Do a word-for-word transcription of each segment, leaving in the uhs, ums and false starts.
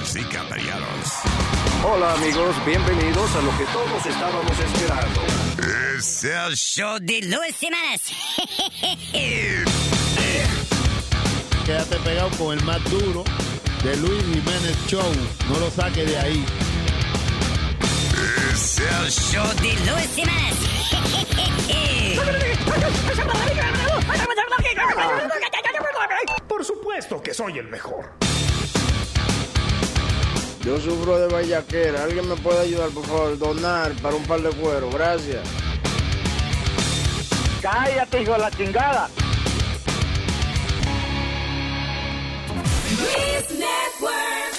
Damas y caballeros. Hola amigos, bienvenidos a lo que todos estábamos esperando. Es el show de Luis Jiménez. Quédate pegado con el más duro de Luis Jiménez Show. No lo saques de ahí. Es el show de Luis Jiménez. Por supuesto que soy el mejor. Yo sufro de vallaquera. ¿Alguien me puede ayudar, por favor? Donar para un par de cuero. Gracias. Cállate, hijo de la chingada. Luis Network.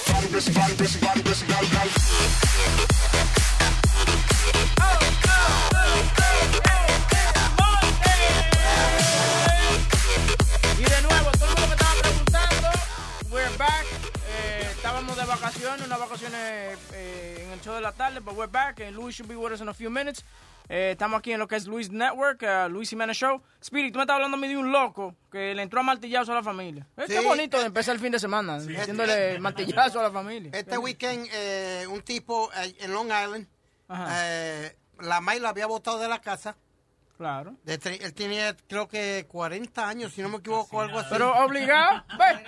Y de nuevo, todo el mundo me estaba preguntando, we're back. Eh, estábamos de vacaciones, unas vacaciones eh, en el show de la tarde, but we're back, and Luis should be with us in a few minutes. Eh, estamos aquí en lo que es Luis Network, uh, Luis Jiménez Show. Spirit, tú me estás hablando a mí de un loco que le entró a martillazo a la familia. Eh, Sí. Qué bonito de empezar el fin de semana, sí, haciéndole martillazo a la familia. Este weekend, eh, un tipo eh, en Long Island, eh, la May la había botado de la casa. Claro. De tre- él tenía, creo que, cuarenta años, si no me equivoco, algo así. Pero obligado,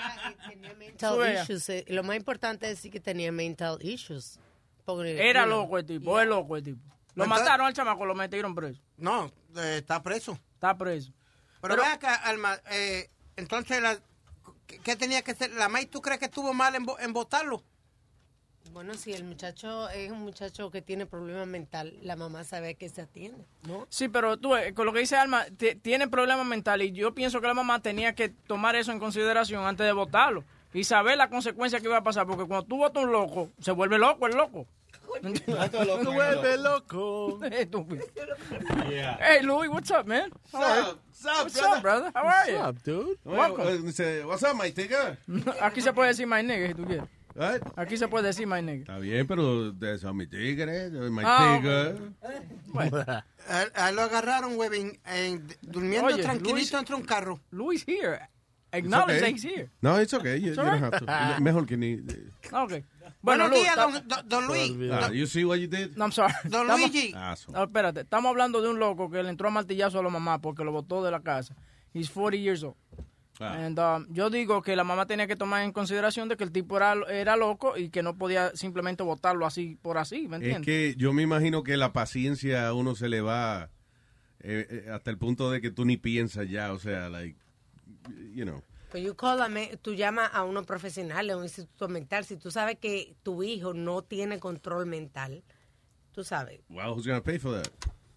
Mental Sube. issues. eh, Lo más importante es decir que tenía mental issues. Porque, Era you know, loco el tipo, es loco el tipo. Lo Entonces- mataron al chamaco, lo metieron preso. No, eh, está preso. Está preso. Pero, ve acá, Alma, eh, entonces, la, ¿qué, qué tenía que ser? ¿La May tú crees que estuvo mal en, vo- en votarlo? Bueno, si el muchacho es un muchacho que tiene problemas mental, la mamá sabe que se atiende, ¿no? Sí, pero tú, eh, con lo que dice Alma, t- tiene problemas mentales y yo pienso que la mamá tenía que tomar eso en consideración antes de votarlo y saber las consecuencias que iba a pasar, porque cuando tú votas un loco, se vuelve loco el loco. Se vuelve loco. Estúpido. Yeah. Hey, Louis, what's up, man? How are you? What's up, What's up, brother? How are you? What's up, dude? Welcome. Dice, what's up, my nigga? Aquí se puede decir my nigga si tú quieres. What? Aquí se puede decir my nigga. Está bien, pero de eso mi tigre, my Ah, tigre. A, a él lo agarraron, güey, en- en- durmiendo Oye, tranquilito Luis- entre un carro. Luis here. Acknowledge okay. that he's here. No, it's okay. You, It's you all don't right. have to. Mejor que ni. Okay. Buenos Luis, días, ta- don, don- don Luis. Ah, you see what you did? No, I'm sorry. Don Estamos- Luigi. Ah, so- No, espérate, estamos hablando de un loco que le entró a martillazo a la mamá porque lo botó de la casa. He's forty years old. Ah. And, um, yo digo que la mamá tenía que tomar en consideración de que el tipo era, era loco y que no podía simplemente botarlo así por así, ¿me Es entiendes? que yo me imagino que la paciencia a uno se le va eh, eh, hasta el punto de que tú ni piensas ya, o sea, like, you know. Pues you call a me- tú llamas a unos profesionales, a un instituto mental. Si tú sabes que tu hijo no tiene control mental, tú sabes. Well, who's going to pay for that?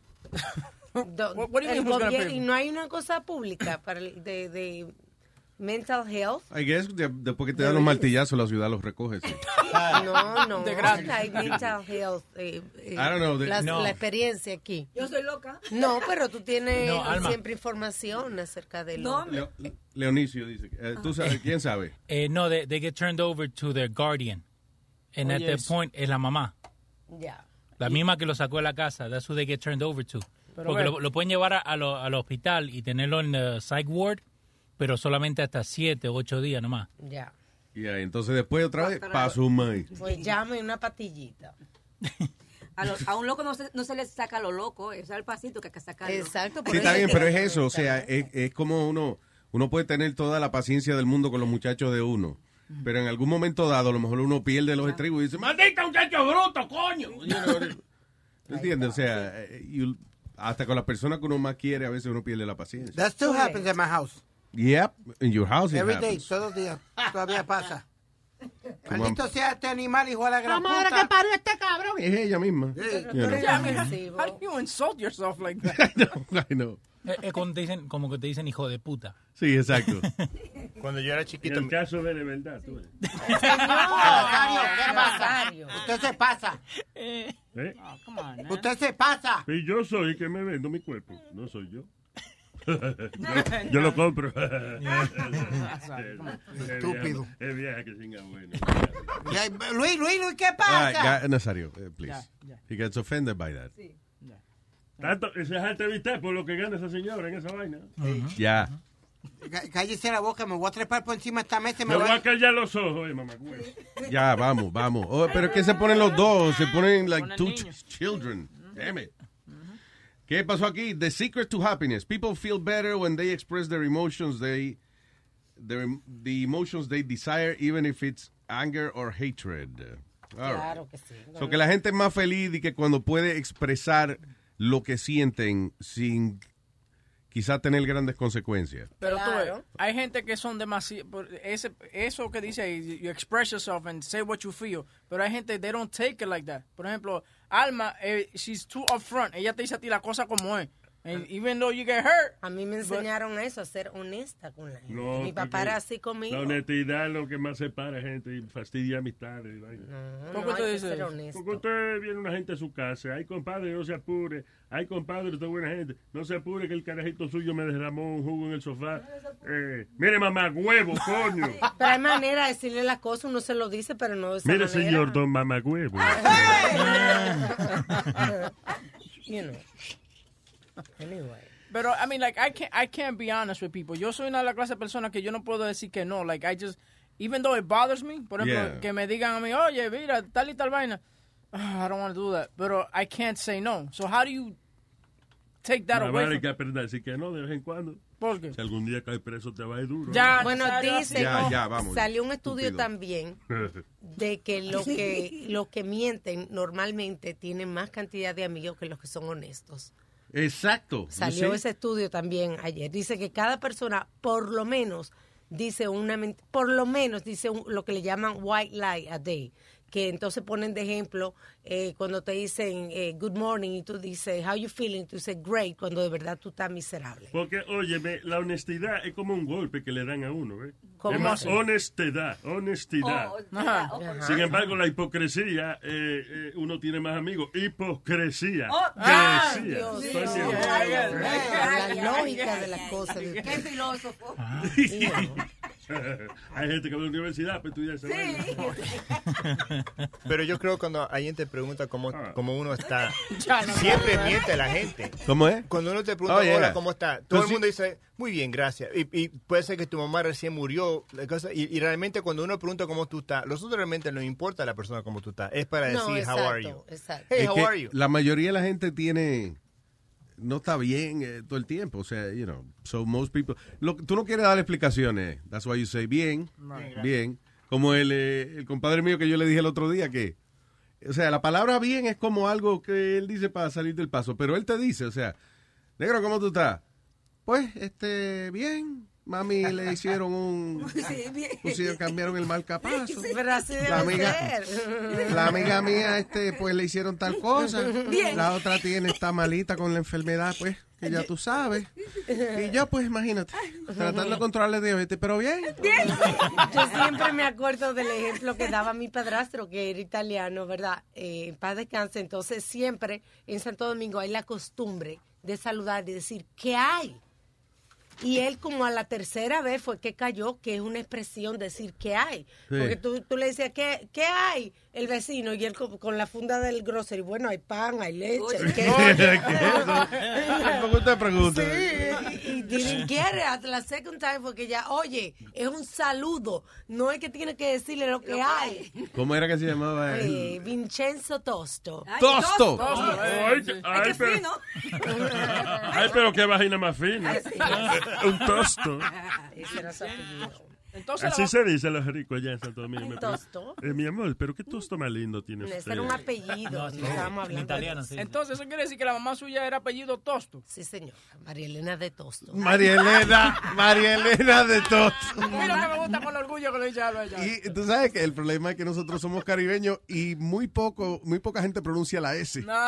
Do- What- what do you el mean who's gonna gobier- pay? y no hay una cosa pública para el- de, de mental health. I guess de- después que te dan los martillazos, la ciudad los recoge. Sí. No, no. De gratis. Hay mental health. eh, eh, I don't know, de- la, No. la experiencia aquí. Yo soy loca. No, pero tú tienes No, Alma. siempre información acerca de lo. No, Leo- Leonicio dice, eh, ¿tú sabes, quién sabe? Eh, no, they, they get turned over to their guardian. And Oh, at yes. that point es la mamá. Ya. La misma que lo sacó de la casa. That's who they get turned over to. Pero Porque ve- lo, lo pueden llevar a- a lo- al hospital y tenerlo en el psych ward, pero solamente hasta siete o ocho días nomás. Ya. Y ahí, entonces después otra vez, paso un maíz. Pues llame una patillita. A, los- a un loco no se, no se le saca lo loco, es al pasito que hay que sacarlo. Exacto. Sí, está bien, pero es eso, o sea, es, es como uno, uno puede tener toda la paciencia del mundo con los muchachos de uno, pero en algún momento dado, a lo mejor uno pierde los estribos y dice, ¡maldita muchacho bruto, coño! You know, ¿entiendes? O sea, eh, you- hasta con las personas que uno más quiere, a veces uno pierde la paciencia. That still happens at my house. Yep, in your house it Every day, happens. todos los días. Todavía pasa. Como- Maldito sea este animal, hijo de la gran madre puta. que parió este cabrón. Es ella misma. Sí. You know. Yeah, I mean, how do you insult yourself like that? I know. Es, es cuando te dicen, como que te dicen hijo de puta. Sí, exacto. Cuando yo era chiquito. En el caso de la verdad, tú ves. Nazario, ¿qué pasa? Nazario. Usted se pasa. ¿Eh? Oh, come on, man. Usted se pasa. Y yo soy el que me vendo mi cuerpo, no soy yo. yo, yo lo compro. Estúpido. Es vieja que singa bueno. Ya, Luis, Luis, Luis, ¿qué All right, pasa? ga- Nazario, eh, please. Ya, ya. He gets offended by that. Tanto, esa es entrevistar por lo que gana esa señora en esa vaina. Ya. Cállese la boca, me voy a trepar por encima de esta mesa y me, Me voy voy a callar los ojos, eh, mamá. Ya, vamos, vamos. Oh, pero es que se ponen los dos, se ponen like Ponen two niños. ch- children. Damn it. ¿Qué pasó aquí? The secret to happiness. People feel better when they express their emotions, they, their, the emotions they desire, even if it's anger or hatred. All right. Claro que sí. So que la gente es más feliz y que cuando puede expresar lo que sienten sin quizá tener grandes consecuencias. Pero tú ves, Claro. hay gente que son demasiado, ese, eso que dice ahí, you express yourself and say what you feel, pero hay gente, they don't take it like that. Por ejemplo, Alma, eh, she's too upfront, ella te dice a ti la cosa como es. And even though you get hurt. A mí me enseñaron eso, a ser honesta con la gente. No, Mi papá porque era así conmigo. La honestidad es lo que más separa gente y fastidia amistades. y vaina. No, ¿Por no qué hay tú que dices ser eso? honesto. Porque usted viene una gente a su casa, ay compadre, no se apure, ay compadre, usted es buena gente, no se apure que el carajito suyo me derramó un jugo en el sofá. Eh, mire mamá, huevo, coño. Pero hay manera de decirle las cosas, uno se lo dice, pero no de esa Mire manera. señor don mamá huevo. You know. Anyway. Pero, I mean, like, I can't, I can't be honest with people. Yo soy una de las clases de personas que yo no puedo decir que no. Like, I just, even though it bothers me, por ejemplo, Yeah. que me digan a mí, oye, mira, tal y tal vaina. Ah, I don't want to do that. Pero I can't say no. So how do you take that Más away vale from... que aprender a decir que no de vez en cuando. ¿Por qué? Si algún día cae preso te va a ir duro. Ya, Bueno, necesario dice, así. Ya, ya, vamos. salió un estudio Estúpido. también de que los que los que mienten normalmente tienen más cantidad de amigos que los que son honestos. Exacto. Salió ¿Sí? ese estudio también ayer. Dice que cada persona por lo menos dice una ment- por lo menos dice un- lo que le llaman white lie a day, que entonces ponen de ejemplo eh, cuando te dicen eh, good morning y tú dices how you feeling, tú dices great, cuando de verdad tú estás miserable. Porque, óyeme, la honestidad es como un golpe que le dan a uno, ¿eh? ¿Cómo Es más, así? honestidad, honestidad. Oh, Ajá. oh, Sin embargo, la hipocresía, eh, eh, uno tiene más amigos. Hipocresía. Oh, ah, Cresía. Dios ¿Tú mío. entiendes? Ay, Dios mío. La Ay, lógica ay, de las ay, cosas de Qué usted. filósofo. You know. Hay gente que va a la universidad para estudiar esa vaina. Pero yo creo que cuando alguien te pregunta cómo, Ah. cómo uno está, Ya, no, siempre miente la gente. ¿Cómo es? Cuando uno te pregunta, Oh, yeah. hola, ¿cómo está? Todo Entonces- el mundo dice, muy bien, gracias. Y, y puede ser que tu mamá recién murió. La cosa, y, y realmente cuando uno pregunta cómo tú estás, los otros realmente no importa la persona cómo tú estás. Es para No, decir, how are you? exacto, exacto. Hey, Es how que are you? la mayoría de la gente tiene no está bien eh, todo el tiempo, o sea, you know, so most people lo, tú no quieres dar explicaciones, that's why you say bien, Right. bien, como el, eh, el compadre mío que yo le dije el otro día que, o sea, la palabra bien es como algo que él dice para salir del paso, pero él te dice, o sea, negro, ¿cómo tú estás? Pues, este, bien. Mami le hicieron un... Sí, bien. pusieron, cambiaron el marcapaso. Pero así debe La amiga, ser. la amiga mía, este, pues le hicieron tal cosa. Bien. La otra tiene, está malita con la enfermedad, pues, que ya tú sabes. Y yo, pues, imagínate, tratando de controlar la diabetes, pero bien. Yo siempre me acuerdo del ejemplo que daba mi padrastro, que era italiano, ¿verdad? Eh, en paz descanse. Entonces, siempre en Santo Domingo hay la costumbre de saludar y decir, ¿qué hay? Y él como a la tercera vez fue que cayó, que es una expresión decir ¿qué hay? Sí. Porque tú, tú le decías, ¿qué, ¿qué hay? El vecino, y él con, con la funda del grocery, bueno, hay pan, hay leche. Oye. ¿qué? Tampoco te pregunto. Sí, y, y didn't get it. Hasta la second time fue que ya, oye, es un saludo, no es que tiene que decirle lo que Lo que hay. ¿Cómo era que se llamaba él? Eh, Vincenzo Tosto. Ay, Tosto. Tosto, eh. Ay, Ay, ay, qué pero, fino. ay, pero qué vagina más fina. Un tosto. Ese era su apellido. Entonces, Así la- se dice a los ricos allá en Santo Domingo. Un Me preguntan, tosto. eh, mi amor, pero qué tosto más lindo tiene usted. Ese era un apellido. No, no sí, estábamos en hablando italiano, de- sí. entonces eso quiere decir que la mamá suya era apellido Tosto. Sí, señora. María Elena de Tosto. María Elena, María Elena de todos. Mira que me gusta con orgullo que lo dice Alba allá. Y tú sabes que el problema es que nosotros somos caribeños y muy poco, muy poca gente pronuncia la S. No.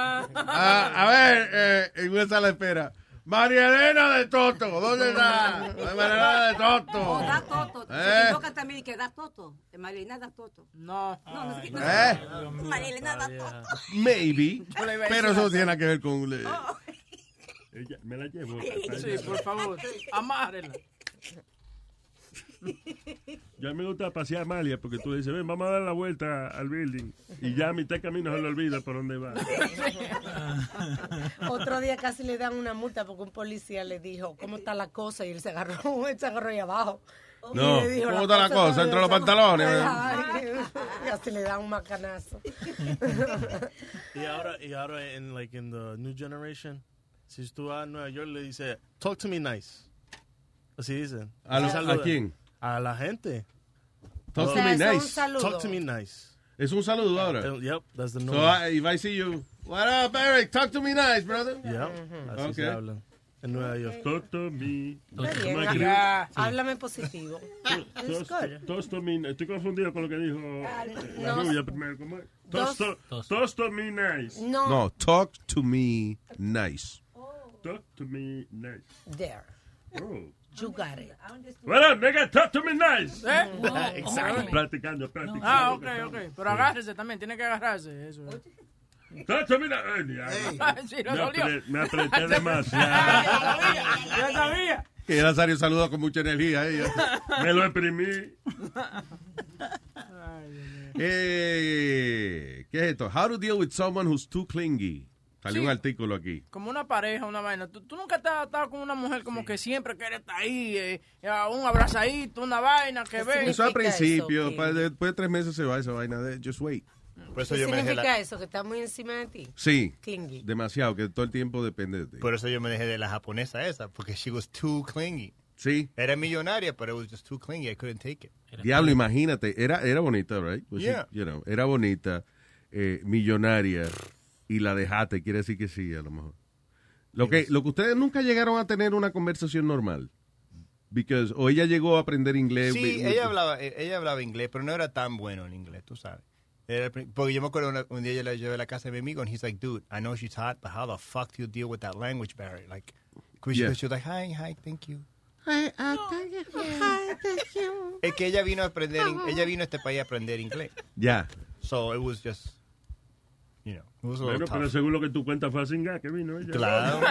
Ah, a ver, eh, en una sala de espera. María Elena de Toto, ¿dónde está? María Elena de Toto. O da toto. Eh. Se equivoca también que da toto. Marilena da toto. No. No, no sé qué. ¿Eh? Marilena da toto. Maybe, Yo le iba a decir pero eso así. tiene nada que ver con... eh, Ella, me la llevo. Sí, por favor. Amárrela. Yo a mí me gusta pasear a Amalia porque tú dices, ven, vamos a dar la vuelta al building. Y ya a mitad de camino se le olvida por dónde va. Otro día casi le dan una multa porque un policía le dijo cómo está la cosa y él se agarró, él se agarró ahí abajo. No, Y dijo, ¿cómo está la cosa? Entre los pantalones. Ay, casi le dan un macanazo. Y ahora, y ahora en, like, in the new generation, si tú vas a Nueva York le dices, talk to me nice. Así dicen. ¿A, lo, Así ¿A quién? A la gente. Talk O to me sea, nice. Talk to me nice. Es un saludo ahora. Uh, yep, that's the new So one. I, if I see you, what up, Eric? Talk to me nice, brother. Yep, así Okay. se habla. En Nueva York. Talk to me. Está bien, Talk to me. ah, háblame positivo. It's good. Toast to me. Estoy confundido con lo que dijo la no. rubia primero. ¿Cómo es? Dos- Toast to, toast to me nice. No. No, talk to me nice. Talk to me nice. There. Oh. You got it. What up, nigga? Talk to me nice. ¿Eh? Exacto. Practicando, practicando. Ah, ok, ok. Pero agárrese también, tiene que agarrarse. Eso. Talk to me nice. Ay, diablo. Sí, no me, dolió. apre- me apreté demasiado. Yo sabía. Que Nazario saluda con mucha energía. ¿eh? Me lo imprimí. Eh, ¿Qué es esto? How to deal with someone who's too clingy. Salió Sí. un artículo aquí. Como una pareja, una vaina. Tú, tú nunca has estado con una mujer como que siempre quiere estar ahí, eh, un abrazadito, una vaina que ve. Eso al principio, para- después de tres meses se va esa vaina de just wait. Por eso ¿Qué yo me dejé significa la- eso? ¿Que está muy encima de ti? Sí, Clingy. demasiado, que todo el tiempo depende de ti. Por eso yo me dejé de la japonesa esa, porque she was too clingy. Sí. Era millonaria, pero it was just too clingy. I couldn't take it. Diablo, imagínate, era, era bonita, right? Was she- Yeah. you know, era bonita, eh, millonaria, y la dejaste, quiere decir que sí, a lo mejor. Lo que, lo que ustedes nunca llegaron a tener una conversación normal. Because, o ella llegó a aprender inglés. Sí, we- we- ella hablaba, eh, ella hablaba inglés, pero no era tan bueno en inglés, tú sabes. Era el pri- porque yo me acuerdo una- un día yo la llevé a la casa de mi amigo, and he's like, dude, I know she's hot, but how the fuck do you deal with that language barrier? Like, cause she, Yeah. she was like, hi, hi, thank you. Es que ella vino a aprender, in- ella vino a este país a aprender inglés. Ya. So it was just, you know, it was a little Bueno, pero tough. según lo que tú cuentas fue a Singa que vino ella. Claro.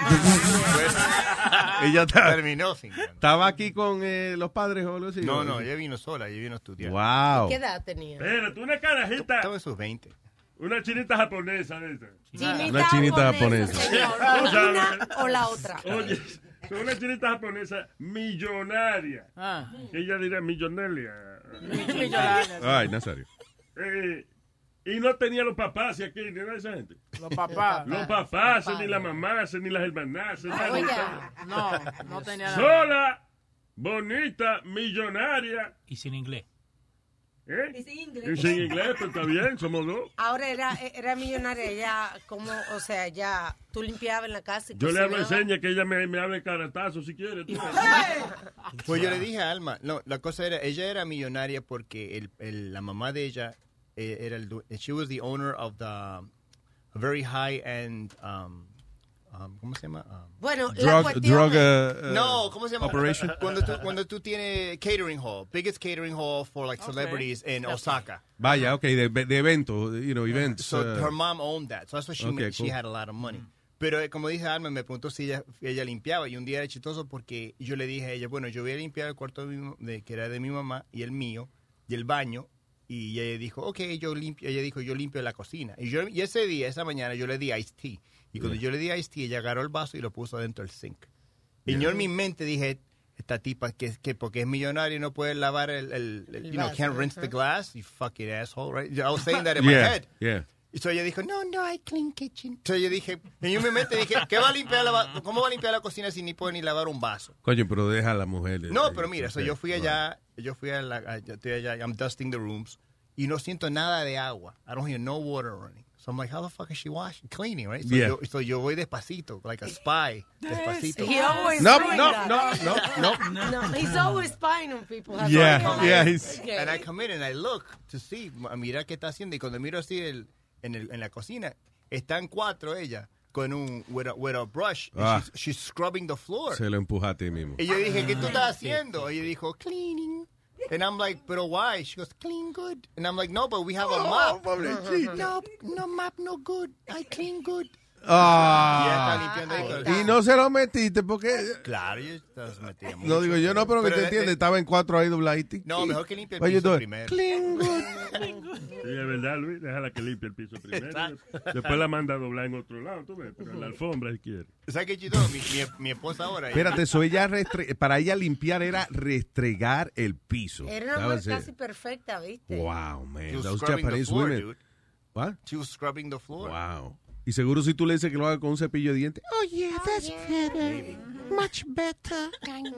Ella está- terminó sin ganas. ¿Estaba aquí con eh, los padres o algo así? No, ¿O no, qué? ella vino sola, ella vino a estudiar. Wow. ¿Qué edad tenía? Espérate, una carajita. Estaba en sus veinte. Una chinita japonesa de esa. Chinita Una chinita japonesa, japonesa. señor. Tú sabes. Una o la otra. Oye, son una chinita japonesa millonaria. Ah. Ella dirá millonaria. Millonaria. Ay, Nazario. Eh, y no tenía los papás aquí, ni nada de esa gente. Los papás. Los papás, ni las mamás, ni las hermanas. Oye, no, no tenía nada. Sola, bonita, millonaria. Y sin inglés. ¿Eh? Y sin inglés. Y sin inglés, pero está bien, somos dos. Ahora era, era millonaria, ella, como, o sea, ya tú limpiabas en la casa y Yo le hablo cocinabas. enseña que ella me, me hable caratazo si quiere. tú. Pues yo le dije a Alma, no, la cosa era, ella era millonaria porque el, el- la mamá de ella eh, era el, du- she was the owner of the a very high end, um, um, ¿cómo se llama? Um, Bueno, la Drug, cuestión drug es- uh, uh, no, ¿cómo se llama? Operation. Cuando tú, cuando tú tienes catering hall, biggest catering hall for like Okay. celebrities in Osaka. Vaya, ok, de, de eventos, you know, events. So uh, her mom owned that. So that's why she, Okay, made, she cool. had a lot of money. Pero eh, como dije Alma, me preguntó si ella, ella limpiaba. Y un día era chistoso porque yo le dije a ella, bueno, yo voy a limpiar el cuarto de mi, de, que era de mi mamá y el mío y el baño. Y ella dijo, ok, yo limpio. Ella dijo, yo limpio la cocina. Y yo y ese día, esa mañana, yo le di iced tea. Y cuando yo le di iced tea, ella agarró el vaso y lo puso dentro del sink. Y yo en mi mente dije, esta tipa que, que porque es millonaria y no puede lavar el, el, el- El you know, vaso, can't rinse the ajá. glass, you fucking asshole, right? I was saying that in my yeah, head. yeah. Y so ella dijo, no, no, I clean kitchen. Entonces yo dije, y yo en mi mente dije, ¿qué va a limpiar la, va- ¿cómo va a limpiar la cocina si ni puede ni lavar un vaso? Coño, pero deja a la mujer. No, pero mira, so yo fui allá, yo fui a la, a- yo estoy allá, I'm dusting the rooms, y no siento nada de agua. I don't hear no water running. So I'm like, how the fuck is she washing, cleaning, right? So, Yeah. yo, so yo voy despacito, like a spy, despacito. He always No, doing no, that. no, no, no. No, he's always spying on people. That's Yeah, what I call yeah, it. he's- Okay. And I come in and I look to see, a mirar qué está haciendo. Y cuando miro así el, en, el, en la cocina, están cuatro ella con un, with a, with a brush. and Ah. she's, she's scrubbing the floor. Se lo empuja a ti mismo. Y yo dije, ¿qué tú estás haciendo? Y ella dijo, cleaning. And I'm like, pero why? She goes, clean good. And I'm like, no, but we have a mop. No, no mop, no good. I clean good. Ah. Y ella está limpiando ahí. Y no se lo metiste porque... Claro, yo se metía mucho. No digo yo, no, pero que Pero te de- entiende, de- estaba en cuatro ahí dobladitos. No, mejor que limpie el What you piso doing? primero. Sí, es verdad, Luis. Déjala que limpie el piso primero. Después la manda a doblar en otro lado, tú ves. Pero en la alfombra si quiere. ¿Sabes qué chido? Mi, mi, mi esposa ahora... Espérate, eso ella restre- para ella limpiar era restregar el piso. Era una That mujer was it. casi perfecta, ¿viste? Wow, man. She was Those scrubbing the Japanese floor, women. dude. What? She was scrubbing the floor. Wow. Y seguro si tú le dices que lo haga con un cepillo de dientes. Oh, yeah, that's better. Much better.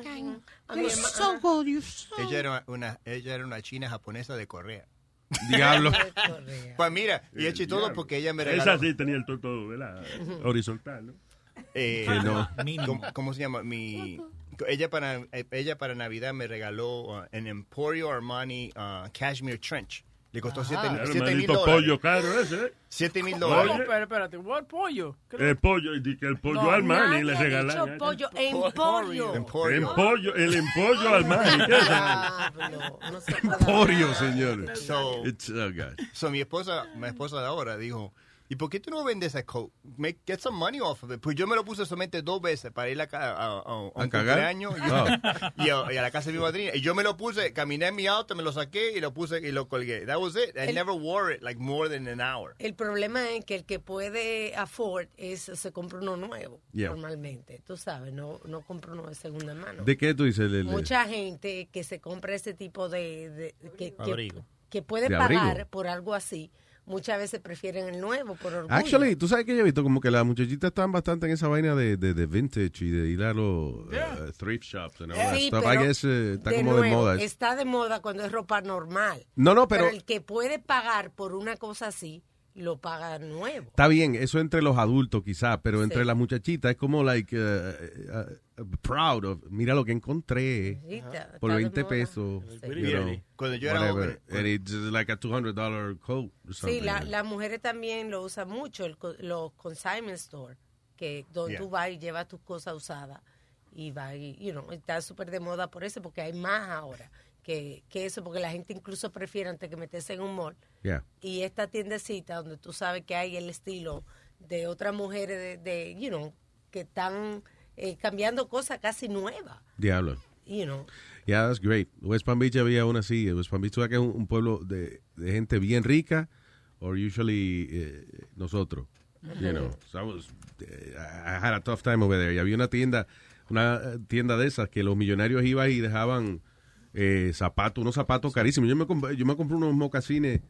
You're so good, you're so... Ella era una, ella era una china japonesa de Corea. Diablo. Pues mira, y es chistoso Diablo. porque ella me regaló... Esa sí tenía el todo, ¿verdad? Horizontal, ¿no? Eh, Que no. ¿cómo, cómo se llama? Mi, ella, para, ella para Navidad me regaló uh, en Emporio Armani uh, Cashmere Trench. Le costó siete Claro, siete mil maldito dólares. pollo caro ese, ¿eh? siete mil Oye. dólares. Espérate, espérate. ¿What pollo? ¿Qué El pollo, y di que el pollo No, Armani le Nadie ha regalan. dicho pollo, emporio. Emporio. Empollo, el empollo Armani. ¿Qué es eso? Diablo, no se puede Emporio, hablar. señor. So, It's, oh, God. so mi esposa, mi esposa de ahora dijo, ¿y por qué tú no vendes ese coat? Make, get some money off of it. Pues yo me lo puse solamente dos veces para ir a, ca- a, a- a un ¿A cagar? cumpleaños y, Oh. y a, y a la casa de mi madrina. Y yo me lo puse, caminé en mi auto, me lo saqué y lo puse y lo colgué. That was it. I El- never wore it like more than an hour. El problema es que el que puede afford es se compra uno nuevo Yeah. normalmente. Tú sabes, no, no compra uno de segunda mano. ¿De qué tú dices? El- el- Mucha gente que se compra ese tipo de, de- que, que, Abrigo. que puede De pagar abrigo. por algo así, muchas veces prefieren el nuevo por orgullo. Actually, tú sabes que yo he visto como que las muchachitas están bastante en esa vaina de, de, de vintage y de ir a los uh, thrift shops and all that Sí, stuff. pero I guess, eh, está de como de nuevo, moda. Está de moda cuando es ropa normal. No, no, pero- el que puede pagar por una cosa así, lo paga nuevo. Está bien, eso entre los adultos quizás, pero entre Sí. las muchachitas es como like uh, uh, uh, proud of, mira lo que encontré Sí, está- por está de veinte moda. pesos. Sí. you Mira, know, cuando yo era whatever. joven- And it's like a two hundred dollar coat or Sí, something. la- las mujeres también lo usan mucho, el, co- los consignment store, que donde Yeah. tú vas y llevas tus cosas usadas y vas y, you know, está súper de moda por eso, porque hay más ahora que, que eso, porque la gente incluso prefiere antes que meterse en un mall. Yeah. Y esta tiendecita donde tú sabes que hay el estilo de otras mujeres de, de you know, que están eh, cambiando cosas casi nuevas, Diablo. you know. Yeah, that's great. West Palm Beach había una así. West Palm Beach, tú sabes que es un, un pueblo de, de gente bien rica, or usually eh, nosotros. You know, so I, was, eh, I had a tough time over there. Y había una tienda, una tienda de esas que los millonarios iban y dejaban eh, zapatos, unos zapatos carísimos. Yo me, comp- yo me compré unos mocasines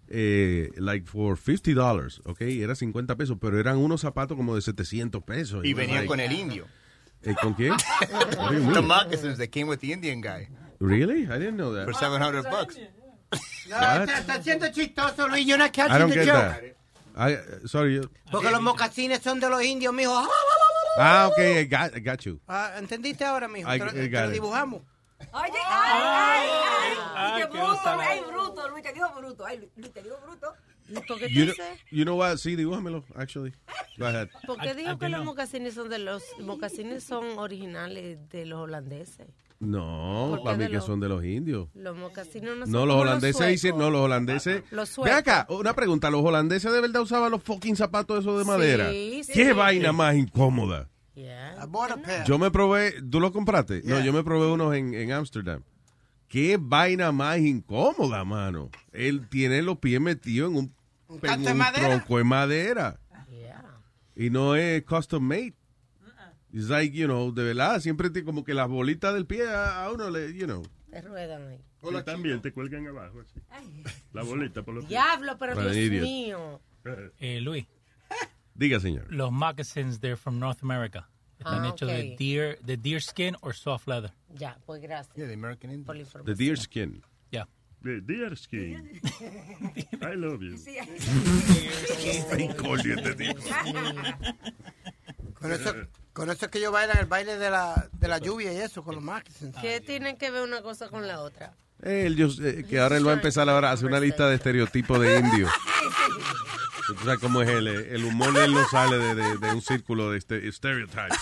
eh, like for fifty dollars, ¿ok? Era cincuenta pesos, pero eran unos zapatos como de setecientos pesos. Y It was venían like- con el indio. Eh, ¿Con quién? What do you The mean? moccasins that came with the Indian guy Really? I didn't know that. for seven hundred bucks. No, What? está, está siendo chistoso, Luis. You're not I catching don't the get joke. that. I, uh, sorry. you- Porque los mocasines son de los indios, mijo. Ah, okay, I got, I got you. Ah, ¿entendiste ahora, mijo? I- Te lo, I te got lo it. dibujamos. Oye, ay, ay, ay. Ay, Dije qué bruto, salado. ay, bruto, Luis, te digo bruto. Ay, Luis, te digo bruto. ¿Por qué You tú know, dices? you know what? Sí, dibújamelo, actually. Go ahead. ¿Por qué I- digo I que los know. mocasines son de los mocasines son originales de los holandeses? No, ¿Por qué para mí de que los- son de los indios. Los mocasines no son No, los como holandeses suecos. dicen, no, los holandeses. Los Ve suecos. acá, una pregunta, ¿los holandeses de verdad usaban los fucking zapatos esos de madera? Sí, ¿Qué sí. vaina más incómoda? Yeah. A border pair. Yo me probé, ¿tú los compraste? No, Yeah. yo me probé unos en, en Amsterdam. ¿Qué vaina más incómoda, mano? Él tiene los pies metidos en un, ¿Un en canto de un madera? tronco de madera. Yeah. Y no es custom made. It's like, you know, de verdad, siempre tiene como que las bolitas del pie a, a uno le, you know. Te ruedan ahí. Y también te cuelgan abajo, así. La bolita por los pies. Diablo, pero Well, Dios idiot. mío. Eh, Luis, Diga, señor. los moccasins, they're from North America. Están Ah, hechos ok. de deer, de deer skin or soft leather. Ya, pues gracias Yeah, the American Indian. por la The información. deer skin. Yeah. De deer skin. I love you. Sí, Ay, coño, este tipo. Con eso, con eso es que ellos bailan el baile de la, de la lluvia y eso, con los moccasins. ¿Qué tienen que ver una cosa con la otra? Él, yo, eh, que ahora él va a empezar ahora a hacer una lista de estereotipos de indios. Tú sabes cómo es él. eh, El humor de él no sale de, de, de un círculo de este, stereotypes.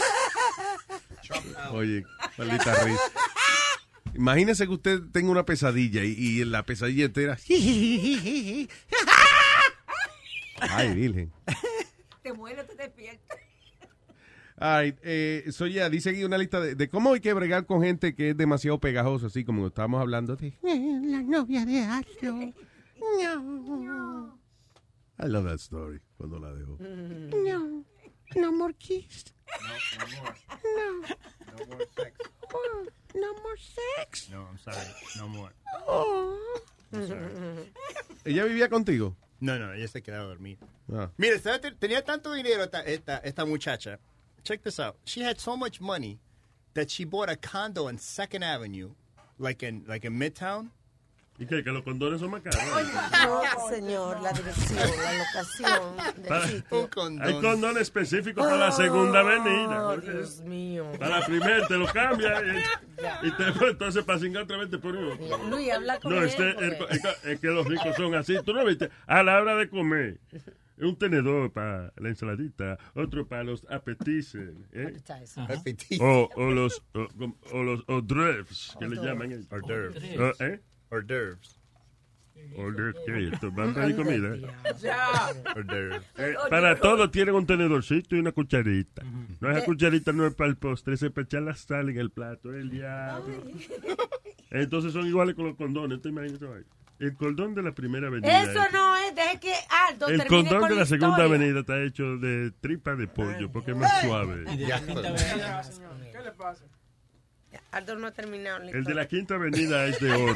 Oye, maldita risa. Imagínese que usted tenga una pesadilla y, y en la pesadilla entera. Ay, virgen. Te mueres, te despiertas. Ay, eh, so ya, dice aquí una lista de, de cómo hay que bregar con gente que es demasiado pegajosa, así como estábamos hablando de. Eh, La novia de Aldo. No. I love that story, cuando la dejó. No. No more kiss. No, no more. No. No more sex. Oh, no more sex. No, I'm sorry. No more. Oh. I'm sorry. ¿Ella vivía contigo? No, no, ella se quedaba a dormir. Ah. Mire, ¿sabe? Tenía tanto dinero esta, esta, esta muchacha. Check this out. She had so much money that she bought a condo on Second Avenue, like in like in Midtown. ¿Y qué? ¿Que los condones son más caros? No, señor, la dirección, la locación del Para- sitio. Hay condones específicos para la segunda avenida. Oh, Dios mío. Para la primera te lo cambia y, y te, entonces para cingar otra vez te pone uno. Luis, habla con No, él. este, porque- el- es, es que los ricos son así. ¿Tú no viste? A la hora de comer, un tenedor para la ensaladita, otro para los appetizers, ¿eh? Appetizer. O, o los o, o los hors d'oeuvres, que le llaman ellos. Hors d'oeuvres. O- ¿Eh? Hors d'oeuvres. Hors d'oeuvres, ¿qué es esto? ¿Van a pedir comida? Hors d'oeuvres. Eh, para todo tienen un tenedorcito y una cucharita. No, esa cucharita no es para el postre, esa es para echar la sal en el plato. El diablo. Entonces son iguales con los condones. ¿Te imaginas eso ahí? El cordón de la primera avenida. Eso no es, deje que Aldo El termine condón con de la segunda historia. avenida está hecho de tripa de pollo porque es más suave. ¿Qué le pasa? Aldo no ha terminado la El de historia. la quinta avenida es de oro.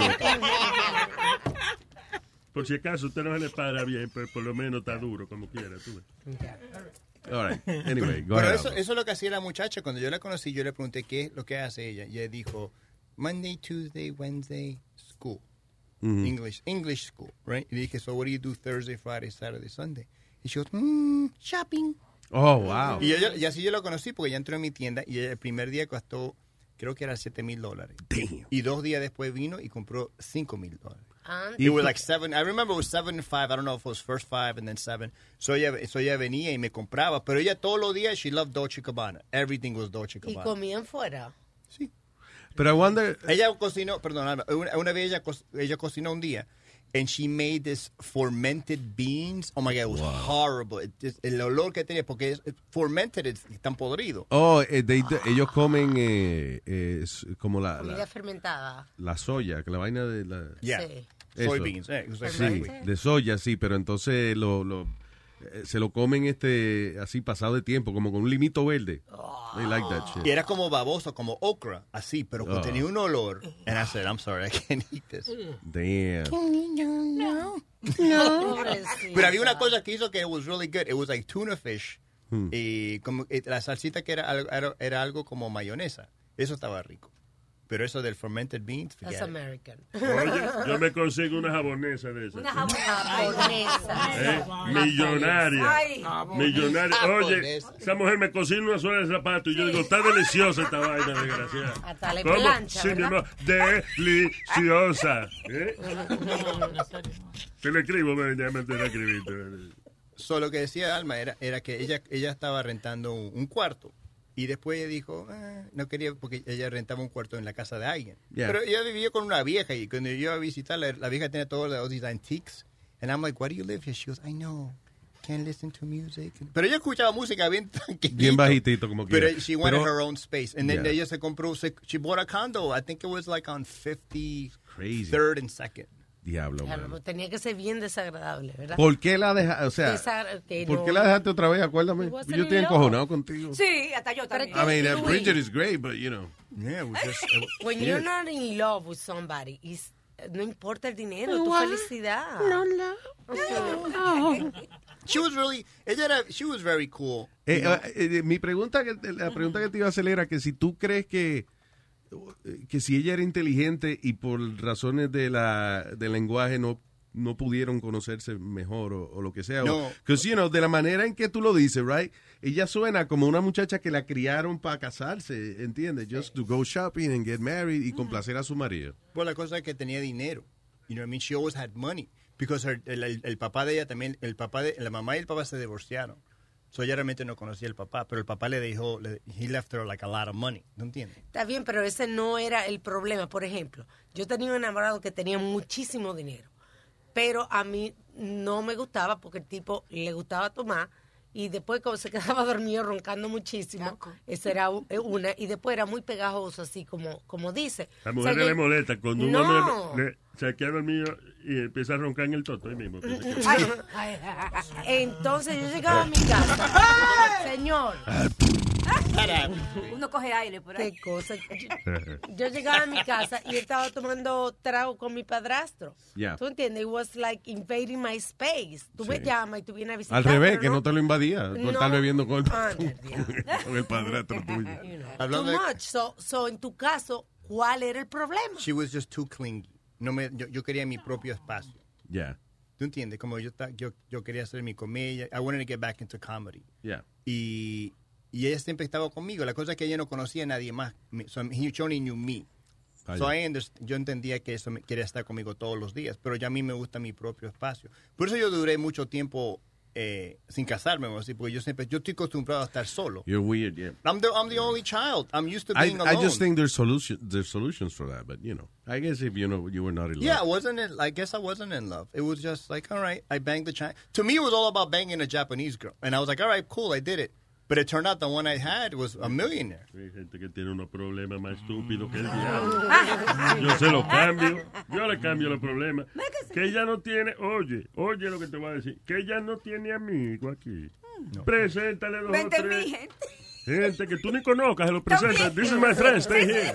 Por si acaso usted no se le para bien, pero por lo menos está duro, como quiera. Tú ves. All right. Anyway, go Pero ahead. eso, eso es lo que hacía la muchacha. Cuando yo la conocí, yo le pregunté qué es lo que hace ella. Y ella dijo, Monday, Tuesday, Wednesday, school. Mhm. English, English school, right? Y dije, so what do you do Thursday, Friday, Saturday, Sunday? Y she goes, mm, shopping. Oh, wow. Y, yo, y así yo lo conocí porque ella entró en mi tienda y ella el primer día costó, creo que era siete mil dólares. Y dos días después vino y compró cinco mil dólares. It was like seven. I remember it was seven and five. I don't know if it was first five and then seven. So ella, so ella venía y me compraba. Pero ella todos los días, she loved Dolce Gabbana. Everything was Dolce Y Gabbana. comían fuera. Pero I wonder. Ella cocinó, perdón, una, una vez ella, co- ella cocinó un día. And she made this fermented beans. Oh my God, it was horrible. It just- el olor que tenía, porque es, fermented, es tan podrido. Oh, eh, they- ellos comen eh, eh, s- como la, Comida la, fermentada. la soya, que la vaina de la... Yeah. Sí. Eso. Soybeans, eh, Sí, exactly. de soya, sí, pero entonces lo, lo, eh, se lo comen este así pasado de tiempo, como con un limito verde. They like that shit. Y era como baboso, como okra, así, pero Oh. tenía un olor. And I said, I'm sorry, I can't eat this. Damn. No. No. Pero había una cosa que hizo que it was really good. It was like tuna fish. Hmm. Y como eh, la salsita que era, algo- era, era algo como mayonesa. Eso estaba rico. Pero eso del fermented beans, forget That's it. American. Oye, yo me consigo una japonesa de esas. Una japonesa. ¿Eh? Millonaria. Ay. Millonaria. Oye, Japonesa. esa mujer me cocina una suela de zapatos y yo digo, está deliciosa esta vaina, desgraciada. Hasta le ¿Cómo? plancha, Sí, mi ¿verdad? amor, deliciosa. ¿Eh? Te lo escribo, me llama, te lo escribí. So, lo que decía Alma era, era que ella, ella estaba rentando un, un cuarto. Y después ella dijo, ah, no quería, porque ella rentaba un cuarto en la casa de alguien. Yeah. Pero ella vivía con una vieja y cuando yo iba a visitarla, la vieja tenía todos los these antiques. And I'm like, why do you live here? She goes, I know. Can't listen to music. Pero ella escuchaba música bien tranquilito. Bien bajitito, como Pero quiera. she wanted Pero- her own space. And then Yeah. ella se compró, se, she bought a condo. I think it was like on Crazy. fifty-third and second. Diablo, Claro, man. pues tenía que ser bien desagradable, ¿verdad? ¿Por qué la dejaste? O sea, Desagra- que ¿por no- qué la dejaste otra vez? Acuérdame. It wasn't Yo estoy in love. encojonado contigo. Sí, hasta yo también. I mean, uh, Luis. Bridget is great, but you know. Yeah, it was just, When Yeah. you're not in love with somebody, is- no importa el dinero, tu What? felicidad. No love. She was really, ella era, she was very cool. Eh, You know? eh, eh, mi pregunta, que, la pregunta que te iba a hacer era que si tú crees que que si ella era inteligente y por razones de la del lenguaje no no pudieron conocerse mejor o, o lo que sea. No. Because, you know, de la manera en que tú lo dices, right? Ella suena como una muchacha que la criaron para casarse, ¿entiendes? Just to go shopping and get married y complacer a su marido. Pues la cosa es que tenía dinero. You know what I mean? She always had money. Because her- el, el- el papá de ella también, el papá de, la mamá y el papá se divorciaron. So ella realmente no conocía al papá, pero el papá le dejó, le, he left her like a lot of money. ¿No entiendes? Está bien, pero ese no era el problema. Por ejemplo, yo tenía un enamorado que tenía muchísimo dinero, pero a mí no me gustaba porque el tipo le gustaba tomar y después como se quedaba dormido roncando muchísimo, esa era u- una, y después era muy pegajoso, así como, como dice. A O sea, mujeres yo- le molesta cuando un No. hombre le, se queda dormido y empieza a roncar en el toto ahí mismo. que se queda. Ay, ay, entonces yo llegaba a mi casa, señor, Uno coge aire por ahí. qué cosa. Yo llegaba a mi casa y estaba tomando trago con mi padrastro. Yeah. ¿Tú entiendes? It was like invading my space. Tú me Sí. llamas y tú vienes a visitar. Al revés, pero que no te lo invadía. Tú No. estás bebiendo con, Ah, con el padrastro tuyo. Too Hablando de- much. So, so, en tu caso, ¿cuál era el problema? She was just too clingy. No me, yo, yo quería mi propio espacio. Yeah, ¿Tú entiendes? Como yo, ta- yo, yo quería hacer mi comedia. I wanted to get back into comedy. yeah. Y, y ella siempre estaba conmigo. La cosa es que ella no conocía a nadie más. Me- So he she only knew me. Ah, So ya. I underst- yo entendía que eso me, quería estar conmigo todos los días. Pero ya a mí me gusta mi propio espacio. Por eso yo duré mucho tiempo eh, sin casarme. O así, porque yo siempre, yo estoy acostumbrado a estar solo. You're weird, yeah. I'm the, I'm the only child. I'm used to I, being I alone. just think there's solution there's solutions for that, but you know, I guess if you know you were not in love. Yeah, I wasn't in, I guess I wasn't in love. It was just like, all right, I banged the Chinese. To me, it was all about banging a Japanese girl. And I was like, all right, cool, I did it. But it turned out the one I had was a millionaire. Hay gente que tiene unos problemas más estúpidos que el diablo. Yo se los cambio. Yo le cambio los problemas. Que ella no tiene, oye, oye lo que te voy a decir. Que ella no tiene amigo aquí. Preséntale dos o Vente tres. mi gente. Gente que tú ni conozcas, se lo presenta. This is my friend, stay here.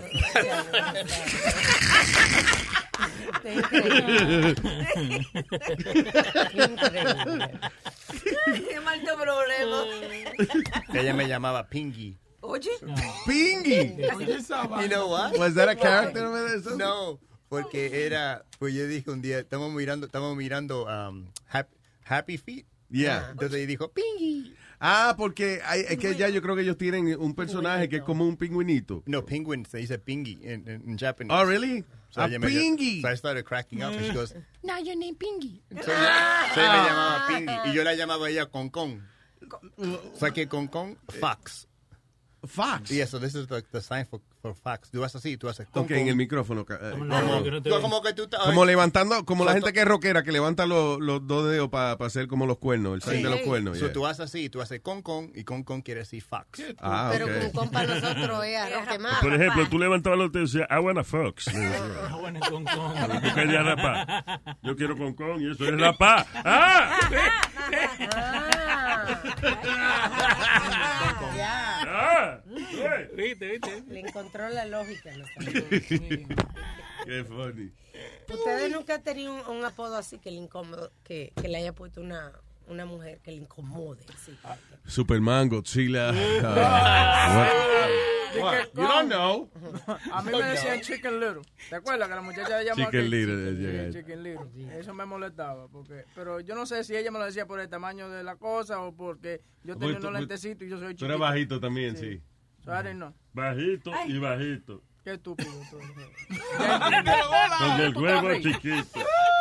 Qué malto problema. Ella me llamaba Pingy. Oye. Pingy. You know what? Was that a character over there? So- No, porque era, pues yo dije un día, estamos mirando, estamos mirando um, Happy, Happy Feet. Yeah. Entonces ella dijo, Pingy. Ah, porque hay, es que ya yo creo que ellos tienen un personaje que es como un pingüinito. No, penguin se dice Pingy in, in, in Japanese. Oh, really? So A ella me- Pingy. So I started cracking up and she goes, Now your name Pingy. so ella, so ella me llamaba Pingy y yo la llamaba a ella Concon. O sea que Concon, Fox. Fox. Yeah, so this is the, the sign for, for Fox. Tú vas así, tú haces Concon. Ok, en el micrófono. ca- eh, Como, tú como que tú estás- Como levantando, como la So, gente que es rockera, que levanta los, los dos dedos para hacer como los cuernos, el sign Sí. de los cuernos. So yeah. tú haces así, tú haces Concon y Concon quiere decir Fox. Ah, Pero ok. con compa nosotros es arroz quemado. Por ejemplo, tú levantabas los dedos y decías, I want a fox. Ah, bueno, con, con. Yo quería rapar. Yo quiero con con y eso es rapar. ¡Ah! Ya. ¡Ah! ¿Viste, viste? Le encontró la lógica. ¿No? Qué funny. Ustedes nunca han tenido un, un apodo así que le incómodo, que, que le haya puesto una, una mujer que le incomode. Sí. Superman, Godzilla. Di What? que You don't con- know. A mí me decían Chicken Little. ¿Te acuerdas que la muchacha llamó Chicken aquí? Little, Chicken, decía sí, ella. Chicken Little. Eso me molestaba. Porque, pero yo no sé si ella me lo decía por el tamaño de la cosa o porque yo tenía Tú- unos tú- lentecitos y yo soy Tú chiquito. eres bajito también, sí. So I didn't know. Bajito y bajito. Qué estúpido. tú. Con el huevo chiquito.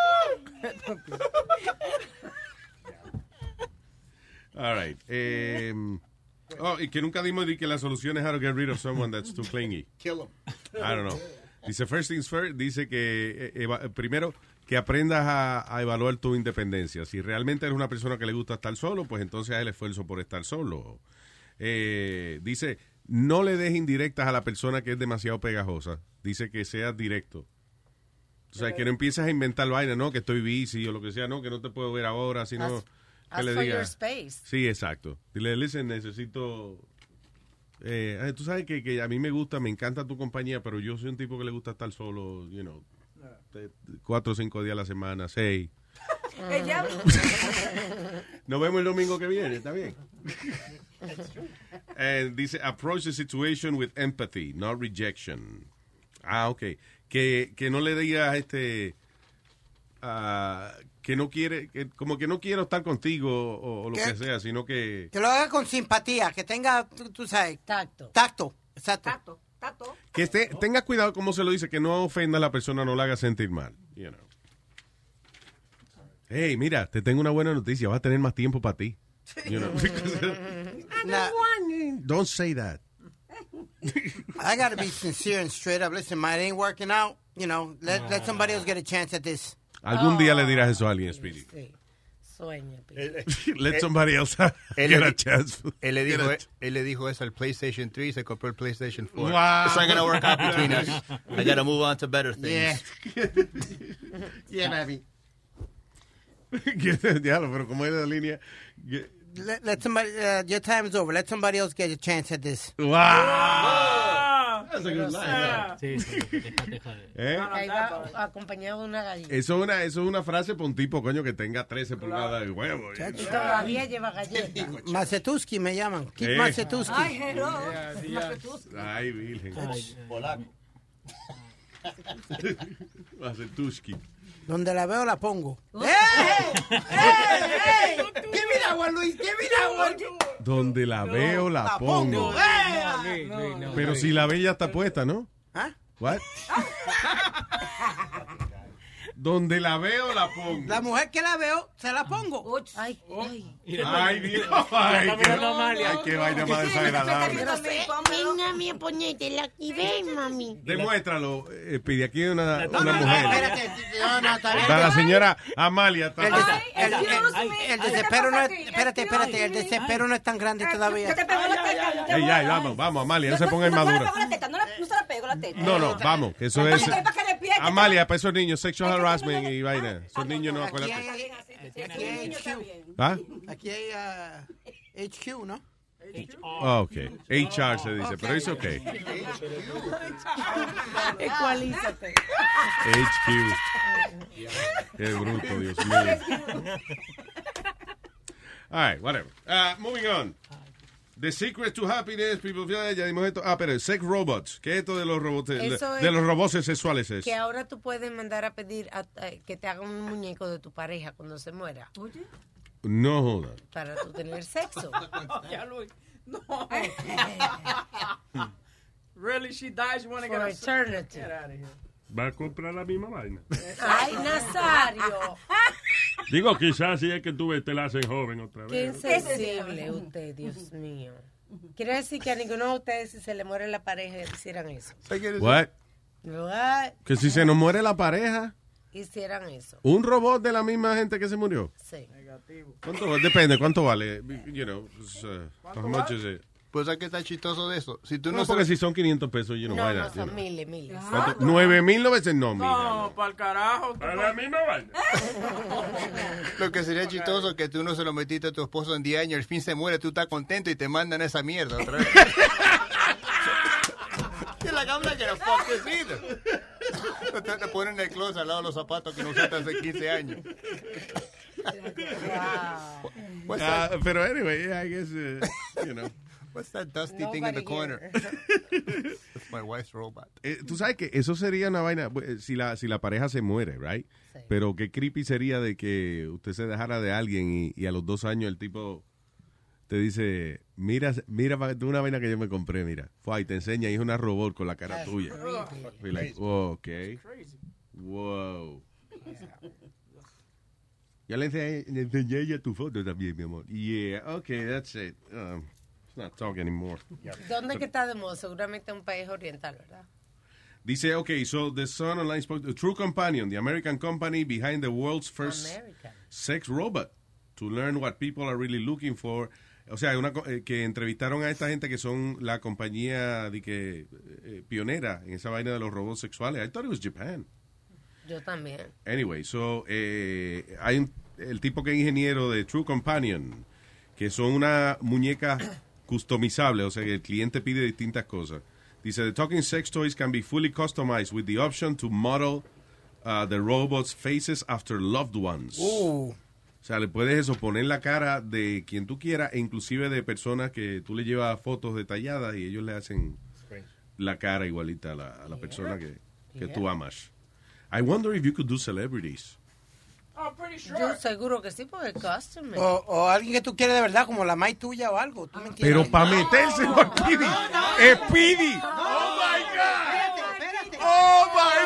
All right. Eh, oh, y que nunca dimos de que la solución es how to get rid of someone that's too clingy. Kill him. I don't know. Dice, first things first, dice que eh, eva- primero que aprendas a, a evaluar tu independencia. Si realmente eres una persona que le gusta estar solo, pues entonces haz el esfuerzo por estar solo. Eh, dice, no le des indirectas a la persona que es demasiado pegajosa. Dice que seas directo. O sea, que no empieces a inventar vaina, ¿no? Que estoy busy o lo que sea, no, que no te puedo ver ahora, sino Ask- que ask le for diga. your space. Sí, exacto. Dile, listen, necesito... Eh, eh, tú sabes que, que a mí me gusta, me encanta tu compañía, pero yo soy un tipo que le gusta estar solo, you know, de- de cuatro o cinco días a la semana, seis. Ella. Nos vemos el domingo que viene, ¿está bien? Eh, dice, approach the situation with empathy, not rejection. Ah, ok. Que, que no le digas este... ah, que no quiere, que, como que no quiero estar contigo o, o lo ¿Qué? que sea, sino que... Que lo haga con simpatía, que tenga, tú, tú sabes. Tacto. Tacto, exacto. Tato, tato. Que esté, tenga cuidado cómo se lo dice, que no ofenda a la persona, no la haga sentir mal. You know. Hey, mira, te tengo una buena noticia, vas a tener más tiempo para ti. You know. Nah, Don't say that. I gotta be sincere and straight up. Listen, mine ain't working out. You know, let, let somebody else get a chance at this. Algún día le dirás eso a alguien, Speedy. Sí. Sueña. Let somebody else Él get le a di- chance. Él le dijo, Get él le dijo eso al PlayStation three y se compró el PlayStation four. Wow. It's not going to work out between us. I got to move on to better things. Yeah, baby. Diablo, pero como es la línea. Let, let somebody, uh, your time is over. Let somebody else get a chance at this. Wow. That's a good line. Sí, sí, déjate joder. ¿Eh? Ahí va acompañado de una gallina. Eso es una, eso es una frase para un tipo, coño, que tenga trece pulgadas de huevo. Y todavía lleva galletas. Macetuski me llaman. Keep Eh. Macetuski. Ay, hello. Ay, virgen. Polaco. Macetuski. Donde la veo la pongo. ¡Ey! ¡Ey! ¡Ey! Give me that one, Luis. Give me that one. Donde la veo, la, La pongo. pongo. ¡Ey! Pero si la ve ya está puesta, ¿no? ¿Ah? What? Donde la veo, la pongo. La mujer que la veo, se la pongo. Ay, ay. Ay, Dios. Ay, qué, ay, qué vaina más desagradable. Venga, mi ponértela aquí, ven, mami. Demuéstralo. Eh, pide aquí una, una mujer. Espérate. No, no, está bien. Está la señora Amalia. Está El, des- el- el- el desespero no es, espérate, espérate, el desespero no es tan grande todavía. Te pegó la teta. Ey, ya, vamos, vamos, Amalia, no se ponga No se inmadura. la pegó la teta, no la- no se la pegó la teta. No, no, vamos, que eso es. Para que despierte. Amalia, para esos niños, sexual harassment y vaina. Esos niños no, Aquí acuérdate. hay, aquí hay H Q. ¿Ah? Aquí hay uh, H Q, ¿no? Oh, ok. H R se dice, pero es ok. Ecualízate. H Q. Qué bruto, Dios mío. All right, whatever. Uh, moving on. The secret to happiness, people. Ya dimos esto. Ah, pero sex robots. ¿Qué es esto de los robots? De, Eso de es- los robots sexuales es. Que ahora tú puedes mandar a pedir a- a- que te hagan un muñeco de tu pareja cuando se muera. Oye. No joda. Para tú tener sexo. Ya, Luis. No. Really, she dies, you want to For get a... eternity. Get out of here. Va a comprar la misma vaina. Ay, Nazario. Digo, quizás si es que tú ves, te la hacen joven otra Qué vez. insensible usted, Dios mío. Quiere decir que a ninguno de ustedes, si se le muere la pareja, hicieran eso. What? What? Que si se nos muere la pareja, Hicieran eso. un robot de la misma gente que se murió. Sí. ¿Cuánto, depende, ¿cuánto vale? You know, pues, uh, how much is it? Pues ¿sabes qué está chistoso de eso? Si tú No, no, porque sabes- si son quinientos pesos, you know, No, why no, not, you son know. miles, miles. ¿Cuánto? Nueve mil novecientos, no, mija. No, para el carajo. Para la misma vaina. Lo que sería chistoso es que tú no se lo metiste a tu esposo en diez años, al fin se muere, tú estás contento y te mandan esa mierda otra vez. Y la cámara que era fuck this either. Te, te ponen en el closet al lado de los zapatos que no usaste hace quince años. What's Ah, that, pero anyway, yeah, I guess, uh, you know. what's that dusty thing in the Nobody corner? That's my wife's robot. Eh, Tú sabes que eso sería una vaina, eh, si la, si la pareja se muere, right? Pero qué creepy sería de que usted se dejara de alguien y, y a los dos años el tipo te dice, mira, mira, pa- tú una vaina que yo me compré, mira. Fue y te enseña y es una robot con la cara That's tuya. creepy. Y like, oh, ok. Wow. Ya le enseñé, le enseñé ella tu foto también, mi amor. Yeah, okay, that's it. Um, let's not talk anymore. ¿Dónde que está de moda? Seguramente en un país oriental, ¿verdad? Dice, okay, so the Sun Online spoke, the True Companion, the American company behind the world's first American. sex robot, to learn what people are really looking for. O sea, una, co- eh, que entrevistaron a esta gente que son la compañía de que eh, pionera en esa vaina de los robots sexuales. I thought it was Japan. Yo también. Anyway, so eh, hay un, el tipo que es ingeniero de True Companion, que son una muñeca customizable, o sea que el cliente pide distintas cosas. Dice, the talking sex toys can be fully customized with the option to model uh, the robot's faces after loved ones. Uh. O sea, le puedes eso, poner la cara de quien tú quieras, e inclusive de personas que tú le llevas fotos detalladas y ellos le hacen la cara igualita a la, a la persona que, que tú amas. I wonder if you could do celebrities. I'm pretty sure. Yo seguro que sí, porque es custom. O, o alguien que tú quieres de verdad, como la May tuya o algo. ¿Tú me entiendes? Pero para meterse con Speedy. ¡Es Speedy! ¡Oh, my God! Espérate, espérate. ¡Oh, my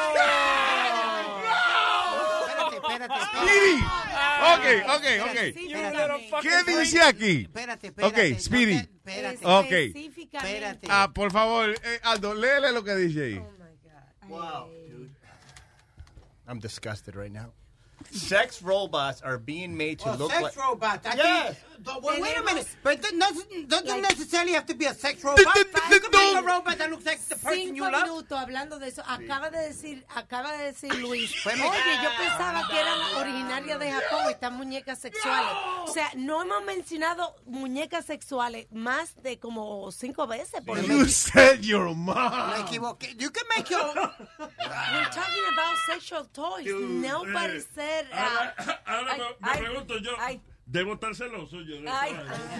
God! Espérate, espérate. Speedy. Ok, ok, ok. Espérate. ¿Qué dice aquí? Espérate, espérate. Ok, Speedy. No te- espérate. Ok. Espérate. Ah, por favor, eh, Aldo, léele lo que dice ahí. Wow. I'm disgusted right now. sex robots are being made to Oh, look sex like... robots. I Yes. think, wait, wait a minute. But it doesn't, doesn't Like- necessarily have to be a sex robot. You can make a robot that looks like the person you Cinco love. minutos hablando de eso. Acaba de decir, acaba de decir Luis. Pues me- Oye, yo pensaba que eran originarias de Japón estas muñecas sexuales. O sea, no hemos mencionado muñecas sexuales más de como cinco veces. Por lo You menos. said your mom. Me equivoqué. You can make your... We're talking about sexual toys. Nobody said... uh, Ahora, ahora ay, me, me ay, pregunto yo, ay. ¿debo estar celoso yo? de Ay.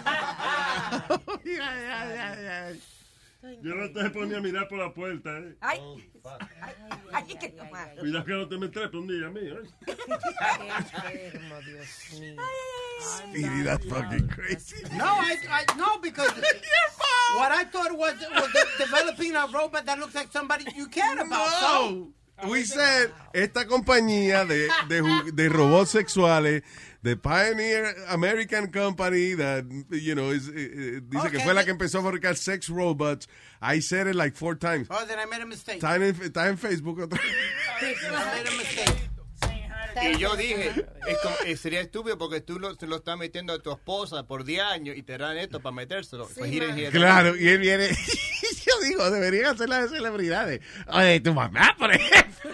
esto? Yo no te ponía a mirar por la puerta, ¿eh? Ay. Ay, qué tomar. Cuidado que no te me trepes un día mío, ¿eh? Enfermo, Dios mío. Speedy, that's fucking crazy. No, I, I no, because what I thought was was de- developing a robot that looks like somebody you care about. So, No. We said, esta compañía de, de, ju- de robots sexuales, the Pioneer American Company that, you know, is, eh, eh, dice que Okay. fue la que empezó a fabricar sex robots. I said it like four times. oh, then I made a mistake. Está en, está en Facebook otra I made a mistake. Y yo dije, es como- eh, sería estúpido porque tú lo, se lo estás metiendo a tu esposa por diez años y te dan esto para metérselo. Pues, here and here. Claro, y él viene. Yo digo, deberían hacer las celebridades. Oye, tu mamá, por ejemplo.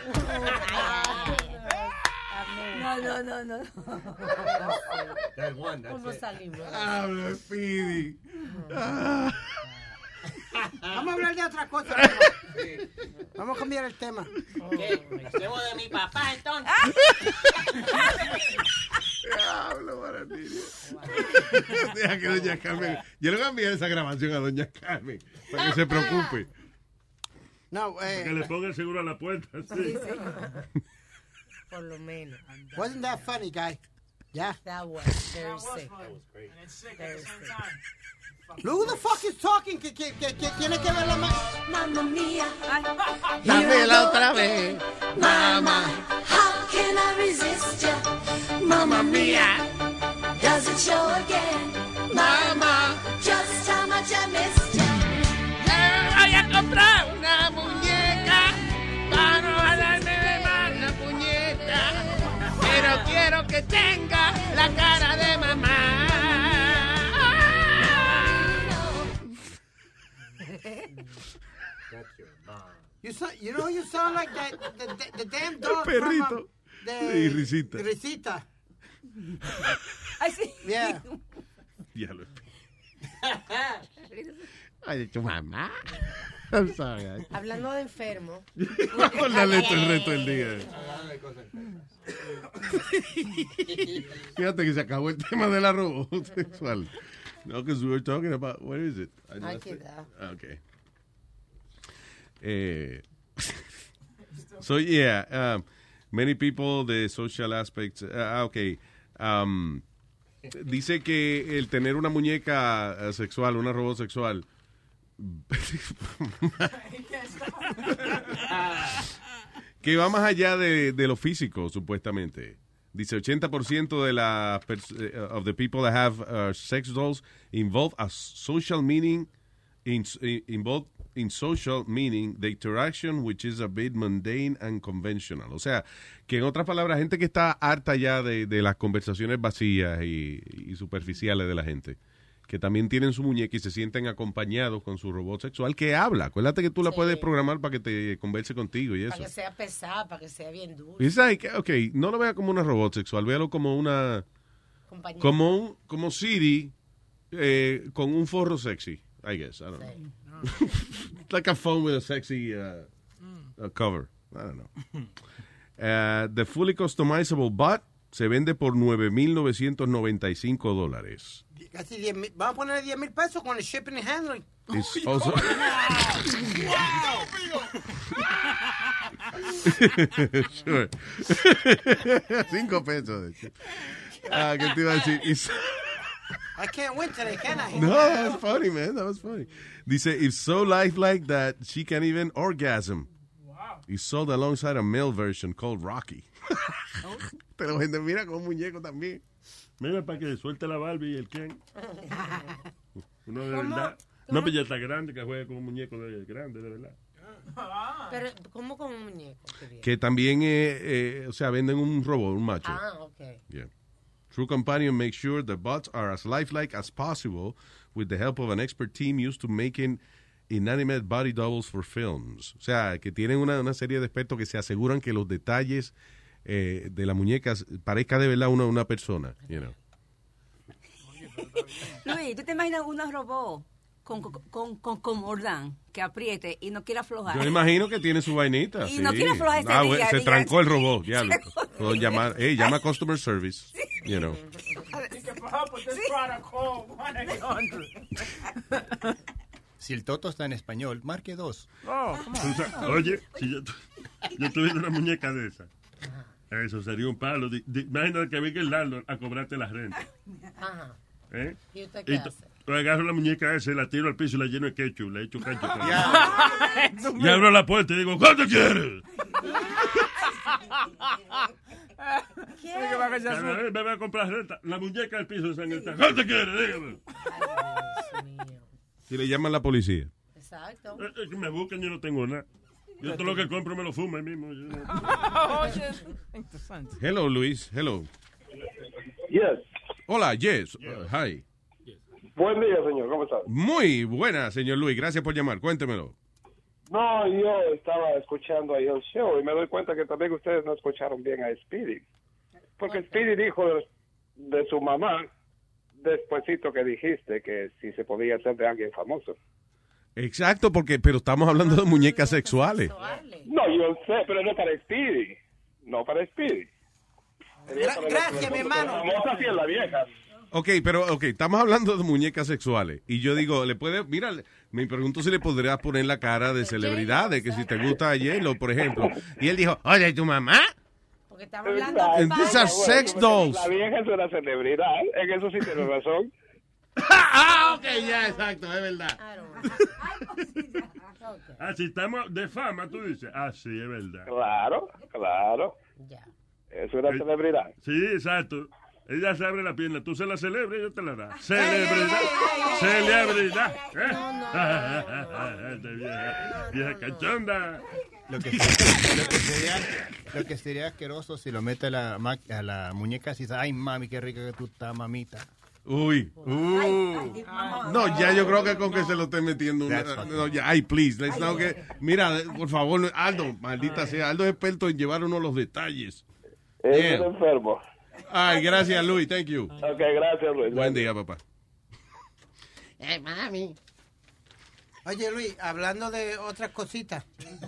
No, no, no, no. That one, that's ¿Cómo it. salimos? Habla, Speedy. Ah. Vamos a hablar de otra cosa. Vamos a cambiar el tema. Hacemos de mi papá entonces. Diablo, Baratini. Deja que doña Carmen. Yo le voy a enviar esa grabación a doña Carmen para que se preocupe. No, eh, Que le ponga el seguro a la puerta, sí. Por lo menos. wasn't that funny, guy? Yeah. That was very sick. Very sick. Look who the fuck is talking. Que, que, que, que tiene que ver la ma... Mamma mia, Dámela otra vez, mamá. how can I resist ya? Mamma mia, Does it show again? mamá. Just how much I missed ya. Le voy a comprar una muñeca para no jalarme de más la puñeta. Pero quiero que tenga la cara de mamá. You, so, you know you sound like that, the, the, the damn dog El from... perrito. um, the, Sí, Risita. Risita. Ay, sí. Yeah. Diablo. Ay, tu mamá. I'm sorry. I- Hablando de enfermo. Por darle esto el resto del día. Fíjate que se acabó el tema del arroz sexual. No, because we were talking about, what is it? I Ay, lost qué it. da. Okay. Eh, so, yeah, um, many people, the social aspects, uh, okay. Um, dice que el tener una muñeca uh, sexual, una robot sexual, que va más allá de, de lo físico, supuestamente. Dice ochenta por ciento de la pers- uh, of the people that have uh, sex dolls involve a social meaning in, in involved in social meaning the interaction which is a bit mundane and conventional. O sea, que en otras palabras, gente que está harta ya de, de las conversaciones vacías y, y superficiales de la gente, que también tienen su muñeca y se sienten acompañados con su robot sexual que habla. Acuérdate que tú la Sí. puedes programar para que te converse contigo y eso. Para que sea pesada, para que sea bien dulce. It's like, ok, no lo vea como una robot sexual, véalo como una, Compañía. como un, como Siri eh, con un forro sexy, I guess, I don't know. Like a phone with a sexy uh, uh, cover, I don't know. Uh, the fully customizable bot se vende por nueve mil novecientos noventa y cinco dólares. Casi diez mil. Vamos a ponerle diez mil pesos con el shipping and handling. It's also... Sure. Cinco pesos. De hecho. Ah, ¿qué te iba a decir? It's- I can't win today, can I? No, that was funny, man. That was funny. Dice, it's so lifelike that she can even orgasm. Wow. It's sold alongside a male version called Rocky. Te lo venden, mira, con un muñeco también. Mira, para que suelte la Barbie y el Ken. Uno de ¿Cómo? verdad. No, pero ya está grande, que juega con un muñeco de grande, de verdad. Pero, ¿cómo con un muñeco? Que también, eh, eh, o sea, venden un robot, un macho. Ah, ok. Yeah. True Companion makes sure the bots are as lifelike as possible with the help of an expert team used to making inanimate body doubles for films. O sea, que tienen una, una serie de expertos que se aseguran que los detalles eh, de las muñecas parezca de verdad una, una persona, you know. Luis, ¿tú te imaginas unos robots con, con, con, con, con mordán que apriete y no quiera aflojar? Yo imagino que tiene su vainita. Y sí. no quiere aflojar ese Ah, día, bueno, se diga. trancó el robot, ya. Lo, llamar, hey, llama a customer service, you know. Si el Toto está en español, marque dos. Oh, O sea, oye, si yo, tu- yo tuviera una muñeca de esa, eso sería un palo. Di- di- Imagínate que venga el Lalo a cobrarte la renta. Ajá. ¿Eh? ¿Y usted qué tú- hace? tú agarro la muñeca esa, la tiro al piso y la lleno de ketchup, le echo ketchup. Y abro la puerta y digo, ¿cuánto quieres? ¿Qué? Me voy a comprar renta. La muñeca del piso esa en el tajo. ¿Cuánto quieres? Dígame. Si le llaman la policía. Exacto. Eh, eh, que me busquen, yo no tengo nada. Yo todo lo que compro me lo fumo ahí mismo. Yo no- Hello, Luis. Hello. Yes. Hola, yes. Uh, hi. Buen día, señor. ¿Cómo está? Muy buena, señor Luis. Gracias por llamar. Cuéntemelo. No, yo estaba escuchando ahí el show y me doy cuenta que también ustedes no escucharon bien a Speedy. Porque Speedy dijo de, de su mamá, despuesito que dijiste que si se podía hacer de alguien famoso. Exacto, porque pero estamos hablando de muñecas sexuales. No, yo sé, pero no para Speedy. No para Speedy. Sería para gracias, los- mi hermano. Famosa sí en la vieja. Ok, pero ok, estamos hablando de muñecas sexuales. Y yo digo, le puede, mira, me pregunto si le podrías poner la cara de celebridades, que si te gusta a J-Lo, por ejemplo. Y él dijo, oye, ¿tu mamá? Porque estamos hablando Exacto. And these are sex dolls. La vieja es una celebridad. En eso sí tienes razón. Ah, ok, ya, exacto, es verdad. Ah, si estamos de fama, tú dices. Ah, sí, es verdad. Claro, claro. Es una celebridad. Sí, exacto. Ella se abre la pierna, tú se la celebras y ella te la da. Celebridad. Celebridad. ¿Eh? Esta vieja, vieja cachonda. Lo que, lo, que sería, lo que sería asqueroso si lo mete a la, ma- a la muñeca y dice, ay, mami, qué rica que tú estás, mamita. Uy. Uh. No, ya yo creo que con que se lo esté metiendo una, no, ya, ay, please, let's not get- mira, por favor, Aldo, maldita sea, Aldo es experto en llevar uno los detalles. Es Bien. un enfermo. Ay, gracias, Luis, thank you. Ok, gracias, Luis. Buen día, papá. Eh, mami. Oye, Luis, hablando de otras cositas.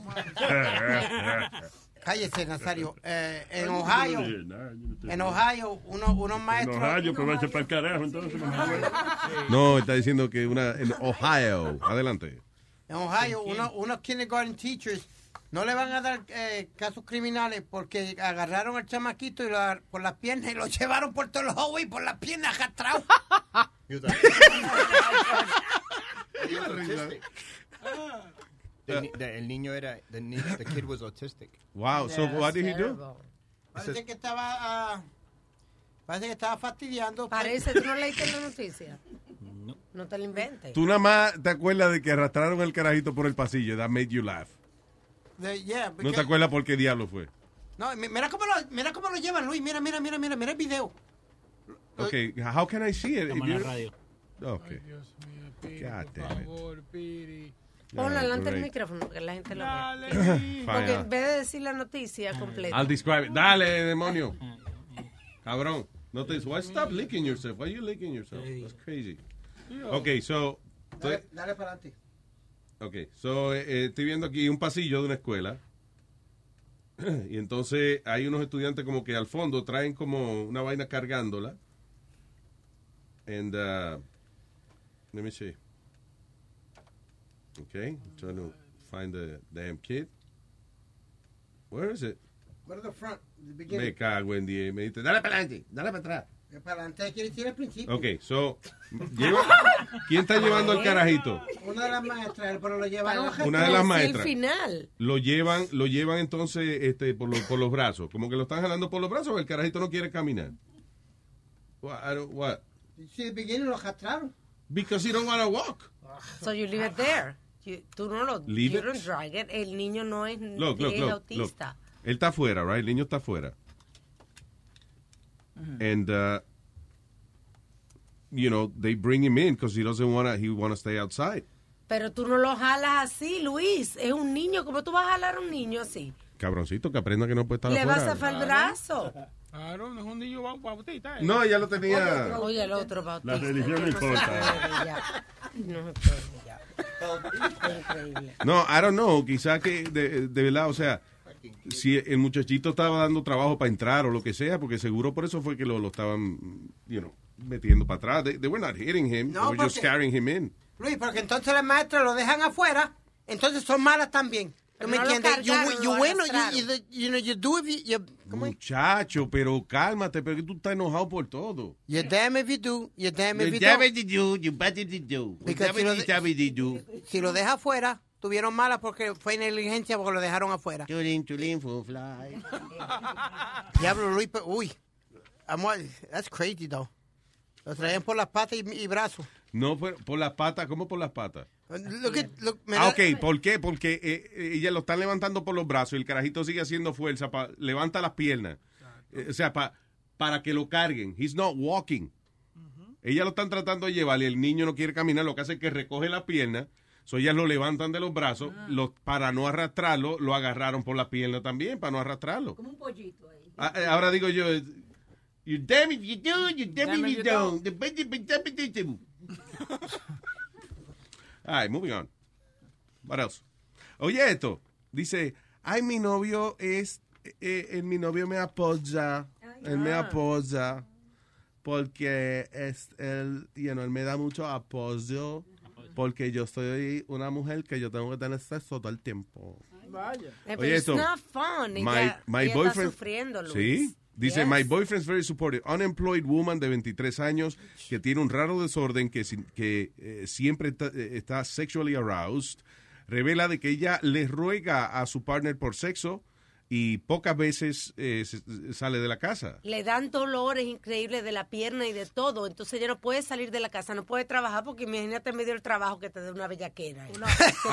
Cállese, Nazario. Eh, en Ohio, en Ohio, uno, unos En maestros... Ohio, pues vaya para el carajo, entonces. No, está diciendo que una en Ohio. Adelante. En Ohio, uno, unos kindergarten teachers no le van a dar eh, casos criminales porque agarraron al chamaquito y lo agar- por las piernas y lo llevaron por todos los hallways por las piernas arrastrados. The, ni- the- el niño era, the, ni- the kid was autistic. Wow, so what did he do? Parece que estaba, ah, parece que estaba fastidiando. Parece, ¿tú no leíste la noticia? No. No te la inventes. Tú nada más te acuerdas de que arrastraron el carajito por el pasillo. That made you laugh. De- yeah, No porque- te acuerdas por qué diablo fue. No, mi- mira cómo lo, mira cómo lo llevan, Luis. Mira, mira, mira, mira, mira el video. Okay, how can I see it? Como If en la you- radio. Okay. God damn it. Ponlo Yeah, delante del great. micrófono porque la gente lo ve. Fine, Porque ah. en vez de decir la noticia completa. I'll describe it. Dale, demonio. Cabrón. No te why stop licking yourself? Why are you licking yourself? That's crazy. Okay, so Dale, dale para adelante. okay, so eh, eh, estoy viendo aquí un pasillo de una escuela. Y entonces hay unos estudiantes como que al fondo traen como una vaina cargándola. And uh, let me see. Okay, trying to find the damn kid. Where is it? Go to the front, the Me beginning. cago en diez. Me dice, dale para adelante, dale para atrás. Para adelante quiere decir al principio. Ok, so, lleva- ¿quién está llevando el carajito? Una de las maestras, pero lo llevaron a Una de las El maestras. final. Lo llevan, lo llevan entonces este, por, los, por los brazos. Como que lo están jalando por los brazos, el carajito no quiere caminar. What? I don't- what? Sí, the beginning lo arrastraron. Because he don't want to walk. So you leave it there. You- tú no lo Leave you it. don't drag it. El niño no es, Look, look, es look, autista. look. Él está afuera, right? El niño está afuera. And, uh, you know, they bring him in because he doesn't want to, he want to stay outside. Pero tú no lo jalas así, Luis. Es un niño. ¿Cómo tú vas a jalar a un niño así? Cabroncito, que aprenda que no puede estar Le afuera. vas a zafar el brazo. Claro, no es un niño bau- bautista. ¿eh? No, ya lo tenía. Oye, el otro bautista. La religión no importa. Ya. No se puede, ya. Increíble. No, I don't know. Quizá que, de, de verdad, o sea, si el muchachito estaba dando trabajo para entrar o lo que sea, porque seguro por eso fue que lo, lo estaban, you know, metiendo para atrás. They, they were not hitting him. No, they were just porque- carrying him in. Luis, porque entonces las maestras lo dejan afuera, entonces son malas también. ¿Tú me no lo entiendes? You, cargaron, you lo win, or you, arrastraron. you, you know, you do if you, you, ¿cómo es? Muchacho, pero cálmate, pero que tú estás enojado por todo. You're damn if you do, you're damn if you Damn don't. it, you do, you bad it, you do. Because Damn si lo it, de- damn it, you do. Si lo deja afuera, tuvieron malas porque fue negligencia porque lo dejaron afuera. Chulín, chulín, fu- fly. Diablo, Luis, pero- uy. Amor, that's crazy, though. Lo traían por las patas y, y brazos. No, por, por las patas, ¿cómo por las patas? Look at, look, me Ah, da- ok, ¿por qué? Porque eh, eh, ella lo están levantando por los brazos y el carajito sigue haciendo fuerza, pa, levanta las piernas. Eh, o sea, pa, para que lo carguen. He's not walking. Ella lo están tratando de llevar y el niño no quiere caminar, lo que hace es que recoge la pierna, so ellas lo levantan de los brazos, lo- para no arrastrarlo, lo agarraron por la pierna también, para no arrastrarlo. Como un pollito ahí. Ah, eh, ahora digo yo, eh, you damn it, you do, you damn it, you don't. All right, moving on. What else? Oye, esto. Dice, ay, mi novio es, eh, eh, mi novio me apoya, él me apoya, porque es, él, you know, él me da mucho apoyo, porque yo soy una mujer que yo tengo que tener sexo todo el tiempo. Vaya. Eh, pero Oye, it's esto. not fun. My, Ella, my ella boyfriend. está sufriendo, Luis. Sí. Dice, Yes. my boyfriend's very supportive. Unemployed woman de veintitrés años que tiene un raro desorden que, si- que eh, siempre está, eh, está sexually aroused. Revela de que ella le ruega a su partner por sexo y pocas veces eh, se- sale de la casa. Le dan dolores increíbles de la pierna y de todo. Entonces ella no puede salir de la casa, no puede trabajar porque imagínate en medio del trabajo que te dé una bellaquera. ¿eh?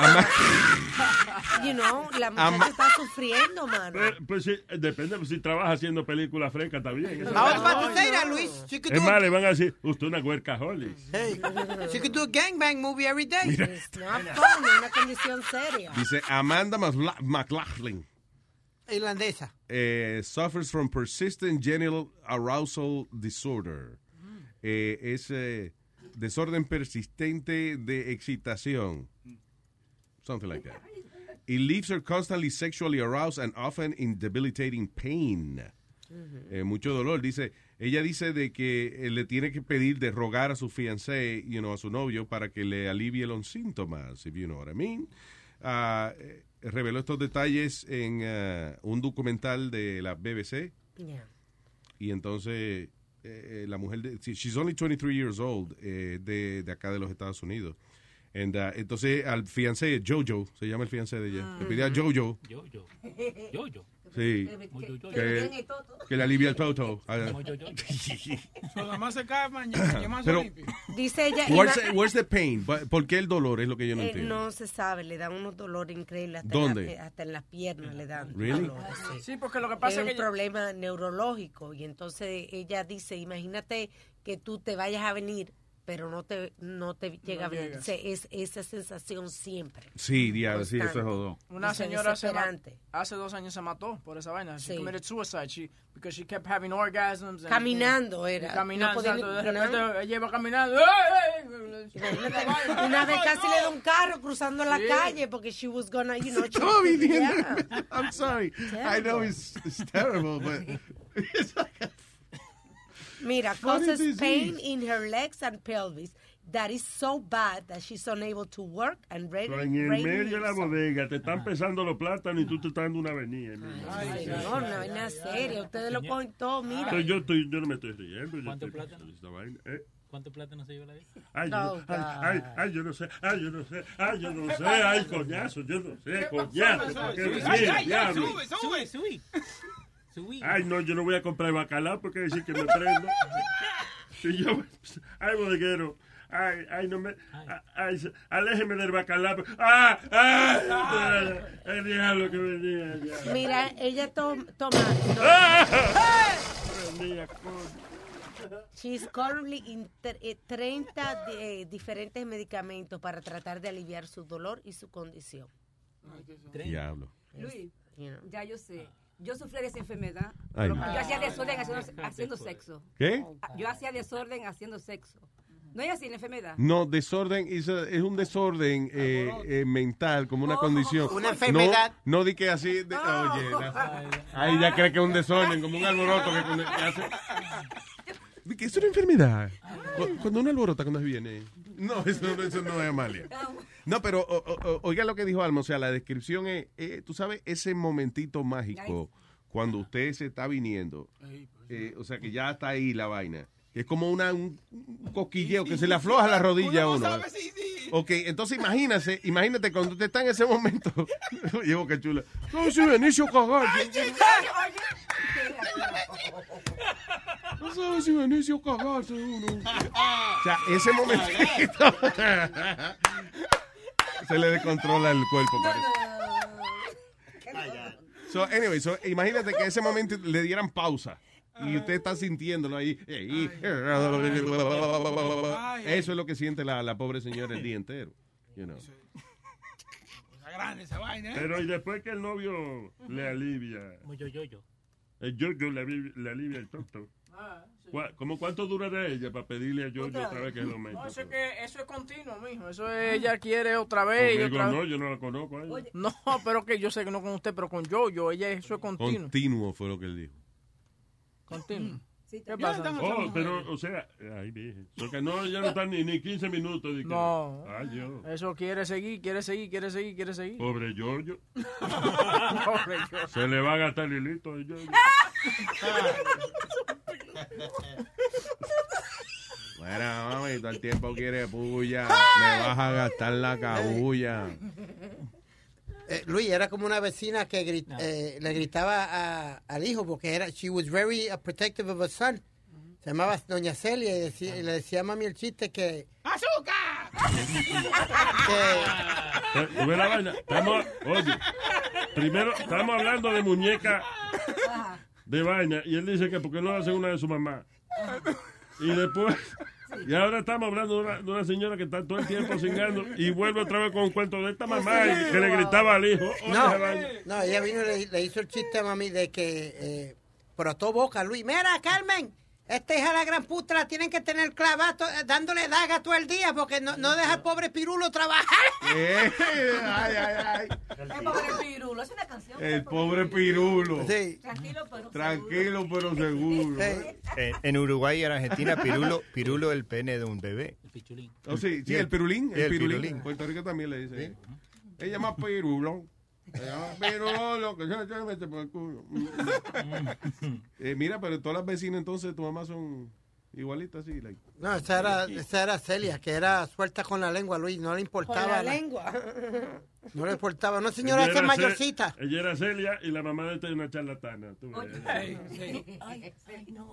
You know, la muchacha Ama- está sufriendo, mano. Pues, pues sí, depende, pues, si trabaja haciendo películas frescas, está bien. Eso- I was about to say that, Luis. She could Es do más, a- le van a decir, usted es una workaholic. Hey, she could do a gangbang movie every day. It's not fun, es una condición seria. Dice Amanda Masla- McLaughlin. Irlandesa. eh, suffers from persistent genital arousal disorder. Eh, es eh, desorden persistente de excitación. Something like that. It leaves her constantly sexually aroused and often in debilitating pain. Eh, mucho dolor. Dice, ella dice de que eh, le tiene que pedir, de rogar a su fiancé, you know, a su novio, para que le alivie los síntomas, if you know what I mean. Ah, eh, reveló estos detalles en uh, un documental de la B B C. Yeah. Y entonces eh, eh, la mujer, de, she's only twenty-three years old, eh, de, de acá de los Estados Unidos. And, uh, entonces al fiancé, Jojo, se llama el fiancé de ella, le pidió a Jojo. Jojo. Jojo. Sí, que, que le alivia el toto. Nada más se cae mañana, más Pero, limpio. Dice ella. where's, ima- the, where's the pain? ¿Por qué el dolor? Es lo que yo no eh, entiendo. no se sabe, le dan unos dolores increíbles. Hasta ¿Dónde? En la- eh, hasta en las piernas le dan Really? dolores. Sí. Sí, porque lo que pasa es es que un ella- problema neurológico y entonces ella dice, imagínate que tú te vayas a venir, pero no te no te llega a venir. llegas. Se- es esa sensación siempre. Sí, diablo, sí, eso es Constante. jodón. Una Dice, señora se ma- desesperante. hace dos años se mató por esa vaina. She Sí. committed suicide. She, because she kept having orgasms. and- Caminando y era. Caminando. No podía exacto, ni- de repente no. ella iba caminando. ¡Ey, ey! Imagínate, una vez casi le da un carro cruzando la Sí. calle porque she was gonna, you know, Estaba try to- viniendo. yeah. I'm sorry. I know it's, it's terrible, but it's like a Mira, Funny causes disease. pain in her legs and pelvis that is so bad that she's unable to work and ready. Pero en el medio de la bodega te están pesando los plátanos y tú te estás dando una avenida. Ay, señor, una vaina seria. Ustedes lo cogen todo, mira. Entonces, yo, estoy, yo no me estoy riendo. Yo ¿Cuánto estoy, plátano? esta vaina, ¿eh? ¿Cuánto plátano se lleva la vida? Ay, yo, Oh, no- ay, God. ay, ay, yo no sé, ay, yo no sé, ay, yo no sé, ay, coñazo, yo no sé, coñazo, ¿para qué me Ay, dice, ay, diablo? sube, sube. Subí, subí. Ay, no, yo no voy a comprar bacalao porque decir que me prendo. Si yo, ay, bodeguero, Ay, ay, no me... Ay, aléjeme del bacalao. ¡Ah! ¡Ah! El diablo que venía ya. Mira, ella to toma... Venía, She's currently in treinta eh, diferentes medicamentos para tratar de aliviar su dolor y su condición. Diablo. Luis, ya yo sé. Yo sufrí de esa enfermedad. Ay. Yo hacía desorden haciendo, haciendo sexo. ¿Qué? Yo hacía desorden haciendo sexo. ¿No es así la enfermedad? No, desorden is a- es un desorden eh, eh, mental, como una condición. Una enfermedad. No, no di que así. de- oye, la- ahí ya cree que es un desorden, como un alboroto que, que hace. Di que es una enfermedad. Cu- Cuando uno alborota, cuando viene. No, eso, eso no es Amalia. No, pero o- o- oiga lo que dijo Alma, o sea, la descripción es, eh, tú sabes, ese momentito mágico cuando usted se está viniendo, eh, o sea, que ya está ahí la vaina, que es como una, un, un coquilleo que se le afloja la rodilla a uno. Ok, entonces imagínate, imagínate cuando usted está en ese momento. Llevo que chula. No, si Benicio cagar. No sabes si Benicio cagarse uno. O sea, ese momentito se le descontrola el cuerpo, parece. So, anyway, so, imagínate que ese momento le dieran pausa y usted está sintiéndolo ahí. Y- eso es lo que siente la, la pobre señora el día entero. You know. Esa grande esa vaina, ¿eh? Pero y después que el novio le alivia. Yo, yo, yo. El yo-yo le, avi- le alivia el tonto. ¿Cuá- ¿Cómo cuánto durará ella para pedirle a yo-yo otra vez que lo meta? No, eso es que eso es continuo, mijo. Eso es, ella quiere otra vez y Conmigo otra no, vez. yo no la conozco a ella. No, pero que yo sé que no con usted, pero con yo, yo, ella eso es continuo. Continuo fue lo que él dijo. Continuo. ¿Qué Ya pasa? estamos- Oh, pero, o sea, ay, virgen. Porque no, ya no están ni, ni quince minutos. de que- No. Ay, Dios. Eso quiere seguir, quiere seguir, quiere seguir, quiere seguir. Pobre Giorgio. Pobre yo. Se le va a gastar el hilito de Giorgio. Bueno, mami, todo el tiempo quiere puya. Me vas a gastar la cabulla. Eh, Luis, era como una vecina que grit- eh, le gritaba a- al hijo porque era, she was very uh, protective of her son. Se llamaba Doña Celia y, decía- y le decía a mami el chiste que... ¡Azúcar! Eh, ¿tú ves la vaina? Estamos, oye, primero estamos hablando de muñeca de vaina y él dice que porque no hace una de su mamá. Y después, y ahora estamos hablando de una, de una señora que está todo el tiempo cingando y vuelve otra vez con un cuento de esta mamá y que le gritaba al hijo. Oye, No, esa vaina. no, ella vino y le, le hizo el chiste a mami de que eh, brotó boca, Luis. Mira, Carmen, esta hija de la gran puta la tienen que tener clavada, to- dándole daga todo el día porque no, no deja al pobre pirulo trabajar. Eh, ay, ay, ay. El pobre pirulo, es una canción. El pobre pirulo. Sí. Tranquilo, pero Tranquilo, pero seguro. En, en Uruguay y en Argentina, pirulo, pirulo el pene de un bebé. Oh, sí, sí, el pirulín. El, El pirulín. pirulín. En Puerto Rico también le dice. Ella llama pirulo. Se llama pirulo, que se se mete por el culo. Eh, mira, pero todas las vecinas entonces, tu mamá son igualitas, sí. Like. No, esa era, esa era Celia, que era suelta con la lengua, Luis. No le importaba. Con la lengua. No le importaba. Una señora Ella esa era Ce- mayorcita. Ella era Celia y la mamá de esta es una charlatana. tú ves. Ay, ay, no.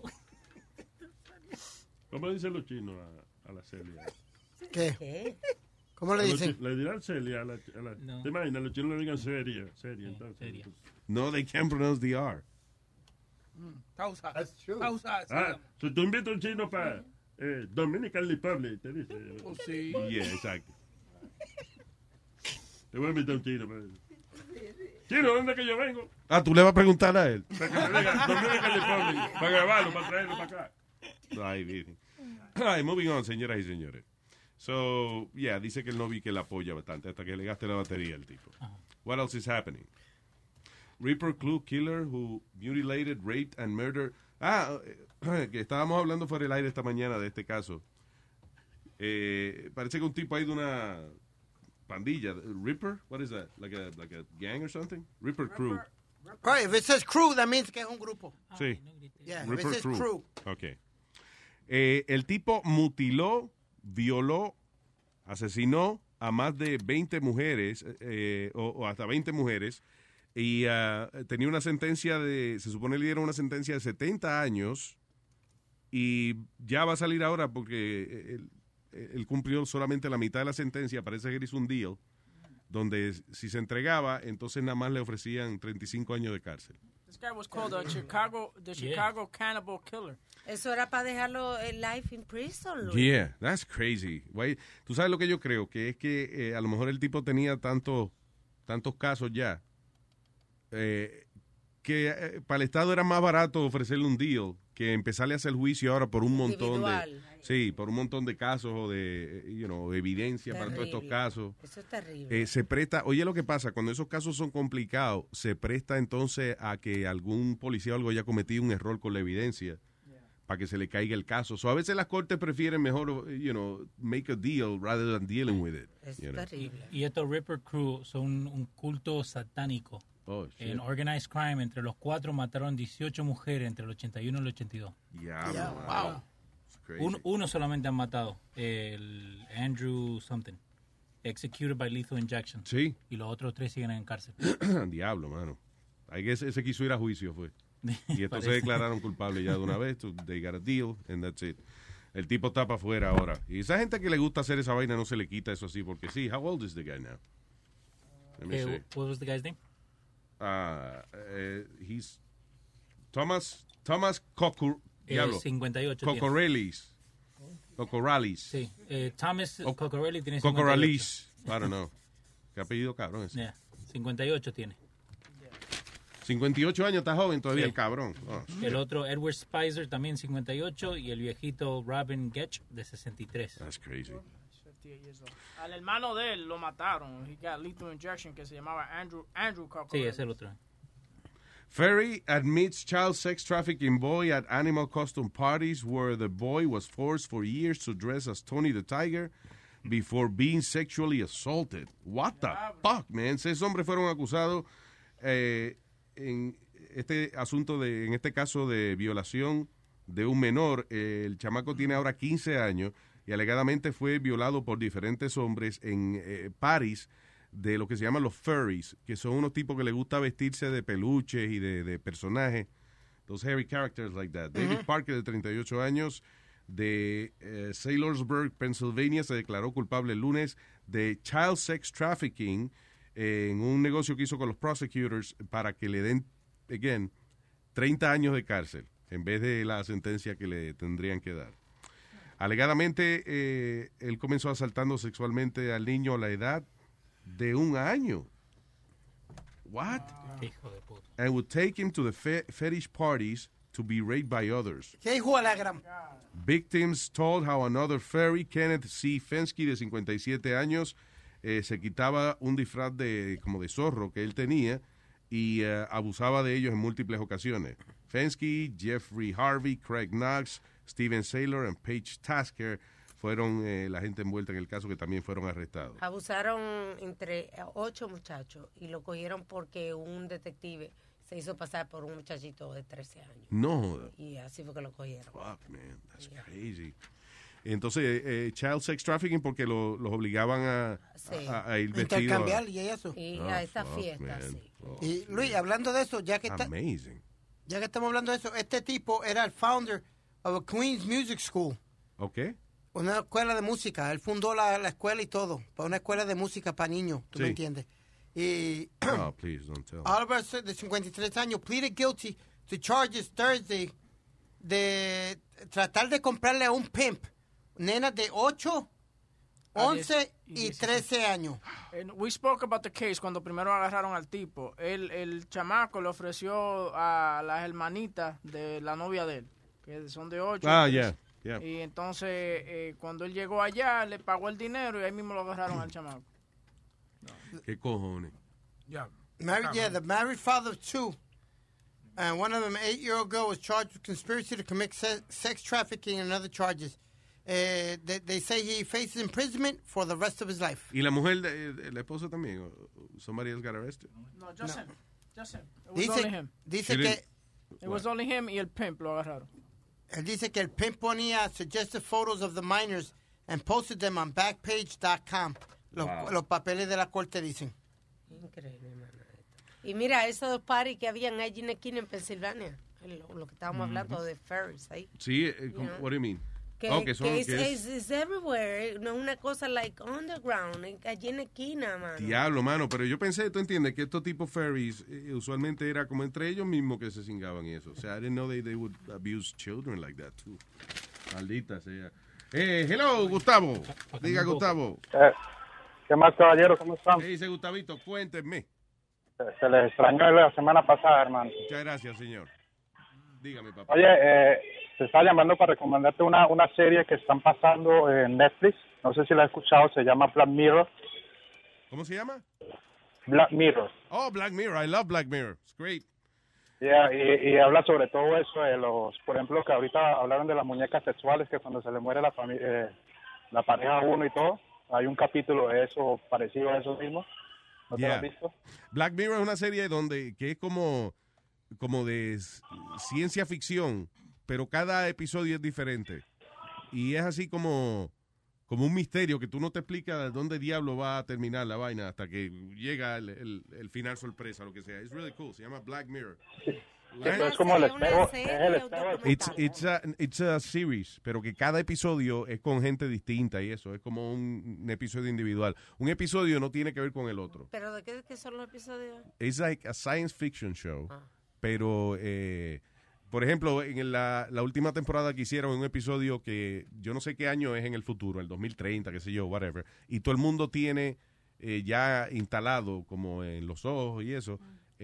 ¿Cómo dicen los chinos a, a la Celia? ¿Qué? ¿Cómo le A los dicen? chi- Le dirán Celia a la... A la ¿Te imaginas? Los chinos le digan seria. Seria, entonces. No, they can't pronounce the R. Causa. Causa. Ah, si tú invitas a un chino para eh, Dominican Republic, te dice. Oh, sí. Yeah, exacto. Te voy a invitar a un chino. Para... Chino, ¿dónde es que yo vengo? Ah, tú le vas a preguntar a él. Para que me diga Dominican Republic, para grabarlo, para traerlo para acá. Ay, virgen. Ay, moving on, señoras y señores. So, yeah, dice que el novio que la apoya bastante hasta que le gaste la batería el tipo. What else is happening? Reaper Clue Killer who mutilated, raped and murdered. Ah, eh, que estábamos hablando fuera del aire esta mañana de este caso. Eh, parece que un tipo ahí de una pandilla. Ripper? What is that? Like a, like a gang or something? Ripper Crew. Right, if it says crew, that means que es un grupo. Sí. Yeah, if it Ripper says Crew. crew. Ok. Eh, el tipo mutiló, violó, asesinó a más de veinte mujeres, eh, o, o hasta veinte mujeres, y uh, tenía una sentencia de, se supone le dieron una sentencia de setenta años, y ya va a salir ahora porque el, él cumplió solamente la mitad de la sentencia. Parece que él hizo un deal donde si se entregaba, entonces nada más le ofrecían treinta y cinco años de cárcel. This guy was called the Chicago, the Chicago Cannibal Killer. Eso era para dejarlo en life in prison, Luis. Yeah, that's crazy. Why- Tú sabes lo que yo creo, que es que eh, a lo mejor el tipo tenía tantos tantos casos ya, eh, que eh, para el Estado era más barato ofrecerle un deal que empezarle a hacer juicio ahora por un montón Individual. de sí, por un montón de casos o de, eh, you know, evidencia para todos estos Terrible. casos. Eso es terrible. Eh, se presta, oye lo que pasa, cuando esos casos son complicados, se presta entonces a que algún policía o algo haya cometido un error con la evidencia para que se le caiga el caso. So, a veces las cortes prefieren mejor, you know, make a deal rather than dealing with it. Es you know. terrible. Y estos Ripper Crew son un culto satánico. Oh, shit. En organized crime, entre los cuatro mataron dieciocho mujeres entre el ochenta y uno y el ochenta y dos. Yeah, Yeah, wow. wow. It's crazy. Uno, uno solamente han matado, el Andrew something, executed by lethal injection. Sí. Y los otros tres siguen en cárcel. Diablo, mano. Hay que ese, ese quiso ir a juicio, fue. Y estos se Parece. declararon culpables ya de una vez. So they got a deal, and that's it. El tipo está para afuera ahora. Y esa gente que le gusta hacer esa vaina no se le quita eso así, porque sí. How old is the guy now? Let me Eh, see. what was the guy's name? Uh, uh, he's Thomas Thomas Cocor Eh, Diablo. cincuenta y ocho tiene. Cocorellis. Cocorellis. Sí, eh, Thomas O- Cocorelli tiene cincuenta y ocho. Cocorellis. I don't know. ¿Qué apellido cabrón ese? Yeah, cincuenta y ocho tiene. cincuenta y ocho años, está joven todavía Sí. el cabrón. Oh, El otro, Edward Spicer, también cincuenta y ocho. Y el viejito Robin Getch, de sesenta y tres. That's crazy. fifty-eight years old. Al hermano de él lo mataron. He got lethal injection que se llamaba Andrew Andrew Cocker. Sí, es el otro. Ferry admits child sex trafficking boy at animal custom parties where the boy was forced for years to dress as Tony the Tiger before being sexually assaulted. What the fuck, man? Seis hombres fueron acusados eh, en este asunto de, en este caso de violación de un menor. Eh, el chamaco tiene ahora quince años y alegadamente fue violado por diferentes hombres en eh, parties de lo que se llaman los furries, que son unos tipos que les gusta vestirse de peluches y de, de personajes, those hairy characters like that. David Parker, de treinta y ocho años, de eh, Saylorsburg, Pennsylvania, se declaró culpable el lunes de child sex trafficking eh, en un negocio que hizo con los prosecutors para que le den, again, treinta años de cárcel en vez de la sentencia que le tendrían que dar. Alegadamente, eh, él comenzó asaltando sexualmente al niño a la edad de un año. What? Hijo de puta. And would take him to the fe- fetish parties to be raped by others. ¿Qué hijo de la gran? Victims told how another furry, Kenneth C. Fensky, de cincuenta y siete años, eh, se quitaba un disfraz de como de zorro que él tenía y eh, abusaba de ellos en múltiples ocasiones. Fensky, Jeffrey Harvey, Craig Knox, Steven Saylor and Paige Tasker fueron eh, la gente envuelta en el caso que también fueron arrestados. Abusaron entre ocho muchachos y lo cogieron porque un detective se hizo pasar por un muchachito de trece años. No joda. Y así fue que lo cogieron. Fuck, man, that's crazy. Entonces, eh, child sex trafficking porque lo- los obligaban a, Sí. a, a ir vestidos. Intercambiar y eso. Y Oh, a esta fuck, fiesta, man. sí. Oh, Y Luis, hablando de eso, ya que está, amazing. ya que estamos hablando de eso, este tipo era el founder of a Queens Music School, ¿Ok? una escuela de música. Él fundó la, la escuela y todo, para una escuela de música para niños, ¿tú me Sí. entiendes? Y Oh, please, don't tell me. Oliver, de cincuenta y tres años, pleaded guilty to charges Thursday de tratar de comprarle a un pimp nenas de ocho, A once diez- y y trece años. And we spoke about the case cuando primero agarraron al tipo. El, el chamaco le ofreció a las hermanitas de la novia de él, que son de ocho. Ah, trece. yeah, yeah. Y entonces, eh, cuando él llegó allá, le pagó el dinero y ahí mismo lo agarraron al chamaco. ¿Qué cojones? Yeah. Married, yeah, the married father of two. And one of them, an eight-year-old girl, was charged with conspiracy to commit se- sex trafficking and other charges. Uh, they, they say he faces imprisonment for the rest of his life. ¿Y la mujer, de, de- la esposa también? ¿O- o somebody else got arrested? No, just No. him. Just him. It was Dice, only him. dice She que didn't- It was only him y el pimp lo agarraron. él dice que el pimp ponía suggested photos of the minors and posted them on backpage dot com. Los, Wow. los papeles de la corte dicen. Increíble, hermano. Y mira, esos dos paris que habían allí en la esquina en Pensilvania, lo, lo que estábamos hablando de ferries ahí. Sí, eh, ¿cómo- Yeah. what do you mean? Que, Oh, que son- que es, que es- es- es everywhere, no es una cosa like underground, en- allí en la esquina, mano. Diablo, mano, pero yo pensé, tú entiendes, que estos tipos ferries eh, usualmente era como entre ellos mismos que se cingaban y eso. O sea, I didn't know they, they would abuse children like that, too. Maldita sea. Eh, hello, Gustavo. Diga, Gustavo. Eh, ¿Qué más, caballero? ¿Cómo están? ¿Qué dice Gustavito? Cuéntenme. Se les extrañó la semana pasada, hermano. Muchas gracias, señor. Dígame, papá. Oye, eh, te estaba llamando para recomendarte una, una serie que están pasando en Netflix. No sé si la has escuchado, se llama Black Mirror. ¿Cómo se llama? Black Mirror. Oh, Black Mirror. I love Black Mirror. It's great. Yeah, y, y habla sobre todo eso de los, por ejemplo, que ahorita hablaron de las muñecas sexuales, que cuando se le muere la familia, eh, la pareja a uno y todo, hay un capítulo de eso parecido a eso mismo. ¿No te lo Yeah. has visto? Black Mirror es una serie donde que es como, como de s- ciencia ficción, pero cada episodio es diferente. Y es así como, como un misterio que tú no te explicas dónde diablo va a terminar la vaina hasta que llega el, el, el final sorpresa, lo que sea. Es really cool. Se llama Black Mirror. Es como el espejo, es el espejo. It's, it's, a, it's a series, pero que cada episodio es con gente distinta y eso, es como un, un episodio individual. Un episodio no tiene que ver con el otro. ¿Pero de qué, qué son los episodios? Es like a science fiction show, pero, eh, por ejemplo, en la, la última temporada que hicieron, un episodio que yo no sé qué año es en el futuro, el dos mil treinta, qué sé yo, whatever, y todo el mundo tiene eh, ya instalado como en los ojos y eso,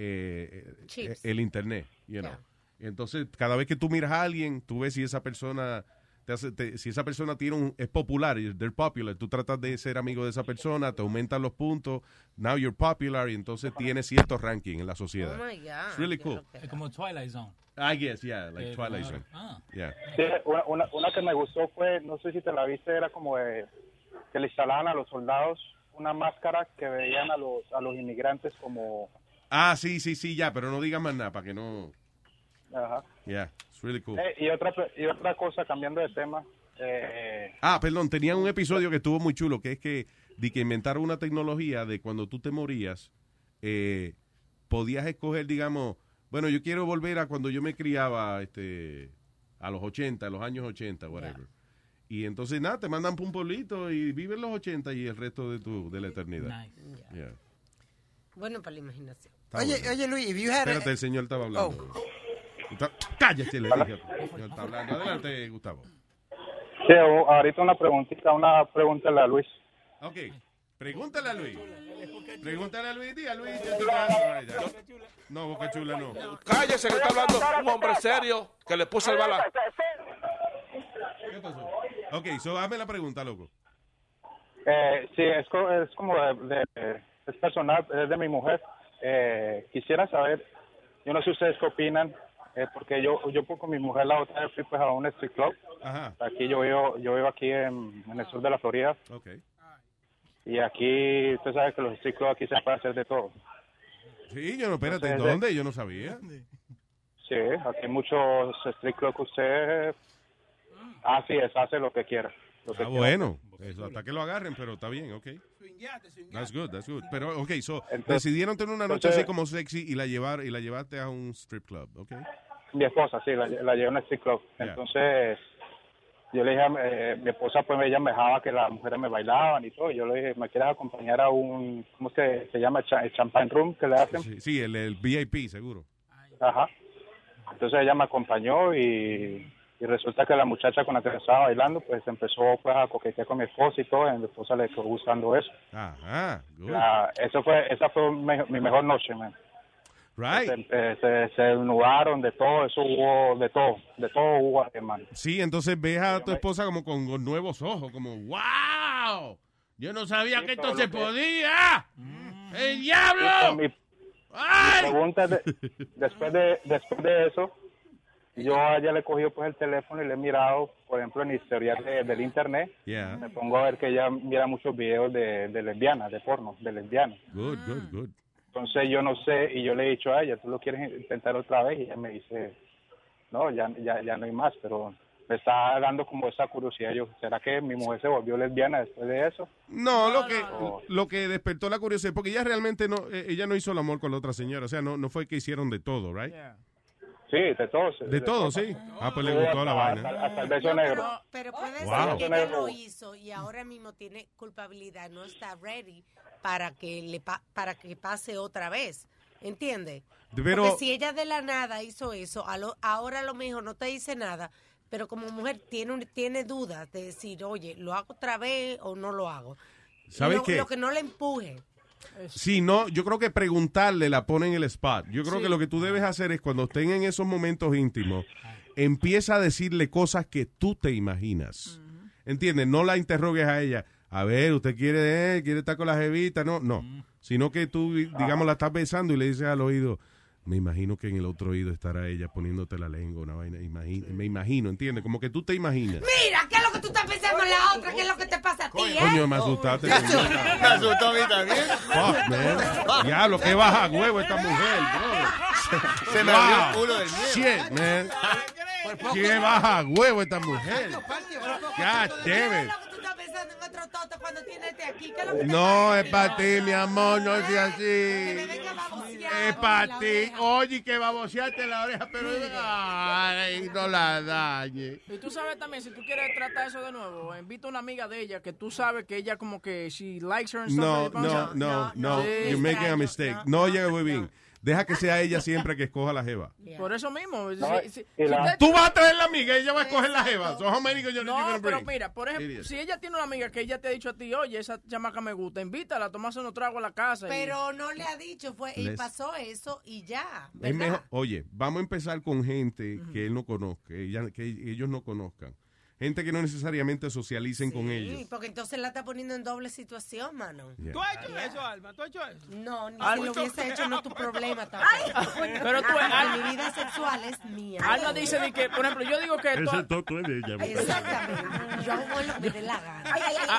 eh, eh, Chips. el internet, you know. Yeah. Entonces, cada vez que tú miras a alguien, tú ves si esa persona te hace, te- si esa persona tiene un, es popular, y they're popular, tú tratas de ser amigo de esa persona, te aumentan los puntos, now you're popular, y entonces tienes cierto ranking en la sociedad. Oh my God. It's really cool. Es como Twilight Zone. I guess, yeah, like Eh, Twilight claro. Zone. Ah. Yeah. Sí, una, una, una que me gustó fue, no sé si te la viste, era como de, que le instalaban a los soldados una máscara que veían a los a los inmigrantes como... Ah, sí, sí, sí, ya, pero no digas más nada para que no... Ajá. Yeah, it's really cool. Eh, y, otra, y otra cosa, cambiando de tema, eh, Ah, perdón, tenían un episodio que estuvo muy chulo, que es que, de que inventaron una tecnología de cuando tú te morías, eh, podías escoger, digamos, bueno, yo quiero volver a cuando yo me criaba este, a los ochenta, a los años ochenta, whatever. Y entonces, nada, te mandan pa' un pueblito y vives los ochenta y el resto de tu de la eternidad. Yeah. Bueno, para la imaginación. Está Oye, bueno. oye, Luis, if you had a- Espérate, el señor estaba hablando. Oh. Está- Cállate, le dije. El señor está hablando. Adelante, Gustavo. sí, o- ahorita una preguntita, una pregunta a Luis. Ok, pregúntale a Luis. Pregúntale a Luis, tía, Luis. yo estoy hablando. No, Boca Chula no. Cállese, que está hablando un hombre serio que le puso el bala. ¿Qué pasó? Ok, so hazme la pregunta, loco. Eh, sí, es, co- es como de, de- es personal, es de mi mujer. Eh, quisiera saber, yo no sé ustedes qué opinan, eh, porque yo yo fui con mi mujer la otra vez fui pues a un street club. Ajá. Aquí yo vivo, yo vivo aquí en, en el sur de la Florida. Ok. Y aquí, usted sabe que los street clubs aquí se puede hacer de todo. Sí, yo no, espérate, Entonces, ¿dónde? Yo no sabía. Sí, aquí hay muchos street clubs que usted así es, hace lo que quiera. Lo que Ah, quiera. bueno. Eso, hasta que lo agarren, pero está bien, ok. That's good, that's good. Pero, ok, so, decidieron tener una noche entonces- así como sexy y la llevar y la llevaste a un strip club, ok. Mi esposa, sí, la, la llevé a un street club. Yeah. Entonces, yo le dije a mi, eh, mi esposa, pues ella me dejaba que las mujeres me bailaban y todo. Yo le dije, ¿me quieres acompañar a un, ¿cómo es que se llama? Cha- el champagne room que le hacen. Sí, sí, el, el V I P, seguro. Ajá. Entonces ella me acompañó y, y resulta que la muchacha con la que estaba bailando, pues empezó pues a coquetear con mi esposa y todo. Y a mi esposa le quedó gustando eso. Ajá, good. La- eso fue, esa fue me- mi mejor noche, man. Right. Se, eh, se, se desnudaron de todo, eso hubo, de todo, de todo hubo, hermano. Sí, entonces ves a tu esposa como con, con nuevos ojos, como, ¡wow! Yo no sabía Sí, que todo esto se lo que- podía. ¡El diablo! Y mi, mi pregunta es, de- después de después de eso, yo a ella le he cogido pues el teléfono y le he mirado, por ejemplo, en historial de- del internet. Yeah. Me pongo a ver que ella mira muchos videos de, de lesbianas, de porno, de lesbianas. Good, good, good. Entonces yo no sé, y yo le he dicho a ella, ¿tú lo quieres intentar otra vez? Y ella me dice, no, ya, ya, ya no hay más, pero me está dando como esa curiosidad. Yo, ¿será que mi mujer se volvió lesbiana después de eso? No, lo que no. lo que despertó la curiosidad, porque ella realmente no, eh, ella no hizo el amor con la otra señora, o sea, no, no fue que hicieron de todo, right? Sí, de todos. De todo, sí. Ah, pues le gustó la vaina. Hasta, hasta el beso negro. Pero puede Wow. ser que ella lo hizo y ahora mismo tiene culpabilidad, no está ready para que le pa- para que pase otra vez, ¿entiendes? Pero- Porque si ella de la nada hizo eso, a lo- ahora a lo mejor no te dice nada, pero como mujer tiene un- tiene dudas de decir, oye, ¿lo hago otra vez o no lo hago? ¿Sabes lo, qué? Lo que no le empuje. Sí, no, yo creo que preguntarle la pone en el spot. Yo creo Sí. que lo que tú debes hacer es cuando estén en esos momentos íntimos, empieza a decirle cosas que tú te imaginas. ¿Entiendes? No la interrogues a ella. A ver, ¿usted quiere, eh, quiere estar con la jevita? No, no. Sino que tú, digamos, la estás besando y le dices al oído, me imagino que en el otro oído estará ella poniéndote la lengua, una vaina. Imagi- Me imagino, ¿entiendes? Como que tú te imaginas. Mira, ¿qué es lo que tú estás pensando en la otra? ¿Qué es lo que te pasa a ti, eh? Coño, me asustaste. Me asustó a mí también. Fuck, man. Diablo, qué baja huevo esta mujer, bro. Se me abrió el culo del miedo. Shit, man. Qué baja huevo esta mujer. God damn it. ¿Tú estás pensando en otro toto cuando tienes este aquí? ¿Qué es lo que te No, es para ti, mi amor, no es así. Es para ti. Oye, que baboseaste la oreja, pero ay, no la dañe. Y tú sabes también, si tú quieres tratar eso de nuevo, invita a una amiga de ella que tú sabes que ella como que she likes her and stuff. No, y vamos no, a- no, no. Sí. You're making a mistake. No llega muy bien. Deja que sea ella siempre que escoja la jeva. Por eso mismo. No, si- si- y si la- usted- Tú vas a traer la amiga y ella va a escoger la jeva. So how many you're No, gonna pero bring? mira, por ejemplo, Idiot. si ella tiene una amiga que ella te ha dicho a ti, oye, esa chamaca me gusta, invítala a tomarse unos tragos a la casa. y- Pero no le ha dicho, fue, y Les- pasó eso y ya. Es ¿verdad? mejor, oye, vamos a empezar con gente que él no conozca, ella- que ellos no conozcan. Gente que no necesariamente socialicen con ellos. Sí, porque entonces la está poniendo en doble situación, mano. Yeah. ¿Tú has hecho eso, Alma? ¿Tú has hecho eso? No, ni Alma, si lo tú- hubiese hecho, no es tu problema tampoco. Pero tú, Porque Alma- mi vida sexual es mía. Alma dice de que, por ejemplo, yo digo que... to- Ese toto es de ella. Exactamente. Yo hago lo que me dé la gana.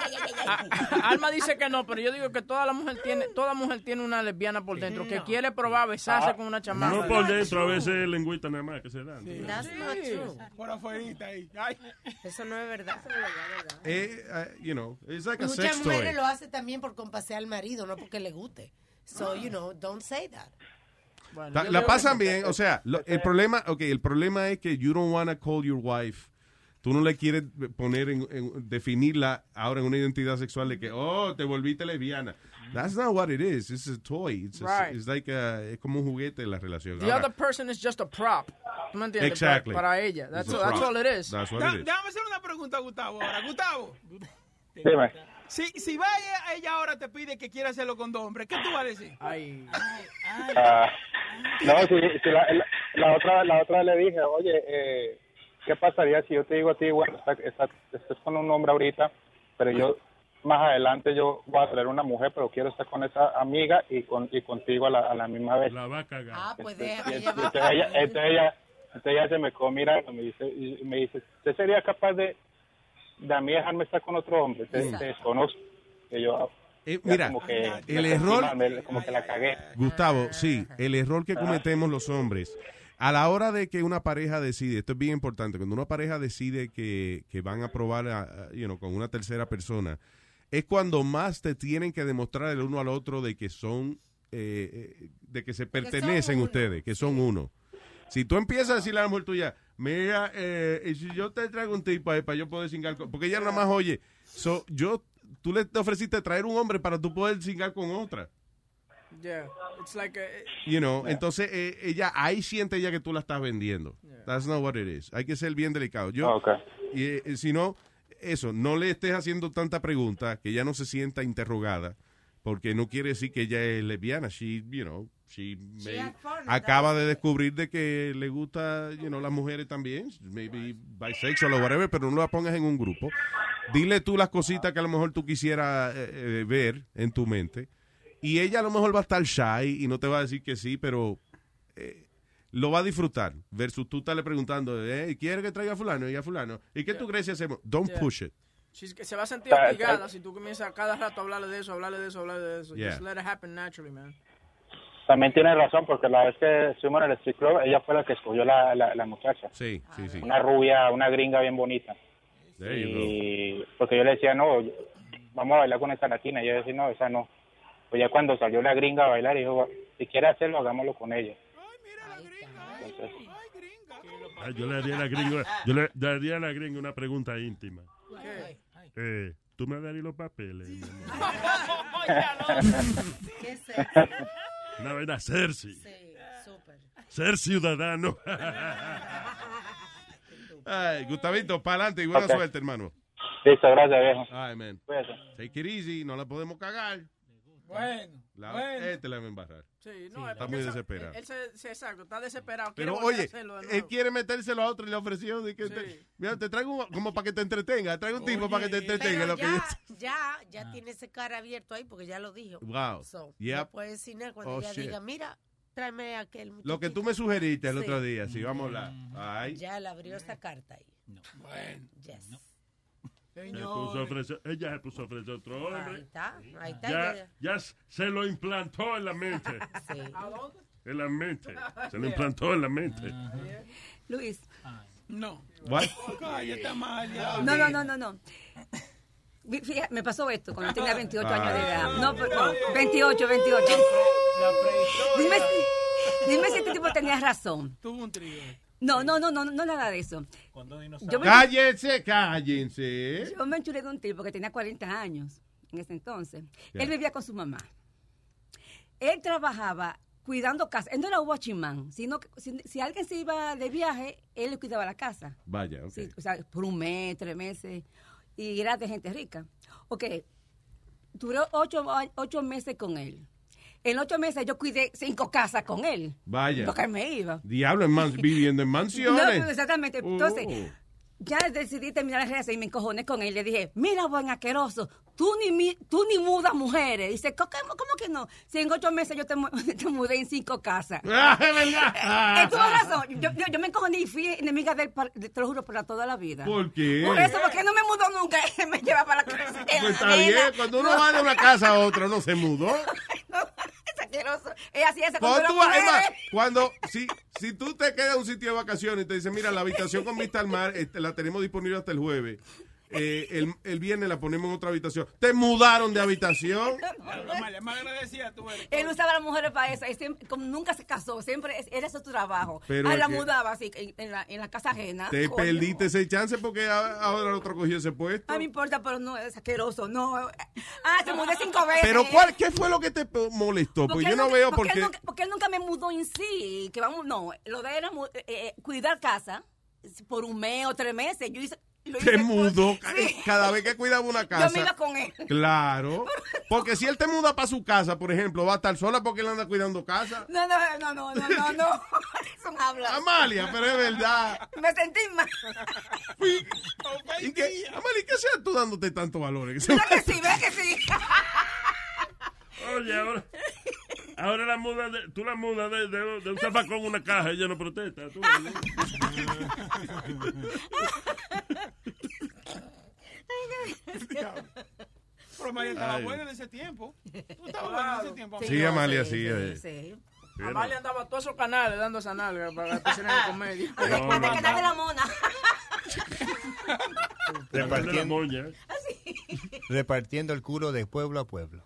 Alma dice que no, pero yo digo que toda la mujer tiene, toda mujer tiene una lesbiana por dentro, que quiere probar besarse con una chamaca. No por dentro, a veces es lengüita nada más que se dan. That's not true. Por afuerita ahí. Ay. Eso no es verdad. Eh, uh, you know, it's like a Muchas sex mujeres toy. lo hacen también por complacer al marido, no porque le guste. So, you know, don't say that. Ta- La pasan bien, o sea, lo- el problema, okay, el problema es que you don't want to call your wife. Tú no le quieres poner en, en- definirla ahora en una identidad sexual de que, oh, te volviste lesbiana. That's not what it is. It's a toy. It's, a- Right. it's like a- es como un juguete en la relación. The Ahora, other person is just a prop. ¿Tú me entiendes? Exactly. Para, para ella. That's, It's a that's prop. all it is. That's what Da- it is. Déjame hacer una pregunta a Gustavo ahora. Gustavo, Dime. si, si va ella, ella ahora te pide que quiera hacerlo con dos hombres, ¿qué tú vas a decir? Ay. Ah, no, si, si la, la, la otra la otra le dije, oye, eh, ¿qué pasaría si yo te digo a ti, bueno, está, está, estás con un hombre ahorita, pero yo más adelante yo voy a traer una mujer, pero quiero estar con esa amiga y con y contigo a la, a la misma vez? La va a cagar. Ah, pues Y deja, ella entonces va ella, entonces ella, entonces ella se me quedó mirando, me dice, y me dice, ¿usted sería capaz de, de a mí dejarme estar con otro hombre? Te, te desconozco. Que yo, Eh, ya mira, como que, el me error- sentí mal, me- como que la cagué. Gustavo, sí, el error que Ajá. cometemos los hombres, a la hora de que una pareja decide, esto es bien importante, cuando una pareja decide que, que van a probar a- a, you know, con una tercera persona, es cuando más te tienen que demostrar el uno al otro de que son, eh, eh, de que se pertenecen uno. ustedes, que son uno. Si tú empiezas a decirle a la mujer tuya, mira, eh, y si yo te traigo un tipo ahí para yo poder cingar, con-", porque ella nada más oye, so, yo, tú le te ofreciste traer un hombre para tú poder cingar con otra. Yeah. It's like a, You know, entonces eh, ella ahí siente ella que tú la estás vendiendo. That's not what it is. Hay que ser bien delicado. Yo, Okay. y eh, si no, eso, no le estés haciendo tanta pregunta que ella no se sienta interrogada, porque no quiere decir que ella es lesbiana. She, you know, she, may- had fun, acaba de descubrir de que le gusta, you know, las mujeres también, maybe bisexual o whatever, pero no la pongas en un grupo. Dile tú las cositas que a lo mejor tú quisieras eh, eh, ver en tu mente. Y ella a lo mejor va a estar shy y no te va a decir que sí, pero eh, lo va a disfrutar. Versus tú estarle preguntando, eh, ¿quiere que traiga a fulano y a fulano? ¿Y qué tú crees si hacemos? Don't Yeah. push it. she's- se va a sentir Ah, obligada ah. si tú comienzas a cada rato a hablarle de eso, hablarle de eso, hablarle de eso. Yeah. Just let it happen naturally, man. También tiene razón, porque la vez que estuvimos en el street club, ella fue la que escogió la, la, la muchacha. Sí, sí, sí. Una rubia, una gringa bien bonita. There you go. Y porque yo le decía, no, vamos a bailar con esa latina. Y yo decía, no, esa no. Pues ya cuando salió la gringa a bailar, dijo, si quiere hacerlo, hagámoslo con ella. Entonces, Ah, yo le haría a la gringa, yo le daría a la gringa una pregunta íntima. ¿Qué? Eh, ¿tú me darías los papeles? ¿Qué sexy? Una vaina Cersei. Sí, súper. Ser ciudadano. Ay, Gustavito, para adelante y buena Ok. suerte, hermano. Listo, gracias, viejo. Ay, man. Cuídate. Take it easy, no la podemos cagar. Bueno, La, bueno. Este la va a embarrar. Sí, no, es Está porque muy él- desesperado. Él, se, se- exacto, está desesperado. quiere Pero volver a oye, hacerlo de él nuevo. quiere metérselo a otro y le ofreció de que te- mira, te traigo un- como para que te entretenga, traigo un tipo para que te entretenga. Pero Lo que ya, yo- ya, ya tiene ese cara abierto ahí porque ya lo dijo. Wow. So, Yep. no puede decir nada cuando Oh, ella shit. diga, mira, tráeme a aquel muchacho. Lo que tú me sugeriste el Sí. otro día, sí, vamos a hablar. Ay. Ya le abrió esa carta ahí. Bueno. Yes. Se puso a ofrecer- ella se puso a ofrecer otro Ahí hombre. está, ahí está. Ya, ya- ya se lo implantó en la mente. Sí. En la mente. Se lo implantó en la mente. Luis. No. What? Cállate, Amalia. No, no, no, no, no. Fíjate, me pasó esto cuando tenía veintiocho años de edad. No, pero- no, veintiocho, veintiocho. Dime, si- dime si este tipo tenía razón. Tuvo un trío. No, no, no, no, no nada de eso. Yo me, Cállense, cállense. yo me enchulé de un tipo que tenía cuarenta años en ese entonces. Ya. Él vivía con su mamá. Él trabajaba cuidando casa. Él no era watching man, sino que si, si alguien se iba de viaje, él le cuidaba la casa. Vaya, ok. Sí, o sea, por un mes, tres meses. Y era de gente rica. Ok, duró ocho, ocho meses con él. En ocho meses yo cuidé cinco casas con él. Vaya. Porque me iba. Diablo, en man- viviendo en No, mansiones. exactamente. Entonces, Oh. ya decidí terminar la relación y me encojoné con él. Le dije, mira, buen asqueroso, tú ni, mi- tú ni mudas mujeres. Dice, ¿cómo, cómo que no? Si en ocho meses yo te, mu- te mudé en cinco casas. Ah, es verdad. Él tuvo razón. Yo, yo, yo me encojoné y fui enemiga de él, par- te lo juro, para toda la vida. ¿Por qué? Por eso, porque no me mudó nunca. Él me lleva para la casa. Pues está bien, cuando uno va de una casa a otra, no se mudó. Es asqueroso. Es así, esa Cuando, cultura tú, vas- es más, mujer. cuando si, si tú te quedas en un sitio de vacaciones y te dicen, mira, la habitación con vista al mar este, la tenemos disponible hasta el jueves, eh, el, el viernes la ponemos en otra habitación. ¿Te mudaron de habitación? Amalia, más agradecida tú eres. Él usaba a las mujeres para eso. Él siempre- como nunca se casó, siempre es- era su trabajo. Pero ah, es la que- mudaba así, en, en la, en la casa ajena. Te Coño. perdiste ese chance porque a- ahora el otro cogió ese puesto. No me importa, pero no, es asqueroso, no. Ah, se mudé cinco veces. Pero ¿cuál, ¿qué fue lo que te molestó? Porque yo él no nunca- veo porque por él qué. nunca, porque él nunca me mudó en sí. Que vamos, no, lo de él era mu- eh, eh, cuidar casa por un mes o tres meses. Yo hice. Lo hice Te por- mudó ca- Sí. cada vez que cuidaba una casa. Yo me iba con él. Claro. Porque si él te muda para su casa, por ejemplo, va a estar sola porque él anda cuidando casa. No, no, no, no, no, no, no. Son hablas. Amalia, pero es verdad. Me sentí mal. ¿Y qué, Amalia, ¿qué seas tú dándote tantos valores? ¿Verdad que sí? ¿Verdad que sí? Oye, ahora, ahora la muda de, tú la mudas de, de, de un zafacón a una caja, ella no protesta. Tú, ¿no? Pero Amalia estaba Ay. buena en ese tiempo. Tú estabas buena en ese tiempo. Sí, Amalia, sí. eh. Sí. Pero- Amalia andaba a todos esos canales dando esa nalga para las piscinas de comedia. No, Para no, que de la mona. Repartiendo, moña. repartiendo el culo de pueblo a pueblo.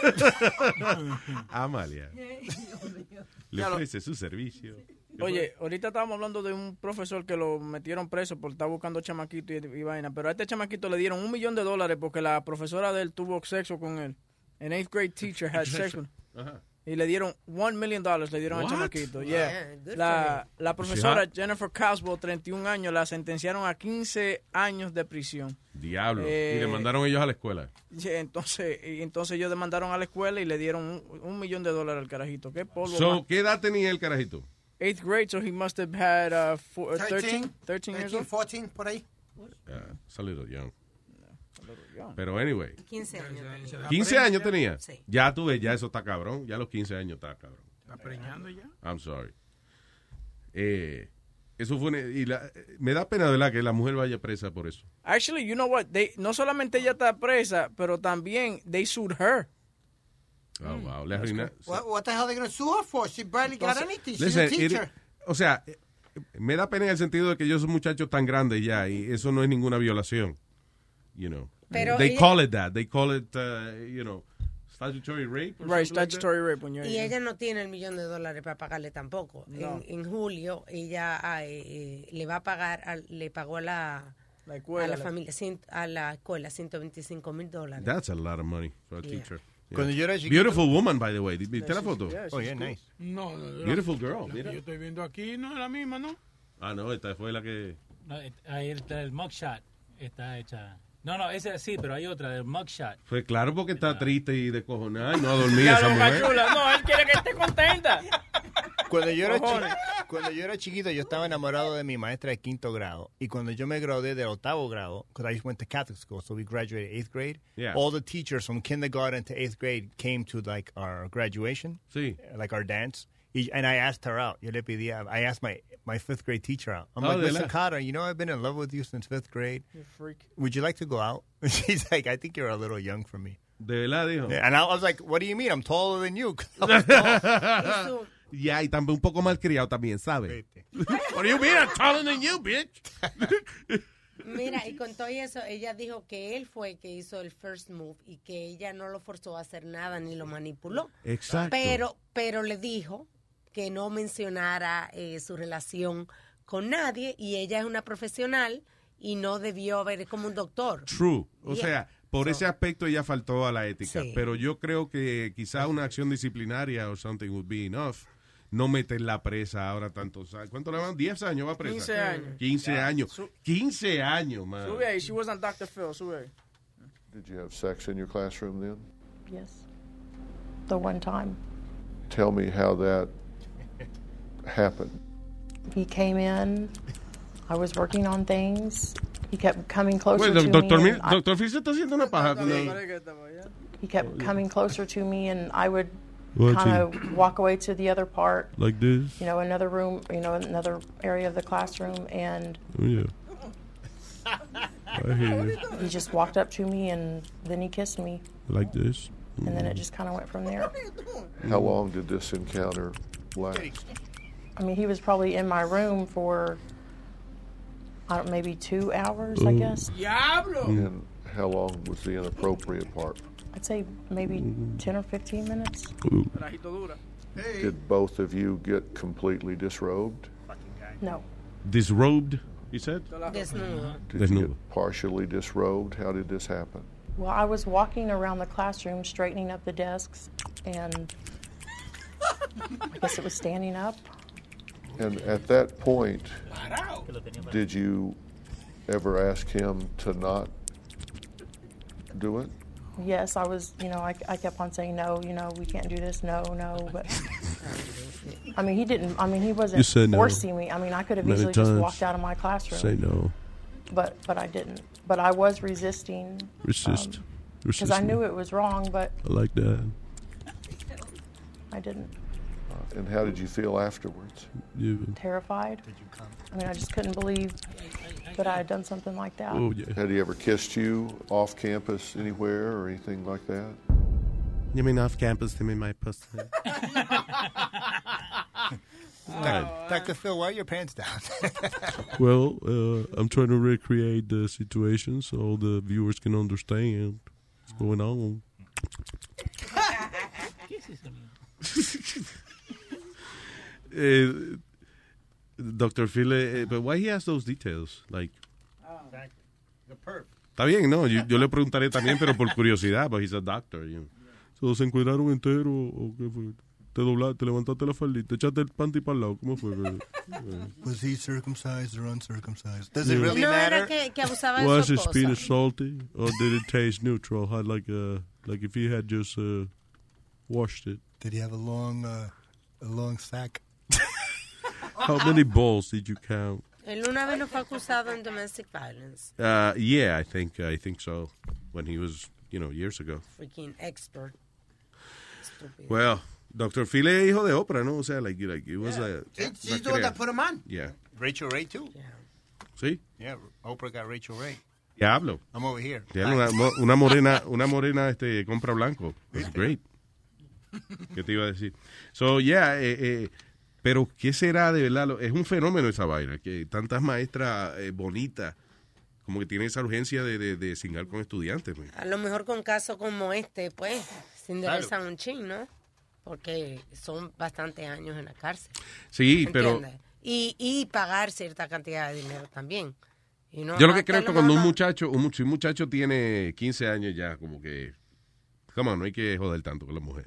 Amalia. Le Ya lo- ofrece su servicio. Oye, ahorita estábamos hablando de un profesor que lo metieron preso por estar buscando chamaquito y, y vaina, pero a este chamaquito le dieron un millón de dólares porque la profesora de él tuvo sexo con él. An eighth grade teacher had sex with Ajá. y le dieron one million dollars le dieron al What? chamaquito. Yeah. Yeah, good La, la profesora She Jennifer Caswell, treinta y un años, la sentenciaron a quince años de prisión. Diablo. Eh, y le mandaron ellos a la escuela. Yeah, entonces, y entonces ellos demandaron a la escuela y le dieron un, un millón de dólares al carajito. ¿Qué polvo? So, más? ¿qué edad tenía el carajito? Eighth grade, so he must have had uh, four, uh, thirteen, thirteen years old. fourteen, por ahí. Yeah, it's a little young. Pero anyway, quince años. quince años tenía. Sí. Ya tú ves, ya eso está cabrón. Ya a los quince años está cabrón. Está preñando ya. I'm sorry. Eh, eso fue una- y la- me da pena, ¿verdad? Que la mujer vaya presa por eso. Actually, you know what? They, no solamente ella está presa, pero también they sued her. Oh, wow. Le arruina- What, what the hell are they going to sue her for? She barely got Entonces, anything. She's a Listen, it- teacher. o sea, eh, me da pena en el sentido de que ellos son muchachos tan grandes ya y eso no es ninguna violación. You know. Pero They ella- call it that. They call it, uh, you know, Statutory rape? or Right, something like statutory rape. when you're- Y ella no tiene el millón de dólares para pagarle tampoco. No. En, en julio ella ah, eh, le va a pagar, al- le pagó a la, La escuela, a la la- familia, cien- a la escuela ciento veinticinco mil dólares. That's a lot of money for a Yeah. teacher. Yeah. Cuando yo era chiquito- Beautiful woman, by the way. ¿Viste la foto? Oh, yeah, nice. No, no, no. Beautiful girl, La mira. que yo estoy viendo aquí no es la misma, ¿no? Ah, no, esta fue la que... No, et- ahí está el mugshot. Está hecha. No, no, ese sí, pero hay otra, el mugshot. Fue claro porque está triste y descojonada y no ha dormido Ya, esa Boca mujer. Chula, no, él quiere que esté contenta. Cuando yo, era Cojones. chi- cuando yo era chiquito, yo estaba enamorado de mi maestra de quinto grado. Y cuando yo me gradué del octavo grado, because I went to Catholic school, so we graduated eighth grade. Yeah. All the teachers from kindergarten to eighth grade came to like our graduation, sí. like our dance. Y, and I asked her out. Yo le pedí, a- I asked my, my fifth grade teacher out. I'm Oh, like, de Mister la- Carter, you know I've been in love with you since fifth grade. You freak. Would you like to go out? She's like, I think you're a little young for me. De verdad, dijo. Yeah, and I was like, what do you mean? I'm taller than you. Ya, y también un poco malcriado también, ¿sabes? What do you mean? I'm taller than you, bitch. Mira, y con todo eso, ella dijo que él fue el que hizo el first move y que ella no lo forzó a hacer nada ni lo manipuló. Exacto. Pero, pero le dijo que no mencionara eh, su relación con nadie y ella es una profesional y no debió haber, es como un doctor. True. O Yeah. sea, por ese aspecto ella faltó a la ética. Sí. Pero yo creo que quizá una acción disciplinaria o something would be enough. No meterla presa ahora tantos años. ¿Cuánto le van? ¿diez años va presa? quince años. quince Yeah. años. Su- quince años, man. Sube ahí, she was on doctor Phil, sube ahí. Did you have sex in your classroom then? Yes. The one time. Tell me how that happened. He came in. I was working on things. He kept coming closer Bueno, to doctor, me. Mil- and I- doctor Phil se está haciendo una paja. con el- he kept coming closer to me, and I would Watching. kind of walk away to the other part. Like this? You know, another room, you know, another area of the classroom, and Oh, yeah. I hear you. he just walked up to me, and then he kissed me, Like this. and then it just kind of went from there. How long did this encounter last? I mean, he was probably in my room for, I don't, maybe two hours, I Ooh. guess. Diablo! And how long was the inappropriate part? I'd say maybe ten or fifteen minutes. Trajito dura. Did both of you get completely disrobed? No. Disrobed, you said? Desnudo. Did Desnudo. you get partially disrobed? How did this happen? Well, I was walking around the classroom, straightening up the desks, and I guess it was standing up. And at that point, did you ever ask him to not do it? Yes, I was, you know, I, I kept on saying, no, you know, we can't do this, no, no, but I mean, he didn't, I mean, he wasn't You said no. forcing me. I mean, I could have Many easily times. just walked out of my classroom. Say no. But, but I didn't. But I was resisting. Resist. Because I knew it was wrong, but I like that. I didn't. Uh, and how did you feel afterwards? Yeah. Terrified. I mean, I just couldn't believe that I had done something like that. Oh, yeah. Had he ever kissed you off campus anywhere or anything like that? You mean off campus to me, my pussy? Doc- Doctor Phil, why are your pants down? Well, uh, I'm trying to recreate the situation so the viewers can understand what's going on. uh, Doctor Phil, uh, but why he has those details? Like, The perp. está bien, no, yo, yo le preguntaré también, pero por curiosidad, but he's a doctor, you know. So, ¿se encuadraron entero o qué fue? Te doblaste, te levantaste la faldita, te echaste el panty para el lado, ¿cómo fue? Was he circumcised or uncircumcised? Does Yeah. it really No matter? era que, que abusaba de Was su his penis esposa. salty or did it taste neutral? Had like a like if he had just uh, washed it. Did he have a long, uh, a long sack? How many balls did you count? Él una vez no fue acusado en domestic violence. Uh, yeah, I think I think so. When he was, you know, years ago. Freaking expert. Estúpido. Well, Doctor Phil es hijo de Oprah, ¿no? O sea, like, like it was a. She's the one that put him on. Yeah. Rachel Ray, too. Sí. Yeah, Oprah got Rachel Ray. Diablo. I'm over here. Tiene una, mo- una morena, una morena este compra blanco. It's great. ¿Qué te iba a decir? So, yeah, eh, eh, pero ¿qué será de verdad? Lo- Es un fenómeno esa vaina, que tantas maestras eh, bonitas como que tiene esa urgencia de, de, de cingar con estudiantes. Pues. A lo mejor con casos como este, pues, se enderezan un chin, ¿no? Porque son bastantes años en la cárcel. Sí, pero... ¿Entiendes? Y, y pagar cierta cantidad de dinero también. Y no, yo lo que creo es hasta que lo cuando un más- muchacho, un, much- si un muchacho tiene quince años ya, como que... Come on, no hay que joder tanto con la mujer.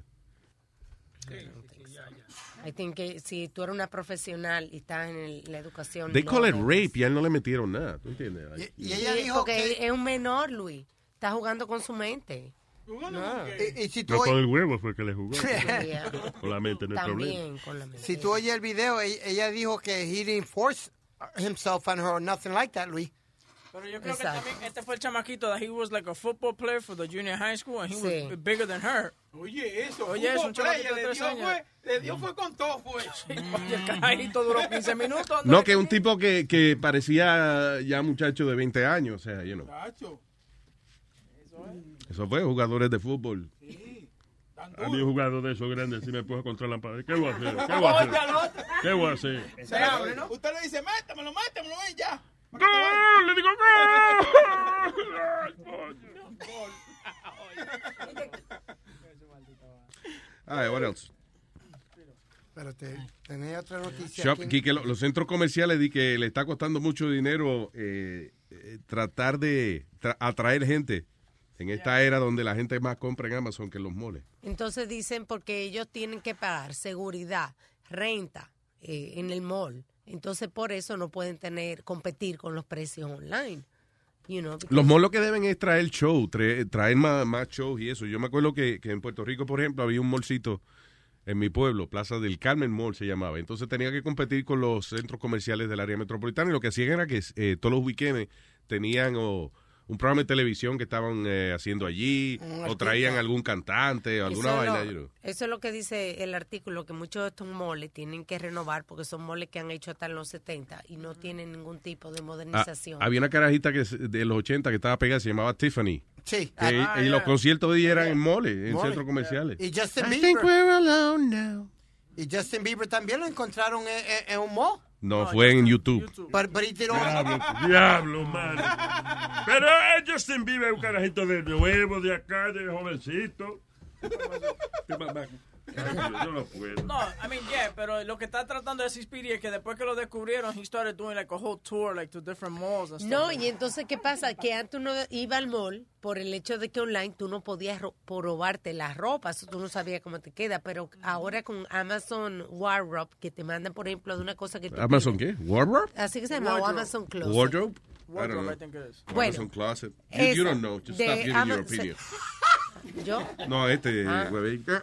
I think que si tú eres una profesional y estás en el- la educación... They no call it debes. rape y a él no le metieron nada. ¿Tú entiendes? Like, Y ella dijo que es un menor, Luis. Está jugando con su mente. No. Y, y si tú No, oy- con el huevo fue que le jugó. Yeah. Con la mente no hay problema. También con la mente. si tú oyes el video, ella, ella dijo que he didn't force himself on her or nothing like that, Luis. Pero yo creo Exacto. que también este fue el chamaquito that he was like a football player for the junior high school and he Sí. was bigger than her. Oye, eso. Oye, es un player, chamaquito de le tres dio años. fue, le dio fue con todo, fue. Oye, el carajito duró quince minutos. no, que es un tipo que, que parecía ya muchacho de veinte años. O sea, you know. Chacho. Eso fue jugadores de fútbol. A mí un jugador de esos grandes si me puedo contra la pared. ¿Qué voy a hacer? ¿Qué voy a hacer? Oye, al otro. ¿Qué voy a hacer? Se abre, ¿no? Usted le dice, métamelo, métamelo, ven ya. ¡Gol! ¡Le digo gol! All right, what else? Espérate, tenés otra noticia. Shop, aquí. Quique, lo- los centros comerciales di que le está costando mucho dinero eh, eh, tratar de tra- atraer gente en esta era donde la gente más compra en Amazon que en los moles. Entonces dicen porque ellos tienen que pagar seguridad, renta eh, en el mall. Entonces por eso no pueden tener competir con los precios online. You know, because- Los malls lo que deben es traer show, tra- traer más, más shows y eso. Yo me acuerdo que, que en Puerto Rico, por ejemplo, había un mallcito en mi pueblo, Plaza del Carmen Mall se llamaba. Entonces tenía que competir con los centros comerciales del área metropolitana y lo que hacían era que eh, todos los weekends tenían o un programa de televisión que estaban eh, haciendo allí Un o artista. traían algún cantante o alguna Eso es vaina. lo- you know. Eso es lo que dice el artículo, que muchos de estos moles tienen que renovar porque son moles que han hecho hasta en los setenta y no tienen ningún tipo de Ah, modernización. había una carajita que es de los ochenta que estaba pegada, se llamaba Tiffany. Sí. Que- Ah, y los yeah. conciertos de ella eran en moles, en Mole. centros comerciales. Y Justin I Bieber. think we're alone now. Y Justin Bieber también lo encontraron en, en- en un mall. No, fue en YouTube. But, but he did all- Diablo, diablo, mano. Pero es Justin Bieber, un carajito de nuevo, de acá, de jovencito. ¿Qué más, más? Yo no puedo. No, I mean, yeah, pero lo que está tratando de decir Speedy es que después que lo descubrieron, he started doing like a whole tour, like to different malls and stuff. No, y entonces, ¿qué pasa? Que antes uno iba al mall por el hecho de que online tú no podías ro- probarte la ropa, eso tú no sabías cómo te queda, pero ahora con Amazon Wardrobe, que te mandan, por ejemplo, de una cosa que tú ¿Amazon pides. qué? ¿Wardrobe? Así que se llama, o Wardrobe. Amazon Closet. ¿Wardrobe? I Wardrobe, don't know. I think it is. Bueno, Amazon Closet. You, eso, you don't know. Just de stop giving Ama- your opinion. ¿Yo? No, este, Ah. huevín. Te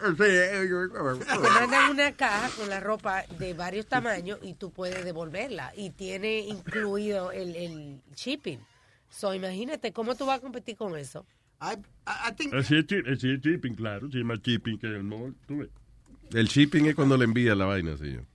mandan una caja con la ropa de varios tamaños y tú puedes devolverla. Y tiene incluido el, el shipping. So, imagínate cómo tú vas a competir con eso. I, I, I think Así es, chi- así es shipping, claro. Se llama shipping que el mall. Tú ves. El shipping es cuando le envía la vaina, señor.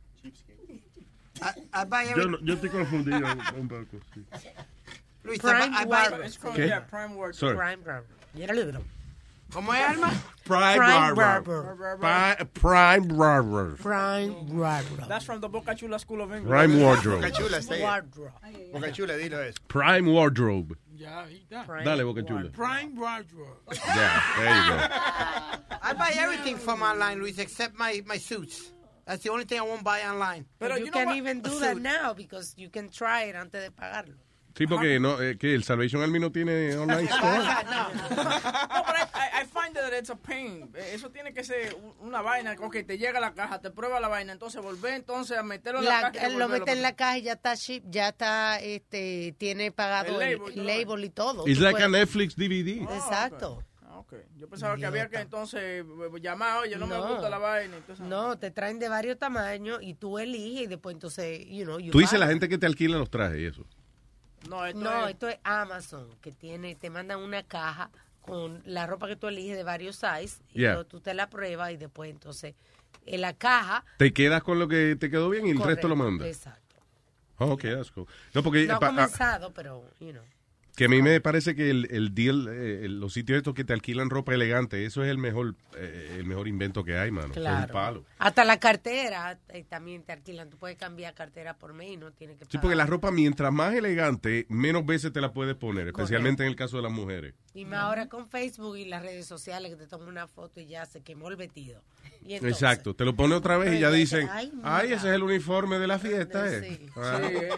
I, I buy Yo, every, no- yo estoy confundido un, un poco. Sí. Luis, I Prime buy, I buy, Wardrobe. It's called, ¿Qué? yeah, Prime Wardrobe. Sorry. Prime Wardrobe. Y era libro. ¿Cómo es, Alma? Prime Prime Wardrobe. Wardrobe. Pri- Prime Wardrobe. Prime Wardrobe. That's from the Boca Chula School of English. Prime Wardrobe. Boca Chula, está ahí. Wardrobe. Boca Chula, dilo eso. Prime Wardrobe. Ya, ahí está. Prime Dale, Boca Chula. Prime Wardrobe. Yeah, there you go. I buy everything from online, Luis, except my, my suits. That's the only thing I won't buy online. But you, you know can't what? even do that now because you can try it antes de pagarlo. Sí, porque no, eh, que el Salvation Army no tiene online store. No, but I, I, I find that it's a pain. Eh, Eso tiene que ser un- una vaina. Ok, te llega la caja, te prueba la vaina, entonces volver entonces a meterlo en la, La- caja. y lo devolverlo. mete en la caja y ya está ship, ya está, este, tiene pagado El el, label y todo. label y todo. It's Tú like a puedes- Netflix D V D. Exacto. Ah, ok. Yo pensaba que había que entonces eh, llamar, oye, no, me No. gusta la vaina. Entonces, No, te traen de varios tamaños y tú eliges y después entonces, you know, you Tú dices buy. la gente que te alquila los trajes y eso. No, esto No, es... esto es Amazon, que tiene, te mandan una caja con la ropa que tú eliges de varios sizes y Yeah. luego tú te la pruebas y después entonces en la caja. Te quedas con lo que te quedó bien y el resto lo Correcto, mandas. Exacto. Oh, ok, that's cool. No, porque No ha pa- ah, comenzado, pero, you know. Que a mí me parece que el, el deal, eh, los sitios estos que te alquilan ropa elegante, eso es el mejor eh, el mejor invento que hay, mano. Claro. Es un palo. Hasta la cartera eh, también te alquilan. Tú puedes cambiar cartera por mes y no tienes que pagar. Sí, porque la ropa, mientras más elegante, menos veces te la puedes poner, especialmente en el caso de las mujeres. Y más ahora con Facebook y las redes sociales que te toman una foto y ya se quemó el vestido. Y entonces, exacto, te lo pone otra vez y ya dicen, ay, ay, ese es el uniforme de la fiesta. Sí. Eh. Ah.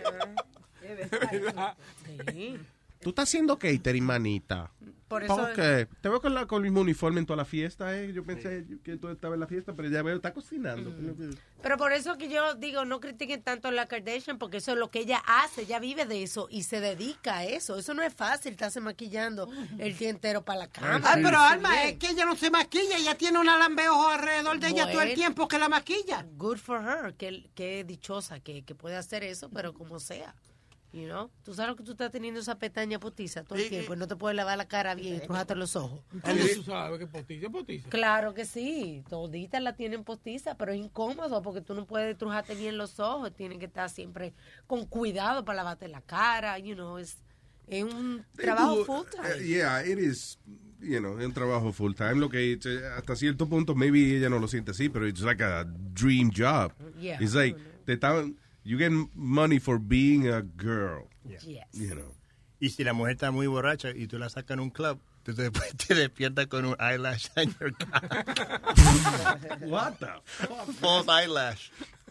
Sí. Tú estás haciendo catering, manita. Por eso- ¿Por qué? Te veo con, la, con el mismo uniforme en toda la fiesta, ¿eh? Yo pensé que tú estabas en la fiesta, pero ya veo, está cocinando. Pero por eso que yo digo, no critiquen tanto a la Kardashian, porque eso es lo que ella hace, ella vive de eso y se dedica a eso. Eso no es fácil, estarse maquillando el día entero para la cama. Ay, pero Sí. Alma, es que ella no se maquilla, ella tiene un alambeojo alrededor de ella todo el Bueno. tiempo que la maquilla. Good for her, que, que dichosa, que, que puede hacer eso, pero como sea. You know? Tú sabes lo que tú estás teniendo esa pestaña postiza todo el tiempo, y no te puedes lavar la cara bien y trujarte los ojos. ¿Cómo tú sabes que postiza, postiza? Claro que sí, toditas la tienen postiza, pero es incómodo porque tú no puedes trujarte bien los ojos, tienes que estar siempre con cuidado para lavarte la cara, you know, es, es un trabajo full time. Uh, yeah, it is, you know, es un trabajo full time. Lo que it's, eh, hasta cierto punto, maybe ella no lo siente así, pero it's like a dream job. Yeah. It's like, te estaban, you get money for being a girl. Yeah. You know. Y si la mujer está muy borracha y tú la sacas en un club, tú después te despiertas con un eyelash en your car. What the fuck? False eyelash.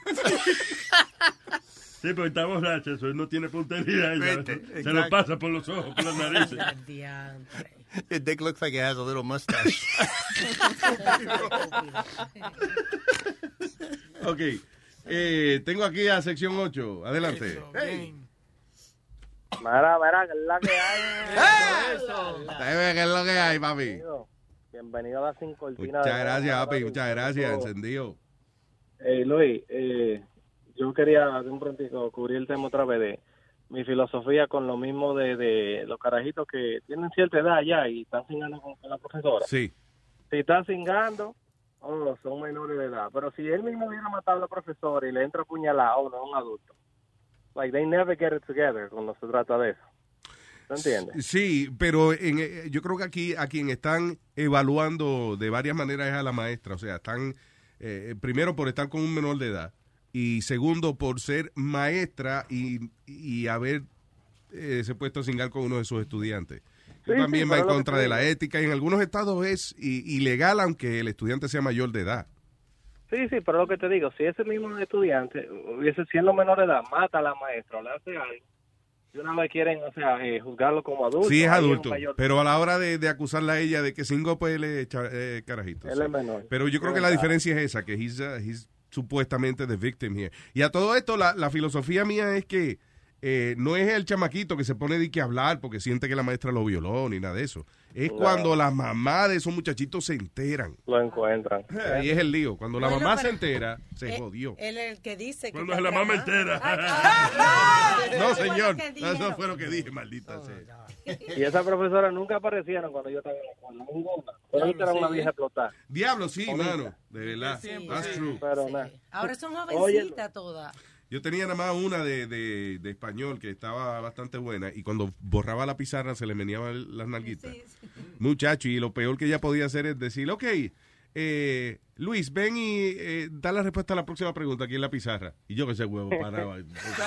Sí, pero está borracha, eso no tiene puntería. Ella, Vete, se exacto. lo pasa por los ojos, por las narices. Your dick looks like it has a little mustache. Ok, eh, tengo aquí a sección ocho. Adelante. Mira, mira, que es la que hay. Eso. ¿Qué es lo que hay, papi? Bienvenido a la Sin Cortina. Muchas gracias, papi. Muchas gracias. Encendido. Eh, Luis, eh, yo quería de un prontico cubrir el tema otra vez de mi filosofía con lo mismo de, de los carajitos que tienen cierta edad ya y están cingando con, con la profesora. Sí. Si están cingando, oh, son menores de edad. Pero si él mismo hubiera matado a la profesora y le entra puñalada, oh, no es un adulto. Like, they never get it together cuando se trata de eso. ¿Se entiende? Sí, pero en, eh, yo creo que aquí a quien están evaluando de varias maneras es a la maestra. O sea, están, eh, primero por estar con un menor de edad y segundo por ser maestra y, y haber eh, se puesto a cingar con uno de sus estudiantes. Sí, También sí, va en pero lo que contra te de la digo. ética y en algunos estados es i- ilegal aunque el estudiante sea mayor de edad. Sí, sí, pero lo que te digo, si ese mismo estudiante hubiese siendo menor de edad, mata a la maestra o le hace algo, y una vez quieren, o sea, eh, juzgarlo como adulto. Sí, es ahí adulto, un mayor- pero a la hora de, de acusarla a ella de que cinco, pues él es cha- eh, carajito. Él sí. es menor. Pero yo creo Es que la verdad. diferencia es esa, que he's, uh, he's supuestamente the victim here. Y a todo esto, la, la filosofía mía es que eh, no es el chamaquito que se pone de que hablar porque siente que la maestra lo violó ni nada de eso. Es No. cuando las mamás de esos muchachitos se enteran. Lo encuentran. Ahí es el lío. Cuando la Bueno, mamá pero- se entera, se Eh, jodió. Él es el que dice que Cuando está es la mamá trabajando. entera. No, Eso fue señor. lo que Eso dijo. fue lo que dije, maldita sea. Y esas profesoras nunca aparecieron cuando yo estaba en la escuela, ninguna. Pero esta era una vieja explotada. Diablo, sí, Bonita. mano. De verdad. Sí, That's sí. true. Pero nada. Ahora son Oye, jovencitas todas. Yo tenía nada más una de, de, de español que estaba bastante buena y cuando borraba la pizarra se le meneaban las nalguitas. Muchacho, y lo peor que ella podía hacer es decir, ok, eh, Luis, ven y eh, da la respuesta a la próxima pregunta aquí en la pizarra. Y yo que ese huevo paraba.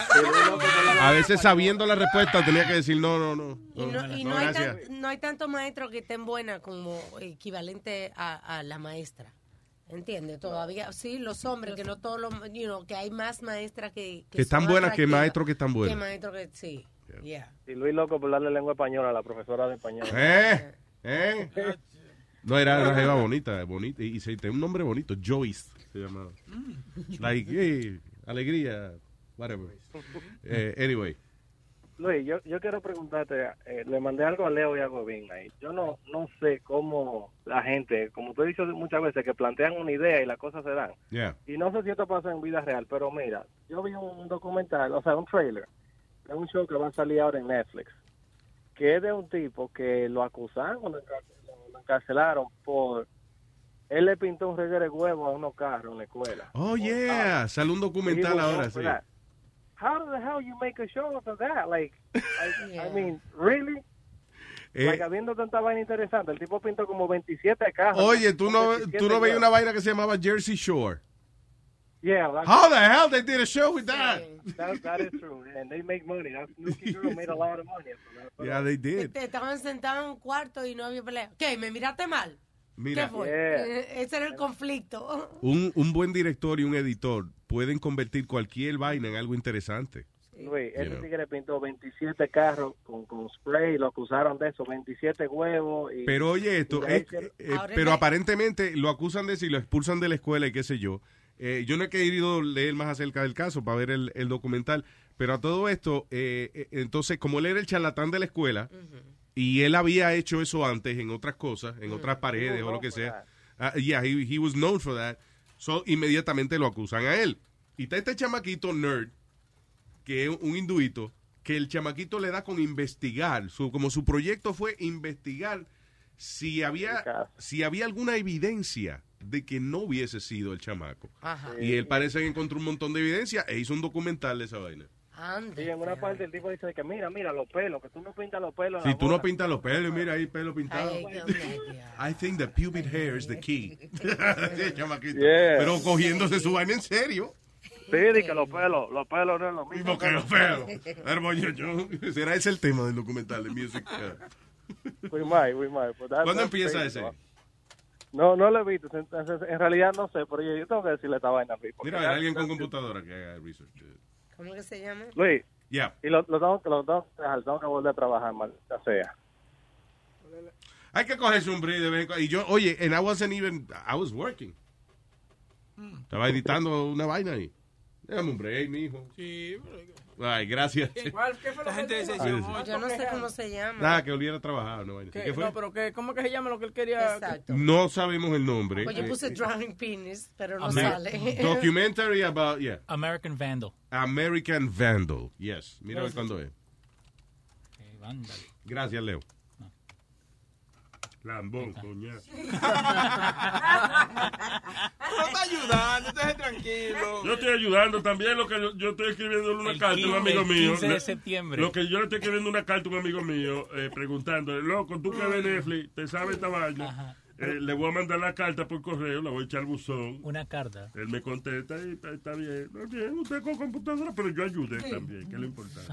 A veces sabiendo la respuesta tenía que decir, no, no, no. Y no, no, y no, no, hay gracias. tan- no hay tanto maestro que estén buena como equivalente a, a la maestra. ¿Entiendes? Todavía, sí, los hombres, que no todos los, you know, que hay más maestras que... Que están son buenas que atractivas, maestros que están buenos. Que maestros que, sí, yeah. Y Luis loco por darle lengua española a la profesora de español. ¿Eh? ¿Eh? No, era una jeva bonita, bonita. Y se tiene un nombre bonito, Joyce se llamaba. Like, hey, alegría, whatever. Eh, anyway. Luis, yo, yo quiero preguntarte, eh, le mandé algo a Leo y a Gobín ahí. Yo no no sé cómo la gente, como tú has dicho muchas veces, que plantean una idea y las cosas se dan. Yeah. Y no sé si esto pasa en vida real, pero mira, yo vi un documental, o sea, un trailer, de un show que va a salir ahora en Netflix, que es de un tipo que lo acusaron, lo, encar- lo encarcelaron por... Él le pintó un reguero de huevos a unos carros en la escuela. Oh, yeah. Sale un documental He was ahora, known for sí. that. How the hell you make a show of that? Like, like I mean, really? Eh, like, habiendo tanta vaina interesante, el tipo pintó como veintisiete carros. Oye, tú no, veintisiete tú no veías huevos. una vaina que se llamaba Jersey Shore. Yeah, like, How the hell they did a show with that? that, that is true, and they make money. That Snooki girl made a lot of money. Yeah, they did. Te estaban sentados en un cuarto y no había pelea. ¿Qué? ¿Me miraste mal? Mira. ¿Qué fue? Yeah. Eh, Ese era el conflicto. Un, un buen director y un editor pueden convertir cualquier vaina en algo interesante. Luis, You ese know. tigre pintó veintisiete carros con, con spray, lo acusaron de eso, veintisiete huevos. Y, Pero oye esto, y es- le- eh, Ahora pero le- aparentemente lo acusan de eso y lo expulsan de la escuela y qué sé yo. Eh, yo no he querido leer más acerca del caso para ver el, el documental, pero a todo esto, eh, eh, entonces como él era el charlatán de la escuela y él había hecho eso antes en otras cosas, en otras paredes o lo que sea, uh, yeah, he, he was known for that, so inmediatamente lo acusan a él. Y está este chamaquito nerd, que es un hinduito, que el chamaquito le da con investigar, su, como su proyecto fue investigar si había, si había alguna evidencia de que no hubiese sido el chamaco. Ajá. Y él parece que encontró un montón de evidencia e hizo un documental de esa vaina. Y en una parte el tipo dice que mira, mira los pelos, que tú no pintas los pelos. en Si la tú no boda. pintas los pelos, mira ahí pelo pintado. I think the pubic hair is the key. Sí, chamaquito. Yeah. Pero cogiéndose su vaina en serio. Sí, di que los pelos, los pelos no es lo mismo. Mismo que los pelos. Hermoño, yo. Será ese el tema del documental de Music. We might, we might, but that- ¿Cuándo that's empieza crazy, ese? ¿no? No, no lo he visto. Entonces, en realidad no sé, pero yo, yo tengo que decirle esta vaina a Luis. porque Mira, ya- alguien con computadora que haga research. ¿Cómo que se llama? Luis. Yeah. Y lo, lo tengo, lo tengo que dejar, tengo que volver a trabajar, maldita sea. Hay que cogerse un break de vez en cuando. Y yo, oye, and I wasn't even, I was working. Estaba editando una vaina ahí. Déjame un break, mijo. Sí, Ay, gracias. ¿Cuál? ¿Qué fue lo la gente que se dijo? llamó. Yo no sé cómo se llama. Nada, que volviera a trabajar. No, vaina. ¿Qué? ¿Qué fue? No, pero ¿qué? ¿Cómo que se llama lo que él quería? Exacto. No sabemos el nombre. Pues yo Eh, puse Drowning Penis, pero no Amer- sale. Documentary about, yeah. American Vandal. American Vandal. Yes. Mira a ver cuándo es. Vandal. Gracias, Leo. Lambón, coñazo. No está ayudando, estés tranquilo. Yo estoy ayudando también. Lo que yo, yo estoy escribiendo una El carta a un quince amigo el mío. quince de Le- septiembre. Lo que yo le estoy escribiendo una carta a un amigo mío eh, preguntando, loco, tú que ves Netflix, ¿te sabes esta vaina? Eh, le voy a mandar la carta por correo, la voy a echar al buzón. Una carta. Él me contesta y está, está bien. Está bien, usted con computadora, pero yo ayudé también, que es lo importante.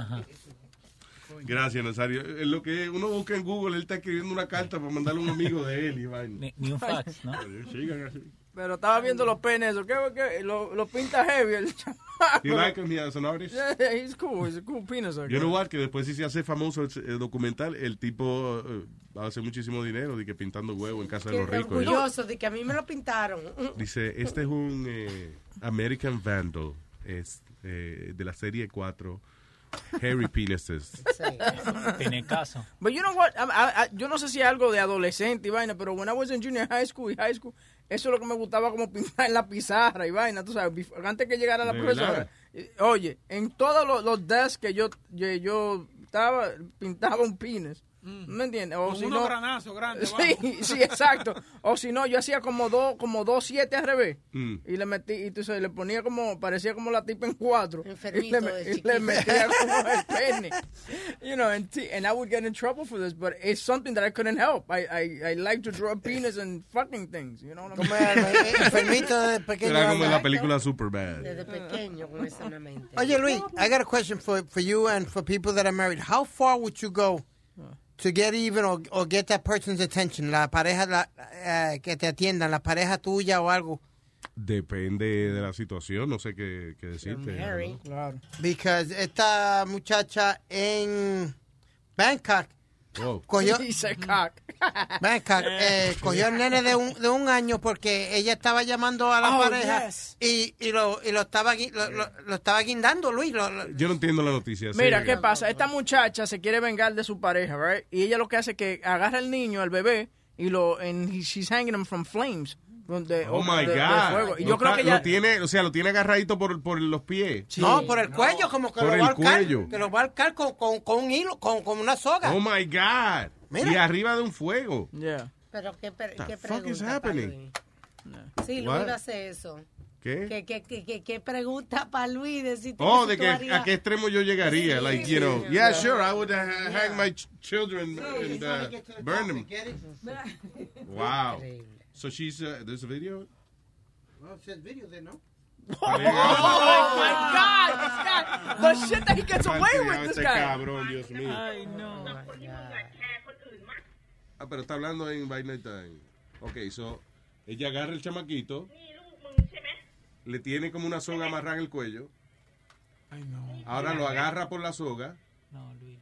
Gracias, Nazario. Eh, Lo que uno busca en Google, él está escribiendo una carta para mandarle a un amigo de él y vaina. Ni, ni un fax, ¿no? Sigan así. Pero estaba viendo los penes, eso. ¿Qué, qué? Lo, lo pinta heavy el chamaco. You like him as an artist? Yeah, yeah, he's cool. He's a cool penis. You know what? Que después si se hace famoso el, el documental, el tipo eh, va a hacer muchísimo dinero de que pintando huevos en casa de Qué los ricos. orgulloso de que a mí me lo pintaron. Dice, este es un eh, American Vandal, es eh, de la serie cuatro, Hairy Penises. Tiene caso. But you know what? I- I- I- yo no sé si es algo de adolescente y vaina, pero when I was in junior high school y high school, eso es lo que me gustaba como pintar en la pizarra y vaina, tú sabes, before- antes que llegara la ¿De profesora. verdad? Eh, Oye, en todos los, los desks que yo, yo, yo estaba, pintaba un penis. ¿Me entiendes? O Con si unos no, granazos grandes. sí, sí, exacto. O si no, yo hacía como dos, como dos siete al revés. Mm. Y le metí, y tú sabes, le ponía como, parecía como la tipa en cuatro. Enfermito y le, me- de y le chiquito. metía como el pene. You know, and, t- and I would get in trouble for this, but it's something that I couldn't help. I, I, I like to draw penis and fucking things, you know what I mean? Enfermito de pequeño. Era como en la Exacto. película Superbad. Desde pequeño con esa mente. Oye, Luis, I got a question for, for you and for people that are married. How far would you go to get even or, or get that person's attention? La pareja la, eh, que te atiendan, la pareja tuya o algo. Depende de la situación, no sé qué, qué decirte. Mary. Claro. Because esta muchacha en Bangkok Wow. cogió, Dice cock. Bangkok, eh, cogió al nene de un, de un año porque ella estaba llamando a la Oh, pareja yes. y, y, lo, y lo, estaba, gui- lo, lo- lo estaba guindando, Luis. Lo- lo- Yo no entiendo la noticia. Mira, sí. ¿qué pasa? Esta muchacha se quiere vengar de su pareja, right? Y ella lo que hace es que agarra al niño, al bebé, y lo, and he- she's hanging him from flames. De, Oh my de- de God. fuego. Y Lo yo creo ta- que ella, lo tiene, o sea, lo tiene agarradito por, por los pies. No, por el cuello, como que Por lo el va a ahorcar, cuello. que lo va a ahorcar con, con, con un hilo, con, con una soga. Oh my God. Mira. Y arriba de un fuego. yeah. Pero qué, pre- The qué fuck is pregunta, happening? Luis. Sí, What? Luis hace eso. ¿Qué? ¿Qué, qué, qué, qué, qué pregunta para Luis? De, si Oh, si de tú que harías- a qué extremo yo llegaría. Sí, Like, sí, you know, sí. yeah, sure, I would uh, Yeah. hang my ch- children and uh, burn them. Wow. So she's, uh, there's a video? Well, it says video there, no? Oh, my God, this guy. The shit that he gets away with, this Este guy. cabrón, Dios mío. Ay, no. Ah, pero está hablando en vaina time. Ok, so, ella agarra el chamaquito, le tiene como una soga amarrada en el cuello. Ay, no. Ahora lo agarra por la soga. No, Luis.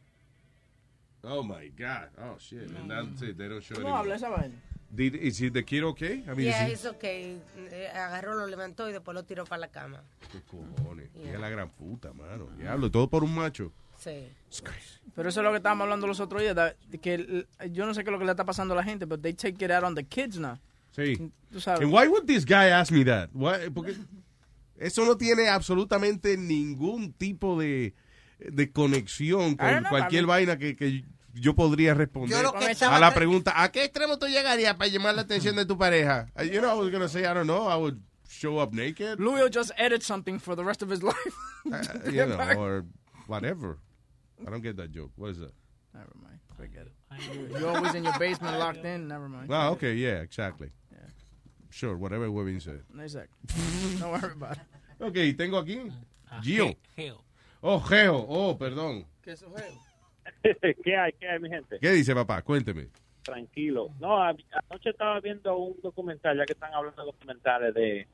Oh my God. Oh shit. And that's it. They don't show No anymore. habla esa vaina. Did, is he, the kid okay? I mean, Yeah, is he- it's okay. Eh, Agarró, lo levantó y después lo tiró para la cama. ¿Qué cojones? Yeah. Mira la gran puta, mano. Diablo, todo por un macho. Sí. Pero eso es lo que estábamos hablando los otros días, da- de que el- yo no sé qué es lo que le está pasando a la gente, pero they take it out on the kids now. Sí. Tú sabes. And why would this guy ask me that? Why- Porque eso no tiene absolutamente ningún tipo de, de conexión I con don't know, cualquier I mean- vaina que, que yo podría responder Yo lo que a estaba- la pregunta, ¿a qué extremo tú llegarías para llamar la atención de tu pareja? Uh, You know, I was going to say, I don't know, I would show up naked. Louis will just edit something for the rest of his life. Uh, you know, or whatever. I don't get that joke. What is that? Never mind. Forget it. You're always in your basement locked in. Never mind. Ah, okay, yeah, exactly. Sure, whatever Webin said. Exactly. Don't worry about it. Ok, tengo aquí Gio. Geo. Oh, Geo. Oh, perdón. ¿Qué es eso, Geo? ¿Qué hay? ¿Qué hay, mi gente? ¿Qué dice papá? Cuénteme. Tranquilo. No, a- anoche estaba viendo un documental, ya que están hablando de documentales de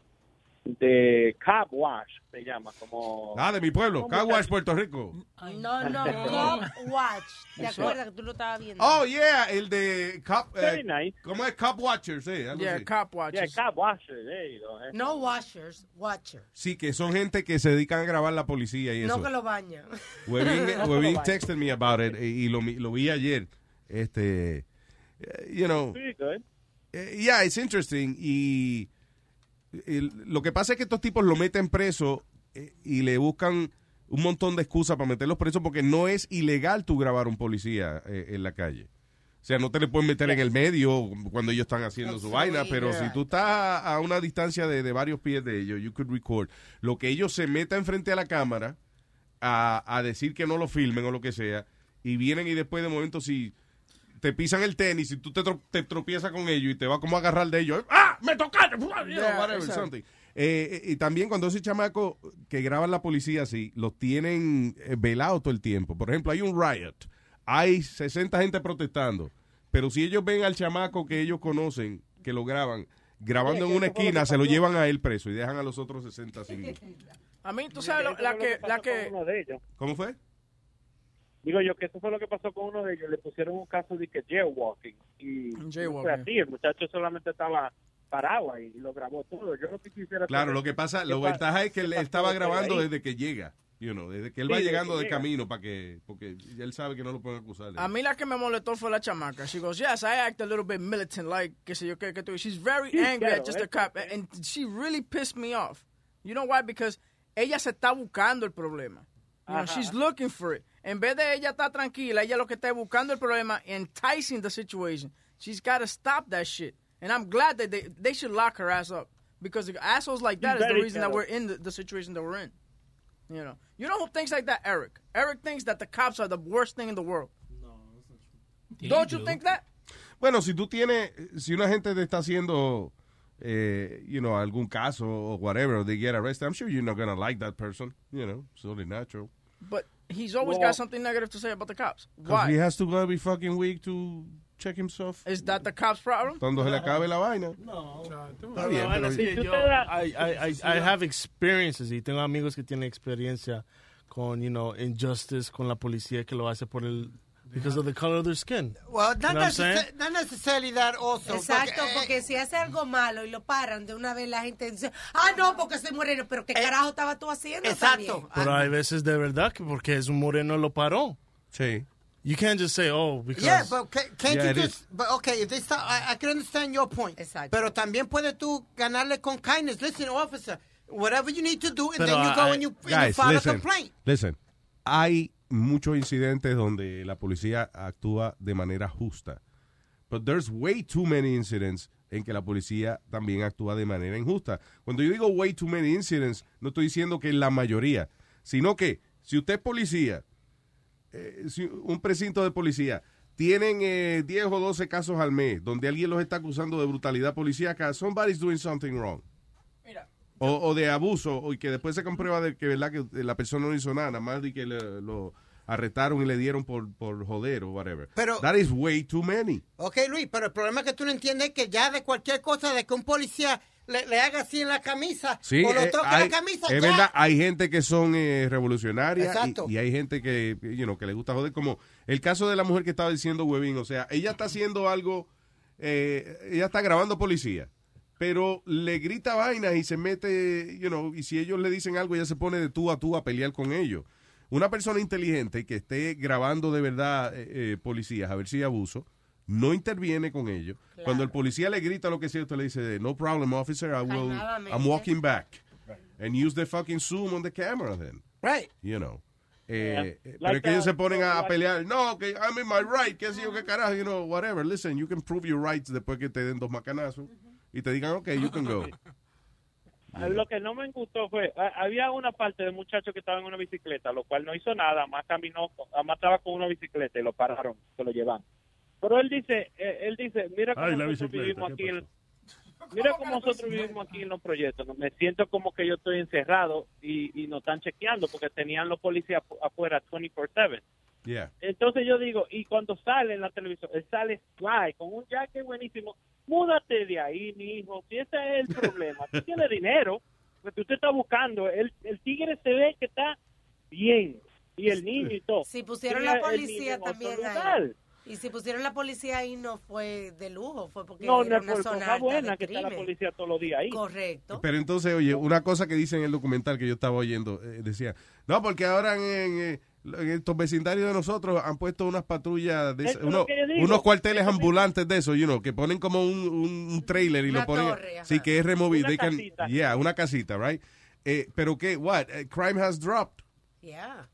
de Cab Wash, se llama, como... Ah, de mi pueblo, ¿Cómo Caguas, está? Puerto Rico. No, no, Cop Watch. ¿Te Eso. acuerdas que tú lo estabas viendo? Oh, yeah, el de Cop. Very eh, nice. ¿Cómo es Cop Watcher? Sí, algo Yeah, así. cop watchers. Yeah, Cab Washer, there you go, eh. No washers, watchers. Sí, que son gente que se dedican a grabar la policía y eso. No que lo bañan. Webin, No que Webin lo bañan. texted me about it y y lo, mi- lo vi ayer. Este, eh, you know, Pretty good. eh, yeah, it's interesting. Y, y lo que pasa es que estos tipos lo meten preso eh, y le buscan un montón de excusas para meterlos presos porque no es ilegal tú grabar un policía eh, en la calle. O sea, no te le pueden meter en el medio cuando ellos están haciendo su vaina, pero si tú estás a, a una distancia de, de varios pies de ellos, you could record. Lo que ellos se metan frente a la cámara a, a decir que no lo filmen o lo que sea, y vienen y después de momento si te pisan el tenis y tú te, tro- te tropiezas con ellos y te va como a agarrar de ellos, ¡ah! ¡Me tocaste! You know, Yeah, whatever, exacto. something. Eh, y también cuando ese chamaco que graban la policía así, los tienen eh, velados todo el tiempo. Por ejemplo, hay un riot, hay sesenta gente protestando, pero si ellos ven al chamaco que ellos conocen, que lo graban, grabando en una esquina, se lo llevan a él preso y dejan a los otros sesenta sin... A mí, tú sabes, lo- la que... La que Uno de ellos. ¿Cómo fue? Digo yo que eso fue lo que pasó con uno de ellos. Le pusieron un caso de que jaywalking. Y no Jaywalking. fue así. El muchacho solamente estaba parado ahí y lo grabó todo. Yo lo que quisiera Claro, saber lo que pasa, qué la pa- ventaja es que qué él pasó estaba después de grabando ahí. desde que llega, you know, desde que él Sí, va desde llegando que de llega. camino para que, porque él sabe que no lo pueden acusar. A mí la que me molestó fue la chamaca. She goes, yes, I act a little bit militant, like, qué sé yo, qué, qué tú. She's very Sí, angry claro, at just eh. a cop. And she really pissed me off. You know why? Because ella se está buscando el problema. You know, Ajá. she's looking for it. En vez de ella estar tranquila, ella lo que está es buscando el problema, enticing the situation. She's got to stop that shit. And I'm glad that they, they should lock her ass up. Because assholes like that She's is the very reason that ghetto. we're in the, the situation that we're in. You know, you know who thinks like that? Eric. Eric thinks that the cops are the worst thing in the world. Don't you think that? Bueno, si tú tienes, si una gente te está haciendo, eh, you know, algún caso o whatever, they get arrested, I'm sure you're not gonna like that person, you know, it's only natural. But he's always Well- got something negative to say about the cops. Because Why? he has to go every fucking week to check himself. Is that the cops' problem? Cuando se le acabe la vaina. No. Está bien, Bueno, pero- sí, yo, I, I, I, I have experiences y tengo amigos que tienen experiencia con, you know, injustice con la policía que lo hace por el because of the color of their skin. Well, You not, know what I'm saying? necessar- not necessarily that also. Exacto, porque, eh, porque si hace algo malo y lo paran de una vez, la gente dice, ah, no, porque soy moreno, pero ¿qué carajo estaba tú haciendo? Exacto. Pero hay veces de verdad que porque es un moreno lo paró. Sí. You can't just say, oh, because... Yeah, but ca- can't Yeah, you it just... But okay, if they start, I, I can understand your point. Exacto. Pero también puedes tú ganarle con kindness. Listen, officer, whatever you need to do, and Pero, then you go I- and you, and you guys, file listen, a complaint. Listen, hay muchos incidentes donde la policía actúa de manera justa. But there's way too many incidents en que la policía también actúa de manera injusta. Cuando yo digo way too many incidents, no estoy diciendo que es la mayoría, sino que si usted es policía, eh, si un precinto de policía, tienen eh, diez o doce casos al mes donde alguien los está acusando de brutalidad policíaca, somebody's doing something wrong. O, o de abuso, o y que después se comprueba de que, ¿verdad? que la persona no hizo nada, nada más de que le, lo arrestaron y le dieron por, por joder o whatever. Pero, That is way too many. Ok, Luis, pero el problema que tú no entiendes es que ya de cualquier cosa, de que un policía le, le haga así en la camisa, Sí, o lo eh, toque hay- la camisa, es ya. verdad, hay gente que son eh, revolucionarias Exacto. y, y hay gente que, you know, que le gusta joder, como el caso de la mujer que estaba diciendo Huevín, o sea, ella está haciendo algo, eh, ella está grabando policía, pero le grita vainas y se mete, you know, y si ellos le dicen algo, ella se pone de tú a tú a pelear con ellos. Una persona inteligente que esté grabando de verdad eh, eh, policías, a ver si hay abuso, no interviene con ellos. Claro. Cuando el policía le grita lo que sea, usted le dice, no problem, officer, I will, Calmadamente. I'm walking back. And use the fucking zoom on the camera then. Right. You know. Eh, Yeah. eh, pero Like es que ellos that, se ponen a, a like- pelear. No, que I'm in my right. ¿Qué sé yo qué carajo? You know, whatever. Listen, you can prove your rights después que te den dos macanazos y te digan, okay, you can go. Lo que no me gustó fue, a- había una parte de muchacho que estaba en una bicicleta, lo cual no hizo nada, más caminó, más estaba con una bicicleta y lo pararon, se lo llevan. Pero él dice, eh, él dice, mira cómo Ay, la nosotros bicicleta, vivimos ¿qué aquí, en, mira cómo nosotros vivimos aquí en los proyectos. ¿no? Me siento como que yo estoy encerrado y, y nos están chequeando porque tenían los policías afu- afuera veinticuatro siete. Yeah. Entonces yo digo, y cuando sale en la televisión, él sale fly, con un jacket buenísimo, múdate de ahí, mi hijo, si ese es el problema, tú tienes dinero, porque usted está buscando, el, el tigre se ve que está bien, y el niño y todo. Si pusieron Sí, la el policía niño en otro también lugar. ahí. Y si pusieron la policía ahí no fue de lujo, fue porque No, era no es una por zona cosa alta buena de que está la crimen. policía todos los días ahí. Correcto. Pero entonces, oye, una cosa que dice en el documental que yo estaba oyendo, eh, decía, no, porque ahora en, en, eh, en estos vecindarios de nosotros han puesto unas patrullas, de Eso esas- es lo uno- que yo digo. unos cuarteles ambulantes de eso, you know, que ponen como un, un- un trailer y Una lo ponen, torre, ajá. sí, que es removido. Una They can- casita. yeah, una casita, right? Eh, pero que, what, Eh, crime has dropped. Yeah.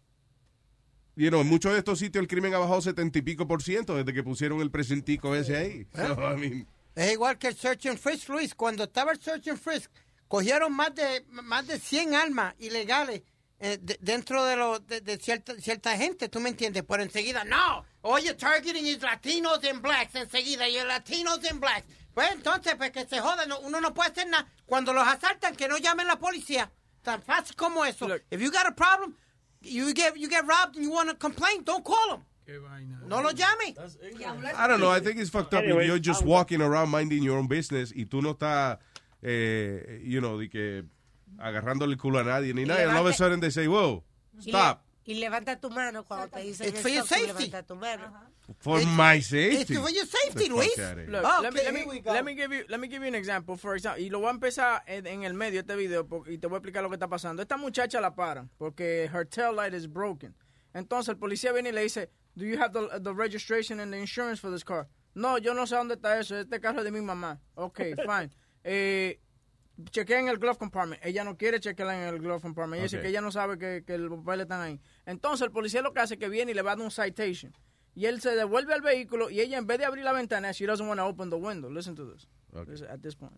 You know, en muchos de estos sitios el crimen ha bajado setenta y pico por ciento desde que pusieron el presentico ese ahí. So, I mean, Es igual que el Search and Frisk, Luis. Cuando estaba el Search and Frisk, cogieron más de más de cien armas ilegales eh, de- dentro de, lo, de, de cierta, cierta gente, ¿tú me entiendes? Por enseguida, no, oye, targeting is Latinos and blacks, enseguida, y Latinos and blacks. Pues entonces, pues que se jodan, no- uno no puede hacer nada. Cuando los asaltan, que no llamen a la policía. Tan fácil como eso. If you got a problem, you get, you get robbed and you want to complain, don't call them. No lo llame. I don't know, I think it's fucked up Anyway, if you're just I'm- walking around minding your own business y tú no estás, eh, you know, de que agarrándole el culo a nadie ni nada. And all of a levante- sudden they say, whoa, Y, stop. le- y levanta tu mano cuando te dicen It's for your stop, tú safety. levanta tu mano. For my safety. It's for your safety, Get the fuck Luis. outta here. Look, Okay, let, me, let, here me, we go. let me give you let me give you an example, for example, y lo voy a empezar en, en el medio de este video porque- y te voy a explicar lo que está pasando. Esta muchacha la paran porque her tail light is broken. Entonces el policía viene y le dice, "Do you have the, the registration and the insurance for this car?" No, yo no sé dónde está eso. Este carro es de mi mamá. Okay, fine. Eh, chequea en el glove compartment. Ella no quiere chequearla en el glove compartment. Ella dice Ok. que ella no sabe que, que los papeles están ahí. Entonces el policía lo que hace es que viene y le va a dar un citation. Y él se devuelve al vehículo y ella en vez de abrir la ventana, she doesn't want to open the window. Listen to this. This- At this point.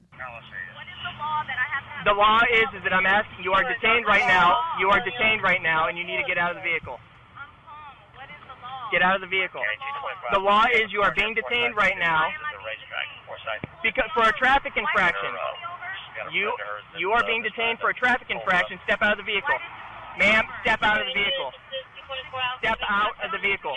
The law is, is that I'm asking, you are detained right now, you are detained right now, and you need to get out of the vehicle. Get out of the vehicle. The law is you are being detained right now because for a traffic infraction. You you are being detained for a traffic infraction. Step out of the vehicle. Ma'am, step out of the vehicle. Step out of the vehicle.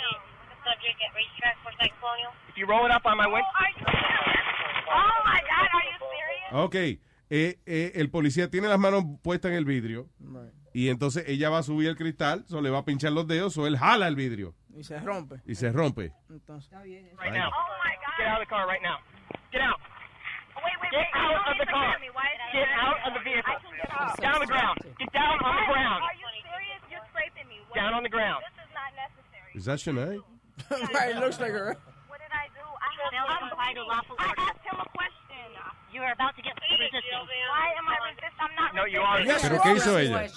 If you roll it up on my window. Oh my God, are you serious? Ok, eh, eh, el policía tiene las manos puestas en el vidrio y entonces ella va a subir el cristal, so le va a pinchar los dedos, o él jala el vidrio Y se rompe. y se rompe. Entonces. Right now. Get out of the car right now. Get out. Get out of the car. Get out of the vehicle. Down on the ground. Get down on the ground. Are you serious? You're scraping me. What? Down on the ground. This is not necessary. Is that Shanae? Right, it looks like her. What did I do? I have I asked him a question. You are about to get resisting. Why am I resisting? I'm not No, you resisting. are. ¿Pero qué hizo ella?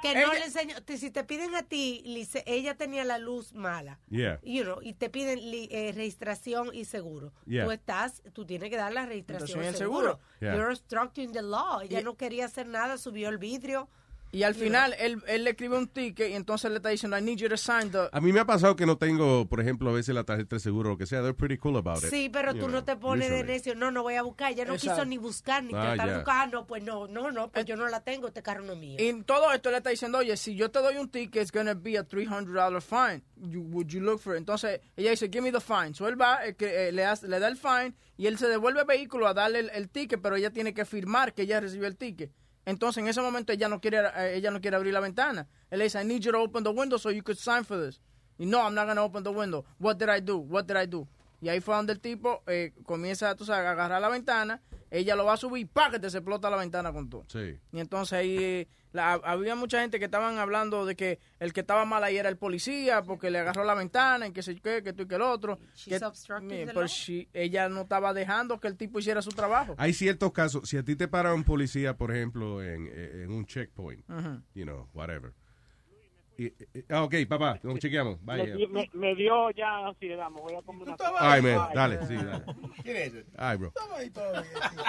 que no le enseñó. te- Si te piden a ti, lice- ella tenía la luz mala. Yeah. You know, y te piden li- eh, registración y seguro. Yeah. Tú estás, tú tienes que dar la registración Registración y y el seguro. seguro. Yeah. You're obstructing the law. Ella no quería hacer nada, subió el vidrio. Y al You final, él, él le escribe un ticket y entonces le está diciendo, I need you to sign the... A mí me ha pasado que no tengo, por ejemplo, a veces la tarjeta de seguro o lo que sea. They're pretty cool about it. Sí, pero You tú know, no te pones de usually. necio. No, no voy a buscar. Ella no Exacto. quiso ni buscar ni Ah, tratar ya. de buscar. Ah, no, pues no, no, no, pues yo no la tengo. Este carro no es mío. Y todo esto le está diciendo, oye, si yo te doy un ticket, it's going to be a three hundred dollars fine. You, would you look for it? Entonces, ella dice, give me the fine. So él va, eh, que, eh, le, hace- le da el fine y él se devuelve el vehículo a darle el, el ticket, pero ella tiene que firmar que ella recibió el ticket. Entonces, en ese momento, ella no quiere eh, ella no quiere abrir la ventana. Él le dice, I need you to open the window so you could sign for this. Y no, I'm not going to open the window. What did I do? What did I do? Y ahí fue donde el tipo eh, comienza, tú sabes, a agarrar la ventana. Ella lo va a subir, ¡pa! Que te se explota la ventana con todo. Sí. Y entonces ahí eh, la- había mucha gente que estaban hablando de que el que estaba mal ahí era el policía porque le agarró la ventana y que sé qué, que tú y que el otro. She's Que- obstructing mire, the pero law. she- ella no estaba dejando que el tipo hiciera su trabajo. Hay ciertos casos, si a ti te para un policía, por ejemplo, en, en un checkpoint, Ujú. you know, whatever. Y, y- ah, ok, papá, nos chequeamos. Me, Vaya. di- me, me dio ya ansiedad, me voy a comer una... Ay, man, dale, sí, dale. ¿Quién es ese? Ay, bro. Estamos ahí todavía,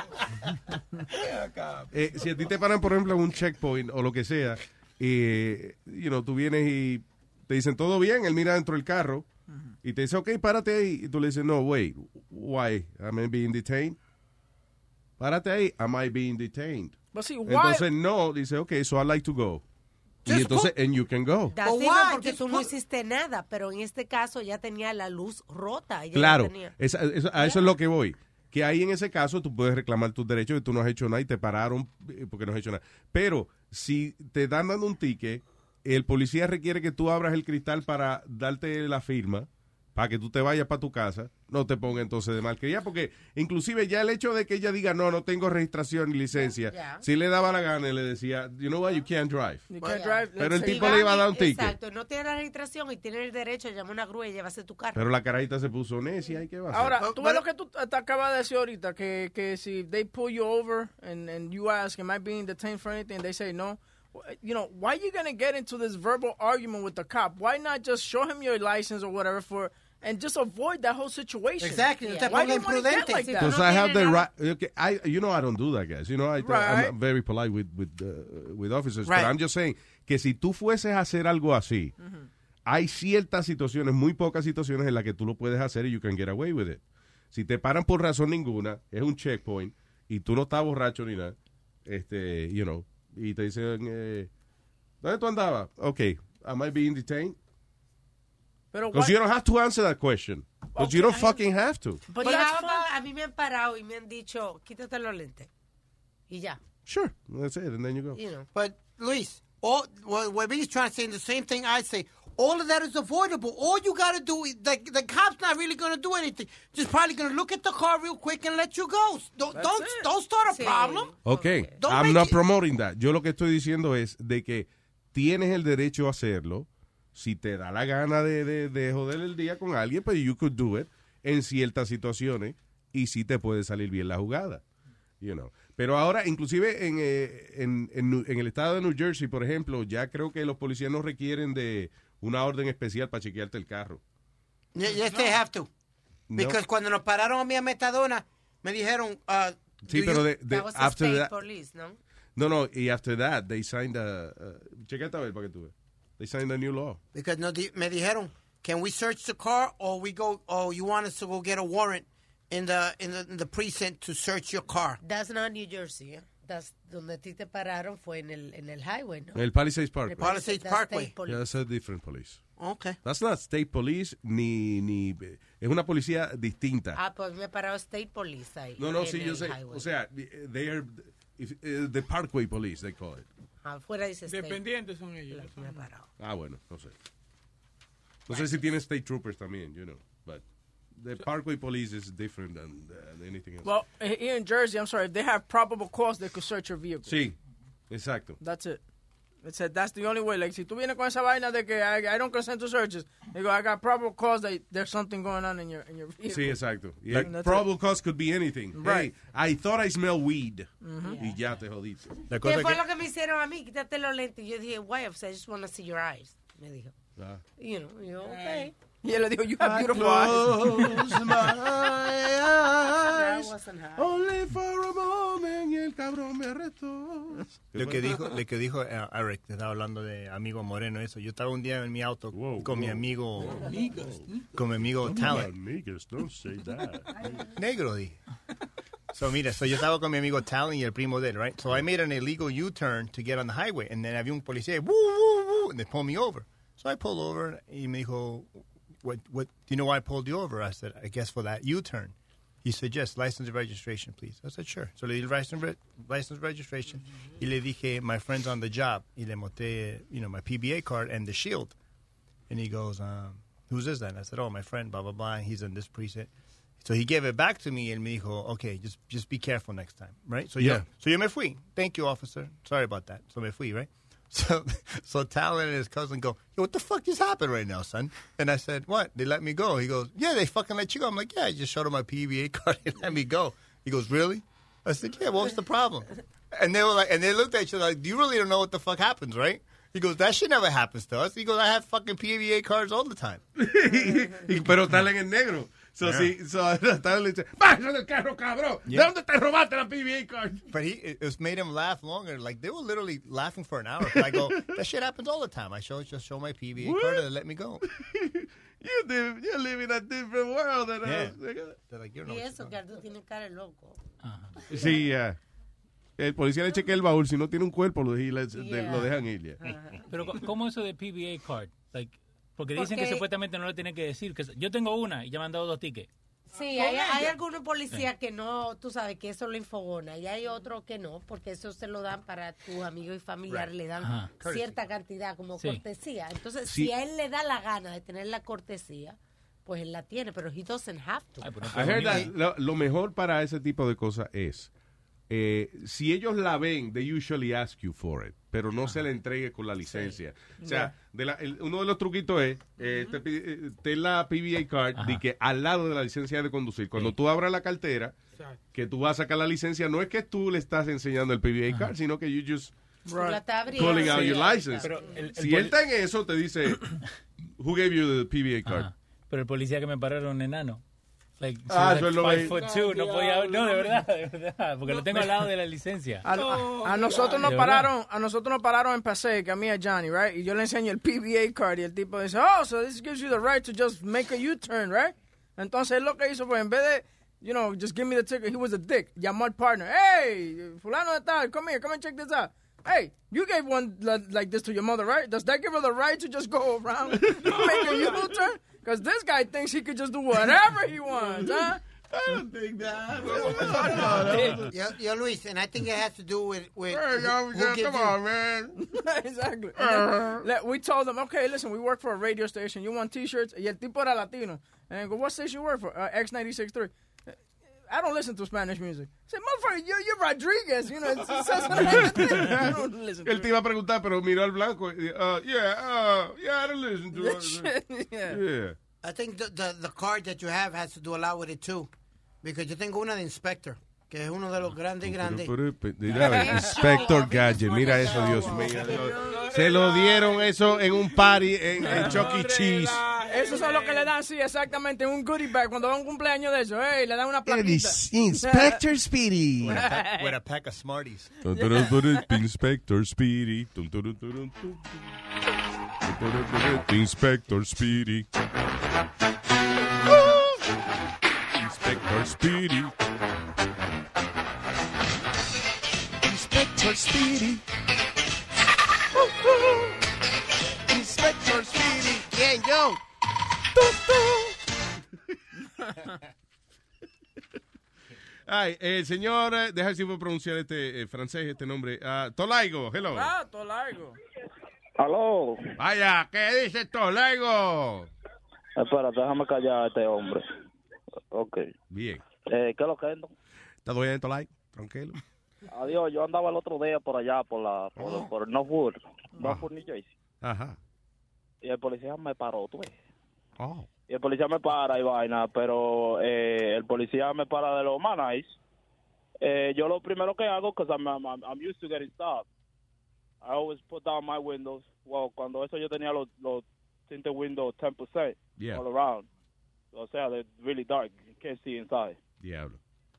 tío. Ven acá. Eh, si a ti te paran, por ejemplo, en un checkpoint o lo que sea, y, you know, tú vienes y te dicen todo bien, él mira dentro del carro y te dice, ok, párate ahí. Y tú le dices, no, wait, why? Am I being detained? Párate ahí, am I being detained? But see, why- Entonces, no, dice, ok, so I'd like to go. Y Just entonces, put- and you can go. That's But it, why? porque Just tú no put- hiciste nada, pero en este caso ya tenía la luz rota. Ella Claro, ya tenía- esa- eso- a eso es lo que voy. Que ahí en ese caso tú puedes reclamar tus derechos y tú no has hecho nada y te pararon eh, porque no has hecho nada. Pero si te dan dando un ticket, el policía requiere que tú abras el cristal para darte la firma, para que tú te vayas para tu casa, no te ponga entonces de malcriada, porque inclusive ya el hecho de que ella diga, no, no tengo registración ni licencia, Ya. si le daba la gana y le decía, you know what, you can't drive. You can't drive, Pero let's el say- tipo le iba a dar un ticket. Exacto, no tiene la registración y tiene el derecho a llamar a una grúa y llevarse tu carro. Pero la carajita se puso necia, ¿y qué va a hacer? Ahora, tú ves lo que tú te acabas de decir ahorita, que, que si they pull you over and, and you ask, am I being detained for anything, they say no. You know, why you going to get into this verbal argument with the cop? Why not just show him your license or whatever for, and just avoid that whole situation? Exactly, no te Why do pongas you want to get imprudente. like that? Because I have the right. Okay, I, you know, I don't do that, guys. You know, I, Right. I'm very polite with with uh, with officers. Right. But I'm just saying que si tú fueses a hacer algo así, hay ciertas situaciones, muy pocas situaciones en las que tú lo puedes hacer y you can get away with it. Si te paran por razón ninguna, es un checkpoint y tú no estás borracho ni nada, este, you know, y te dicen, eh, ¿dónde tú andabas? Okay, am I being detained? Pero Because why- you don't have to answer that question. Because you don't fucking have to. But that's how fine. about- a mí me han parado y me han dicho, quítate los lentes. Y ya. Sure, that's it, and then you go. You know. But Luis, all what, what Billy's trying to say, the same thing I say. All of that is avoidable. All you got to do is the the cop's not really going to do anything. Just probably going to look at the car real quick and let you go. Don't That's don't, it. don't start a Sí. problem. Okay, Don't I'm make not it- promoting that. Yo lo que estoy diciendo es de que tienes el derecho a hacerlo. Si te da la gana de, de, de joder el día con alguien, pues you could do it en ciertas situaciones y sí te puede salir bien la jugada. You know. Pero ahora, inclusive en, eh, en, en, New- en el estado de New Jersey, por ejemplo, ya creo que los policías no requieren de una orden especial para chequearte el carro. Ye- Yes, they have to. No. Because cuando nos pararon a mí a Metadona, me dijeron, uh, Sí, do pero you- de, de- That was the after state that, police, ¿no? no, no, y after that, they signed a, uh, chequete a ver para que tú veas. They signed a new law. Because no, di- me dijeron, can we search the car or we go, or you want us to go get a warrant in the in the, in the precinct to search your car? That's not New Jersey, ¿eh? That's donde a ti te pararon fue en el, en el highway, ¿no? El Palisades Parkway. El Palisades Palisades Parkway. State Police. Yeah, that's a different police. Okay. That's not state police, ni, ni, es una policía distinta. Ah, pues me parado State Police ahí. no, no, en sí, yo el sé. highway. O sea, they are, if, uh, the Parkway Police, they call it. Afuera dice State. Dependientes son ellos. Me he parado. Ah, bueno, no sé. No sé si tienen state troopers también, you know, but the Parkway Police is different than, than anything else. Well, here in Jersey, I'm sorry, if they have probable cause, they could search your vehicle. Sí, exacto. That's it. It said that's the only way. Like, si tú vienes con esa vaina de que I, I don't consent to searches, digo, I got probable cause that there's something going on in your, in your vehicle. Sí, exacto. Yeah, Like, probable cause could be anything. Right. Hey, I thought I smell weed. Mhm. Y ya te jodiste. ¿Qué fue lo que me hicieron a mí? Quítate los lentes. Y yo dije, why? I just want to see your eyes. Me dijo. Ah. You know, yo, okay. Y él le dijo, you have I beautiful eyes. close my That eyes, wasn't high. only for a moment, y el cabrón me arrestó. Lo que dijo, lo que dijo eh, Eric, te estaba hablando de amigo moreno, eso. Yo estaba un día en mi auto con mi amigo, con mi amigo Talent. Amigos, don't say that. Negro, dije. So, mira, so yo estaba con mi amigo Talent y el primo de él, right? So I made an illegal U-turn to get on the highway, and then había un policía, woo, woo, woo, and they pulled me over. So I pulled over, y me dijo, what, what, do you know why I pulled you over? I said, I guess for that U-turn. He said, yes, license and registration, please. I said, sure. So le di el license, license registration, y le dije, my friend's on the job. Y le mostré, you know, my P B A card and the shield. And he goes, um, who's this then? I said, oh, my friend, blah, blah, blah. He's in this precinct. So he gave it back to me, and me dijo, okay, just just be careful next time, right? So Yeah. yo, so yo me fui. Thank you, officer. Sorry about that. So me fui, right? So so Talon and his cousin go, yo, what the fuck just happened right now, son? And I said, what? They let me go. He goes, yeah, they fucking let you go. I'm like, yeah, I just showed him my P B A card and let me go. He goes, really? I said, yeah, what's the problem? And they were like, and they looked at each other like, you really don't know what the fuck happens, right? He goes, that shit never happens to us. He goes, I have fucking P B A cards all the time. Pero Talent es negro. So, Yeah. sí, so, Talent le dice, bájate del carro, cabrón. ¿De Yeah. dónde te robaste la P B A card? But he, it it made him laugh longer. Like, they were literally laughing for an hour. I go, that shit happens all the time. I show just show my P B A What? card and they let me go. You live, you live in a different world than Yeah. us. They're like, you don't know Y what eso, que tú tienes cara de loco. Sí, ya. El policía le chequea el baúl. Si no tiene un cuerpo, lo, de- le- Yeah. lo dejan ir. Ya. Pero, ¿cómo eso de P B A card? Like, porque dicen Porque- que supuestamente no lo tienen que decir. Que yo tengo una y ya me han dado dos tickets. Sí, hay, hay algunos policías que no, tú sabes, que eso lo infogona. Y hay otros que no, porque eso se lo dan para tus amigos y familiares. Le dan Ajá. cierta cantidad como Sí. cortesía. Entonces, Sí. si a él le da la gana de tener la cortesía, pues él la tiene, pero he doesn't have to. I heard that lo, lo mejor para ese tipo de cosas es, eh, si ellos la ven, they usually ask you for it, pero no se le entregue con la licencia. O sea, de la- el- uno de los truquitos es, eh, te pide- eh, ten la P B A card de que al lado de la licencia de conducir. Cuando tú abras la cartera, que tú vas a sacar la licencia, no es que tú le estás enseñando el P B A card, sino que you just Tú la estás abriendo. pulling out Sí, your ya license. Pero el- el si poli- él está en eso, te dice, who gave you the P B A card? Ajá. Pero el policía que me paró era un enano. Like, she Ah, was eso like es lo five que- foot two, no podía, no, de verdad, de verdad, porque lo tengo al lado de la licencia. A, a- a nosotros nos ¿De pararon, a nosotros nos pararon en Passaic, a mí y a Johnny, right? Y yo le enseño el P B A card y el tipo dice, oh, so this gives you the right to just make a U-turn, right? Entonces él lo que hizo fue, en vez de, you know, just give me the ticket, he was a dick. Llamó al partner, hey, fulano de tal, come here, come and check this out. Hey, you gave one li- like this to your mother, right? Does that give her the right to just go around make a U-turn? Because this guy thinks he could just do whatever he wants, huh? I don't think that. Yo, yo, Luis, and I think it has to do with, with Hey, who, yo, who yeah, gives come you- on, man. Exactly. And then, le- we told them, okay, listen, we work for a radio station. You want T-shirts? Y el tipo era latino. And I go, what station you work for? Uh, X ninety-six point three. I don't listen to Spanish music. I said, motherfucker, you're, you're Rodriguez. You know, it says I don't listen to Él te iba a preguntar, pero miró al blanco. y, Uh, yeah, uh, yeah, I don't listen to That it. shit, yeah. Yeah. I think the, the, the card that you have has to do a lot with it too. Because yo tengo una de Inspector, que es uno de los grandes y grandes. Pero, pero, mira, Inspector Gadget, mira eso, Dios mío. Se lo dieron eso en un party en, en Chuck E. Cheese. Eso es lo que le dan, sí, exactamente, un goodie bag cuando va a un cumpleaños de eso. Hey, le dan una plaquita. Inspector Speedy. With a pack, with a pack of Smarties. Dun, dun, dun, dun, Inspector Speedy. Dun, dun, dun, dun, dun, dun. Dun, dun, dun, dun, dun, Inspector Speedy. Inspector Speedy. Inspector Speedy. Inspector Speedy. ¿Quién, yo? Ay, eh, señor, eh, deja ver si puedo pronunciar este eh, francés, este nombre. Ah, Tolaigo, hello. Ah, todo largo. Aló. Vaya, ¿qué dice Tolaigo? Espera, déjame callar a este hombre. Ok. Bien. Eh, ¿Qué es lo que es? ¿Está bien, Tolaigo? Tranquilo. Adiós, yo andaba el otro día por allá, por la por, por Northwood, Northwood, New Jersey. Ajá. Y el policía me paró, tú ves. Oh. Y el policía me para y vaina, pero eh, el policía me para de los manis. Eh, yo lo primero que hago, because I'm, I'm, I'm used to getting stopped, I always put down my windows. Well, cuando eso yo tenía los, los tinted windows ten percent Yeah. all around. O sea, they're really dark. You can't see inside. Diablo.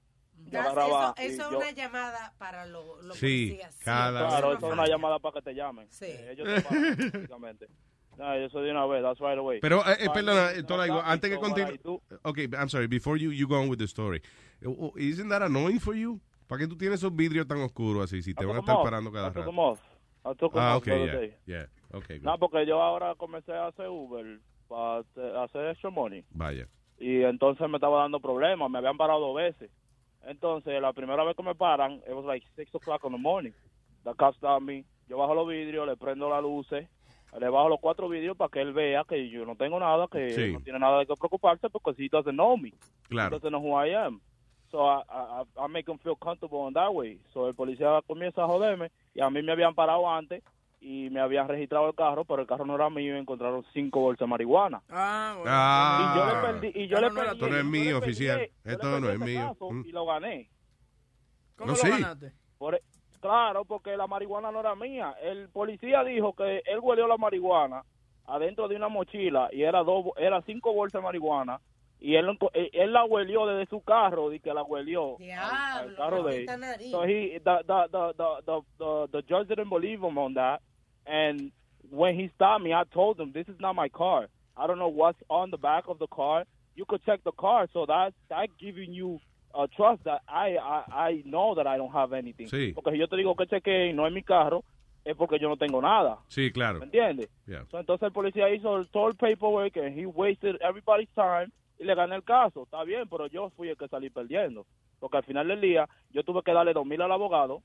Yo Eso, agarraba eso y es yo- una llamada para lo- los Sí, policías. cada- Claro, Eso eso no es una falla. llamada para que te llamen. Sí. Eh, ellos te paran, básicamente. No, eso de una vez, that's right away. Pero, eh, eh, But perdona, no, eh, Tolaigo, no, antes que so what continúe. I do- Okay, I'm sorry, before you, you go on with the story. Uh, uh, Isn't that annoying for you? ¿Para qué tú tienes esos vidrios tan oscuros así si te I van a took estar them off. parando cada I took rato? them off. I took them Ah, off okay, the other yeah. day. Yeah, okay, good. No, porque yo ahora comencé a hacer Uber para hacer extra money. Vaya. Y entonces me estaba dando problemas, me habían parado dos veces. Entonces, la primera vez que me paran, it was like six o'clock in the morning. The cop stopped me. Yo bajo los vidrios, le prendo las luces, le bajo los cuatro vidrios para que él vea que yo no tengo nada, que Sí. no tiene nada de que preocuparse porque he doesn't know me. Claro. He doesn't know who I am. So I, I, I make him feel comfortable in that way. So el policía comienza a joderme y a mí me habían parado antes y me habían registrado el carro, pero el carro no era mío y encontraron cinco bolsas de marihuana. Ah, bueno. Ah. Y yo le perdí, y yo le perdí. Esto no es yo le mío, perdí- oficial. yo le Esto perdí no es ese mío. caso Mm. Y lo gané. ¿Cómo No, lo sí. ganaste? Por, e, claro, porque la marihuana no era mía. El policía dijo que él huelió la marihuana adentro de una mochila y era dos, era cinco bolsas de marihuana y él, él, él la huelió desde su carro y que la huelió al, al carro de él. nariz. So he, the, the, the, the, the, the, the judge didn't believe him on that, and when he stopped me, I told him, this is not my car. I don't know what's on the back of the car. You could check the car, so that that giving you uh, trust that I, I I know that I don't have anything. Sí. Porque si yo te digo que chequeé y no es mi carro, es porque yo no tengo nada. Sí, claro. ¿Me entiendes? Yeah. So, entonces el policía hizo todo el paperwork and he wasted everybody's time y le gané el caso. Está bien, pero yo fui el que salí perdiendo. Porque al final del día yo tuve que darle dos mil al abogado.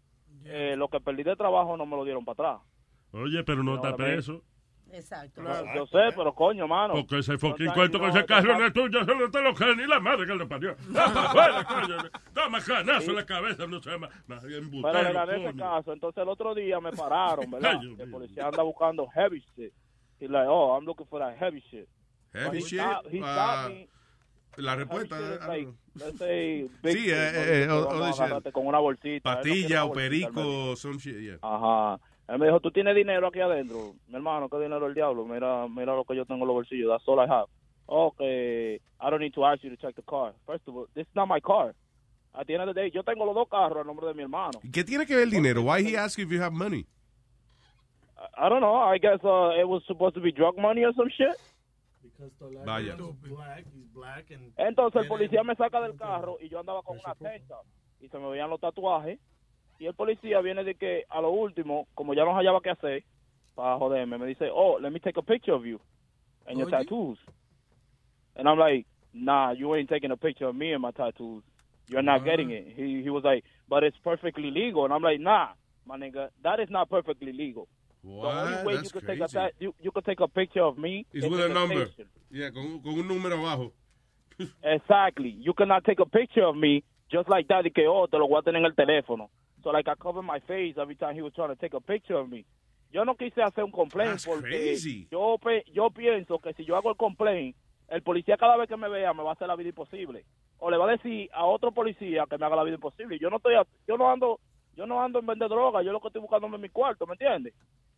Eh, lo que perdí de trabajo no me lo dieron para atrás. Oye, pero no No, está la preso. Exacto. Yo sé, pero coño, mano. Porque ese fucking No, cuento no, que ese no, carro no. no es tuyo, eso no te lo cree ni la madre que le parió. ¡Va para afuera, coño! Toma canazo en la cabeza, no se más. Más embutero, Pero le gané ese coño. caso. Entonces el otro día me pararon, ¿verdad? Ay, Dios El mío. policía anda buscando heavy shit. He's like, oh, I'm looking for that heavy shit. Heavy But he shit, stopped- he ah, stopped me. La respuesta Heavy shit es is like, let's say, big Sí, shit, eh, ¿no? eh, Que o- vamos o a dice, agarrarte con una bolsita. Él no quiere patilla una o bolsita, él me dijo. perico, some shit, yeah. Ajá. Él me dijo, ¿tú tienes dinero aquí adentro? Mi hermano, ¿qué dinero el diablo? Mira, mira lo que yo tengo en los bolsillos. That's all I have. Okay, I don't need to ask you to check the car. First of all, this is not my car. At the end of the day, yo tengo los dos carros a nombre de mi hermano. ¿Y qué tiene que ver el dinero? Why he ask you if you have money? I don't know. I guess uh, it was supposed to be drug money or some shit. Vaya. Black, he's black and Entonces el policía me saca del carro y yo andaba con una tenta y se me veían los tatuajes y el policía viene de que a lo último, como ya no hallaba qué hacer para joderme, me dice, oh, let me take a picture of you and your tattoos. And I'm like, nah, you ain't taking a picture of me and my tattoos. You're not getting it. He he was like, but it's perfectly legal. And I'm like, nah, my nigga, that is not perfectly legal. What? The only way That's you could take a crazy. ta- you, you could take a picture of me It's is with in a the number. station. Yeah, con, con un número abajo. Exactly. You cannot take a picture of me just like that y que, oh, te lo voy a tener en el teléfono. So, like, I covered my face every time he was trying to take a picture of me. Yo no quise hacer un complaint That's porque crazy. yo pe- yo pienso que si yo hago el complaint, el policía cada vez que me vea me va a hacer la vida imposible. O le va a decir a otro policía que me haga la vida imposible. Yo no estoy, a- yo no ando, yo no ando en vender droga. Yo lo que estoy buscando es mi cuarto, ¿me entiendes?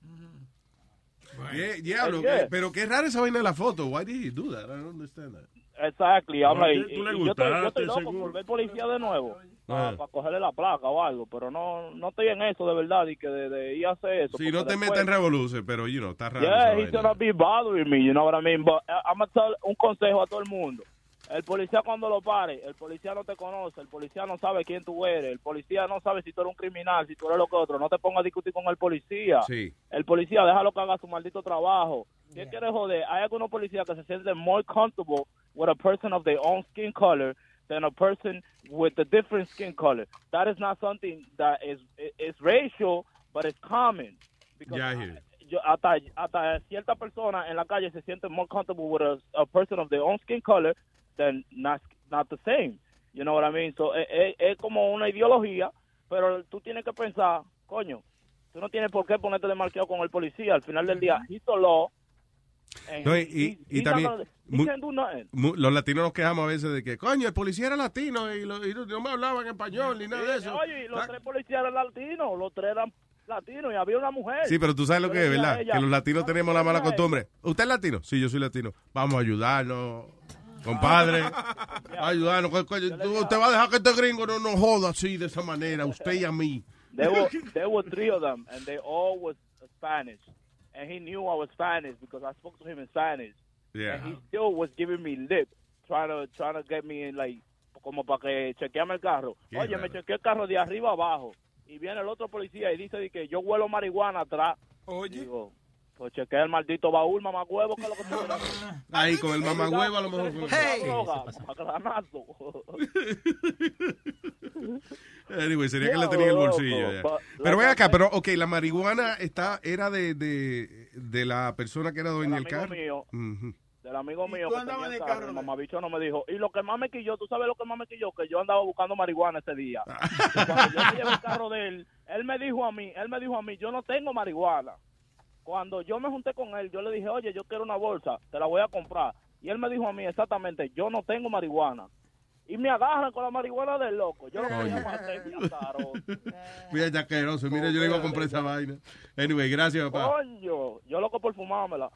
Yeah, diablo, Yeah. eh, pero qué raro esa vaina de la foto. Why did he do that? I don't understand that. Exactly. I'm Oye, like, tú le y yo estoy, yo estoy gustaste, loco seguro. por ver policía de nuevo. Ah. Para cogerle la placa o algo, pero no no estoy en eso de verdad y que de, de ir a hacer eso. Si porque no te después- metas en revoluce, pero, you know, está raro. Yeah, esa he's vaina. gonna be bothering me, you know what I mean? But uh, I'm gonna tell un consejo a todo el mundo. El policía cuando lo pare, el policía no te conoce, el policía no sabe quién tú eres, el policía no sabe si tú eres un criminal, si tú eres lo que otro. No te pongas a discutir con el policía. Sí. El policía, déjalo que haga su maldito trabajo. Si él quiere joder, hay algunos policías que se sienten more comfortable with a person of their own skin color than a person with a different skin color. That is not something that is is racial, but it's common. Because Ya, I hear you. yo, hasta, hasta cierta persona en la calle se siente more comfortable with a, a person of their own skin color than not, not the same. You know what I mean? So, es, es, es como una ideología Pero tú tienes que pensar, coño, tú no tienes por qué ponerte de marqueado con el policía. Al final del día, he so law. No, y, y, y también mu, mu, los latinos nos quejamos a veces de que, coño, el policía era latino y, lo, y no me hablaban español ni nada de eso. Oye, y los ¿Ah? tres policías eran latinos, los tres eran latinos y había una mujer. Sí, pero tú sabes lo que es, ¿verdad? Que los latinos tenemos la mala costumbre. ¿Usted es latino? Sí, yo soy latino. Vamos a ayudarnos, compadre. A ayudarnos. Coño, tú, usted va a dejar que este gringo no nos joda así, de esa manera, usted y a mí. There were, there were three of them, and they all was Spanish. And he knew I was Spanish because I spoke to him in Spanish. Yeah. And he still was giving me lip, trying to trying to get me in, like, como para que chequeame el carro. Qué Oye, raro. me chequeé el carro de arriba abajo. Y viene el otro policía y dice que yo huelo marihuana atrás. Oye. Digo, pues chequé el maldito baúl, mamagüevo, que es lo que tú quieres. Ahí con el mamagüevo a lo mejor. Hey. Granazo. Anyway, sería que le tenía el bolsillo. Ya. Pero ven acá, pero ok, la marihuana está, era de, de, de la persona que era dueña del carro. Mío, uh-huh. Del amigo mío tú que andabas tenía en el el carro, carro. el mamabicho no me dijo. Y lo que más me quilló, ¿tú sabes lo que más me quilló? Que yo andaba buscando marihuana ese día. Cuando yo me llevé el carro de él, él me dijo a mí, él me dijo a mí, yo no tengo marihuana. Cuando yo me junté con él, yo le dije, oye, yo quiero una bolsa, te la voy a comprar. Y él me dijo a mí exactamente, yo no tengo marihuana. Y me agarran con la marihuana del loco. Yo lo que quería matar, mira, caro. Mira, yaqueroso, mira, yo le iba a comprar esa vaina. Anyway, gracias, papá. Coño, yo loco por fumármela.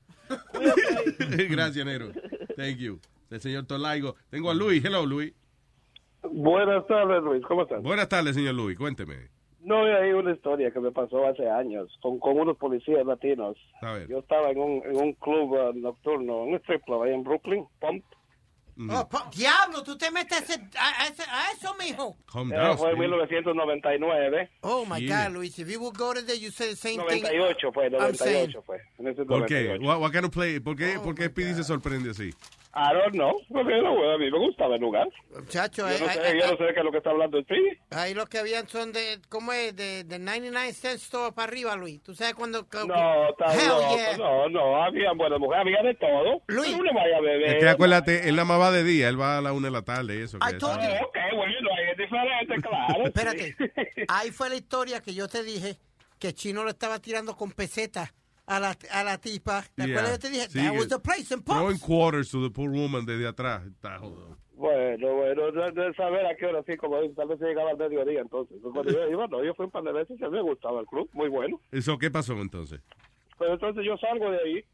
Gracias, Nero. Thank you. El señor Tolaigo. Tengo a Luis. Hello, Luis. Buenas tardes, Luis. ¿Cómo estás? Buenas tardes, señor Luis. Cuénteme. No, hay una historia que me pasó hace años con, con unos policías latinos. A ver. Yo estaba en un, en un club uh, nocturno, en un strip club ahí en Brooklyn, Pump. Mm. Oh, po- diablo, tú te metes a, ese- a- a ese- a eso, mijo. Calm Eh, down, fue en Steve. mil novecientos noventa y nueve. Oh, my Yeah. God, Luis. If you would go to there, you say the same noventa y thing. ocho fue, I'm noventa y saying. ocho fue. En ese ¿Por noventa y qué? ocho. What, what kind of play? ¿Por qué, ¿por qué Speedy se sorprende así? I don't know, porque no, a mí me gustaba el lugar. Muchacho, Yo no eh, sé, eh, yo no eh, sé de qué es lo que está hablando el Speedy. ahí lo que habían son de, ¿cómo es? De, de ninety nine cents store para arriba, Luis. ¿Tú sabes cuando? No, está Hell loco, yeah. no, no, había buenas mujeres, había de todo. Luis. Pero uno vaya a beber. Es que acuérdate, él nada más va de día, él va a la una de la tarde y eso. I que told eso. you. Ah, ok, bueno, ahí es diferente, claro. Espérate. sí. Ahí fue la historia que yo te dije que Chino le estaba tirando con pesetas a la, a la tipa. ¿Te Yeah. acuerdas que te dije? Sí, That que- was the place in Throwing Pumps. quarters to the poor woman desde atrás. Está jodido. Bueno, bueno, de, de saber a qué hora sí, como dice, tal vez se llegaba al mediodía entonces. Pues cuando yo iba, no, yo fui un par de veces y a mí me gustaba el club, muy bueno. ¿Eso qué pasó entonces? Pero entonces yo salgo de ahí,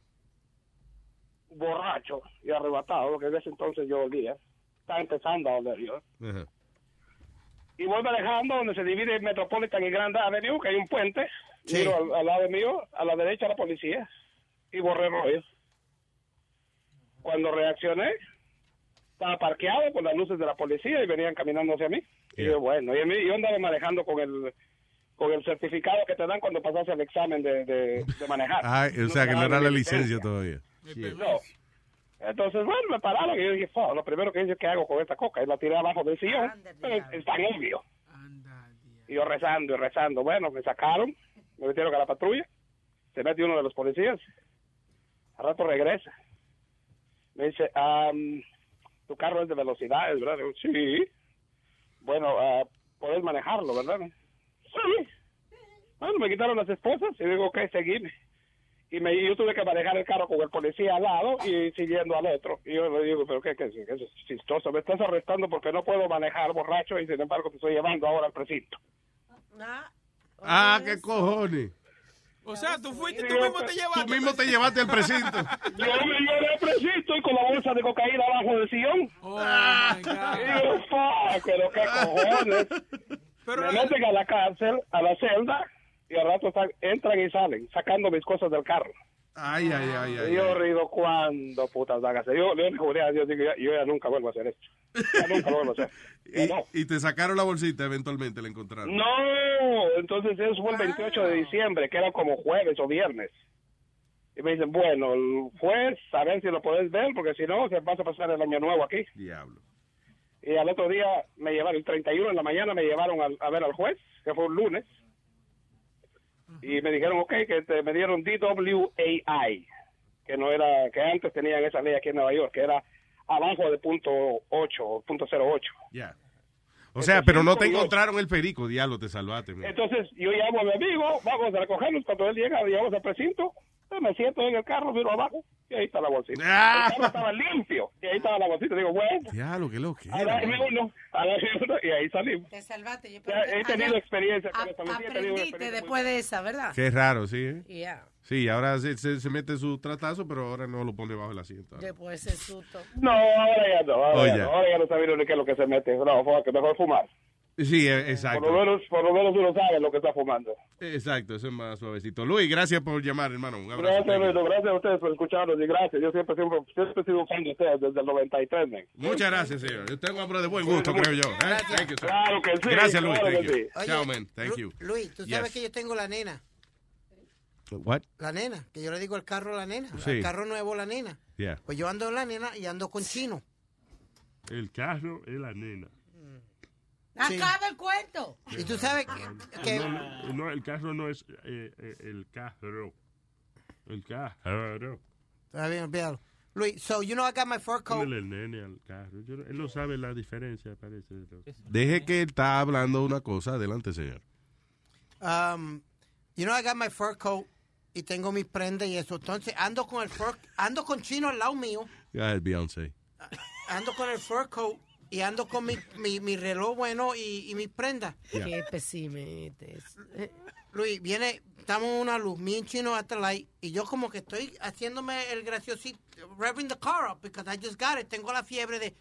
borracho y arrebatado, porque en ese entonces yo olía. Estaba empezando a oler yo. Ajá. Y voy manejando donde se divide el Metropolitan y Grand Avenue, que hay un puente. Sí. Miro al, al lado mío, a la derecha la policía, y borré rollo. Cuando reaccioné, estaba parqueado con las luces de la policía y venían caminando hacia mí. Y Yeah. yo, bueno, y a mí, yo andaba manejando con el con el certificado que te dan cuando pasas el examen de, de, de manejar. Ay, o sea, que no era la licencia todavía. No. Entonces, bueno, me pararon y yo dije, "Fuck, lo primero que hice es que hago con esta coca. Y la tiré abajo del sillón. Pero es, es tan obvio. Y yo rezando y rezando. Bueno, me sacaron, me metieron a la patrulla. Se mete uno de los policías. Al rato regresa. Me dice, um, tu carro es de velocidades, ¿verdad? Digo, sí. Bueno, uh, puedes manejarlo, ¿verdad? Sí. Bueno, me quitaron las esposas y digo, ok, seguime. Y me, yo tuve que manejar el carro con el policía al lado y siguiendo al otro. Y yo le digo, pero qué, qué, qué es chistoso, me estás arrestando porque no puedo manejar borracho y sin embargo te estoy llevando ahora al precinto. Ah, qué cojones. O sea, tú fuiste, tú Yo, mismo te llevaste. Tú mismo te llevaste al precinto. Yo me llevé al precinto y con la bolsa de cocaína abajo del sillón. Oh, my God. Y yo, fuck, pero qué cojones. Pero, Me meten a la cárcel, a la celda, y al rato están- entran y salen, sacando mis cosas del carro. Ay, ay, ay, Y ay. yo ay. rido, ¿cuándo putas van a hacer? Yo le juré a Dios, digo, yo, yo ya nunca vuelvo a hacer esto. Ya nunca lo vuelvo a hacer. Ya no. Y, y te sacaron la bolsita, eventualmente la encontraron. No, entonces eso fue el veintiocho de diciembre, que era como jueves o viernes. Y me dicen, bueno, el juez, a ver si lo puedes ver, porque si no, se vas a pasar el año nuevo aquí. Diablo. Y al otro día me llevaron, el treinta y uno en la mañana me llevaron al- a ver al juez, que fue un lunes. Y me dijeron, ok, que te, me dieron D W A I, que no era, que antes tenían esa ley aquí en Nueva York, que era abajo de punto ocho, punto cero ocho. Ya. O sea, pero no te Entonces, encontraron el perico, diablo, te salvaste. man. Entonces yo llamo a mi amigo, vamos a recogernos. Cuando él llega, llegamos al precinto, pues me siento en el carro, miro abajo y ahí está la bolsita. Ah. El carro estaba limpio y ahí estaba la bolsita. Digo, bueno, Diablo, qué loco. agarrarme uno, agarrarme uno y ahí salimos. Te salvaste. Yo Ya, he tenido experiencia con A- esta policía, he tenido una Aprendiste experiencia después de esa, ¿verdad? Qué raro, sí. ¿eh? Yeah. Sí, ahora se, se, se mete su tratazo, pero ahora no lo pone bajo el asiento. Después ese susto. No, ahora ya no, ahora, Oye. ya no, ahora ya no sabe ni qué es lo que se mete. No, fue que mejor fumar. Sí, eh, Por exacto. lo menos, por lo menos uno sabe lo que está fumando. Exacto, eso es más suavecito. Luis, gracias por llamar, hermano. Un abrazo. Gracias, Luis, gracias a ustedes por escucharnos y gracias. Yo siempre, siempre, siempre he sido un fan de ustedes desde el noventa y tres, man. Muchas gracias, señor. Yo tengo hombre de buen gusto, creo yo. ¿eh? Thank you, sir. Claro que sí, Gracias, Luis. claro Thank que you. sí. Chao, man. Thank Lu- you. Luis, tú sabes Yes. que yo tengo la nena. What? La nena, que yo le digo al carro la nena. Sí. El carro nuevo la nena. Yeah. Pues yo ando en la nena y ando con Chino. El carro es la nena. Acaba el cuento. Y tú sabes que... que- No, no, el carro no es eh, eh, el carro. El carro. Está bien, olvídalo. Luis, so you know I got my fur coat. Ponle el nene al carro. Yo no- él no sabe la diferencia, parece. de los- Deje que él está hablando una cosa. Adelante, señor. Um, you know I got my fur coat y tengo mis prendas y eso. Entonces ando con el fur, ando con Chino al lado mío, Go ahead, Beyoncé. ando con el fur coat y ando con mi, mi, mi reloj bueno y, y mis prendas. Yeah. Qué pesimetes. Luis, viene, estamos en una luz, me y Chino at the light, y yo como que estoy haciéndome el graciosito, revving the car up, because I just got it, tengo la fiebre de...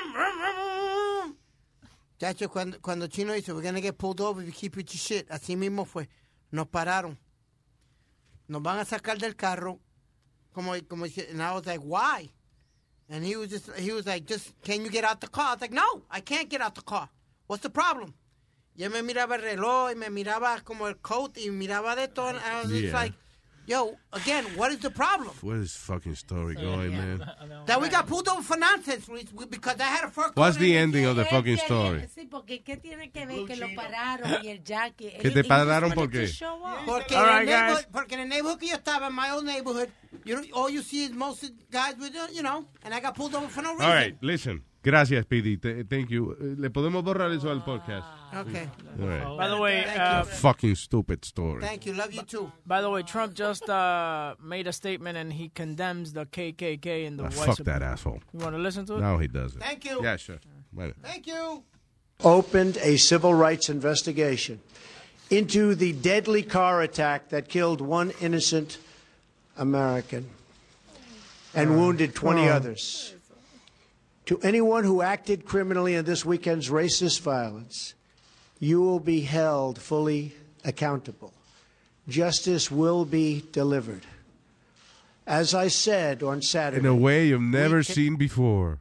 Chacho, cuando, cuando Chino dice, we're gonna get pulled over if you keep with your shit, así mismo fue, nos pararon, nos van a sacar del carro, como, como, dice- and I was like, why? And he was just, he was like, just, can you get out the car? I was like, no, I can't get out the car. What's the problem? Yo me miraba el reloj y me miraba como el coat y miraba de todo. And I was just Yeah. like, yo, again, what is the problem? Where's this fucking story going, man? That we got pulled over for nonsense Luis, because I had a fur coat. What's the and- ending of the fucking story? Sí, porque ¿qué tiene que ver que lo pararon y el jacket? ¿Que te pararon por qué? Porque, All en right, el guys. neighborhood, porque en el neighborhood que yo estaba, in my old neighborhood, you know, all you see is most guys with, uh, you know, and I got pulled over for no reason. All right, listen. Gracias, Speedy. Th- Thank you. Eh, ¿Le podemos borrar eso al podcast? Okay. All right. By the way, Thank uh, Fucking stupid story. Thank you. Love you too. by the way, Trump just uh, made a statement and he condemns the K K K and the Ah, white fuck that supremacy. asshole. You want to listen to it? No, he doesn't. Thank you. Yeah, sure. Bueno. Thank you. Opened a civil rights investigation into the deadly car attack that killed one innocent American and wounded twenty Oh. others. To anyone who acted criminally in this weekend's racist violence, you will be held fully accountable. Justice will be delivered. As I said on Saturday, In a way you've never seen before.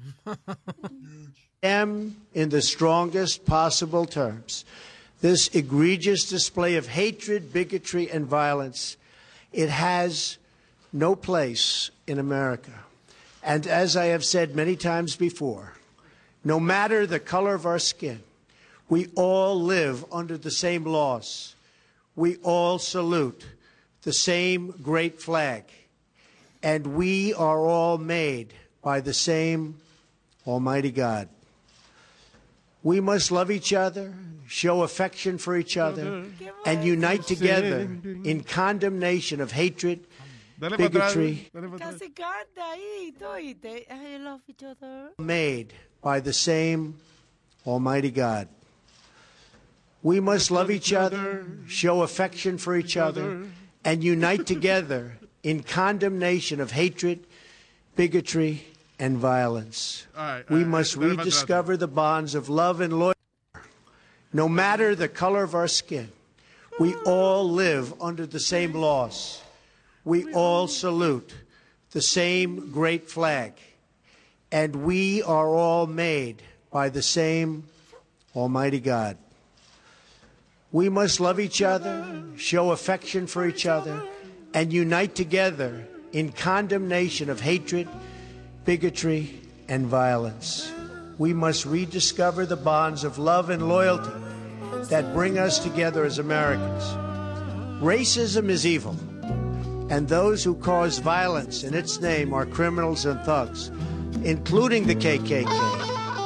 am in the strongest possible terms this egregious display of hatred, bigotry, and violence. It has no place in America. And as I have said many times before, no matter the color of our skin, we all live under the same laws. We all salute the same great flag. And we are all made by the same Almighty God. We must love each other, show affection for each other, and unite together in condemnation of hatred, Dale para atrás, bigotry, dale para atrás. Casi canta ahí, tú oíste. I love each other. made by the same Almighty God. We must love each other, show affection for each other, and unite together in condemnation of hatred, bigotry, and violence. All right, We all right, must dale para atrás. rediscover the bonds of love and loyalty. No matter the color of our skin, we all live under the same laws. We all salute the same great flag. And we are all made by the same Almighty God. We must love each other, show affection for each other, and unite together in condemnation of hatred, bigotry, and violence. We must rediscover the bonds of love and loyalty that bring us together as Americans. Racism is evil, and those who cause violence in its name are criminals and thugs, including the K K K.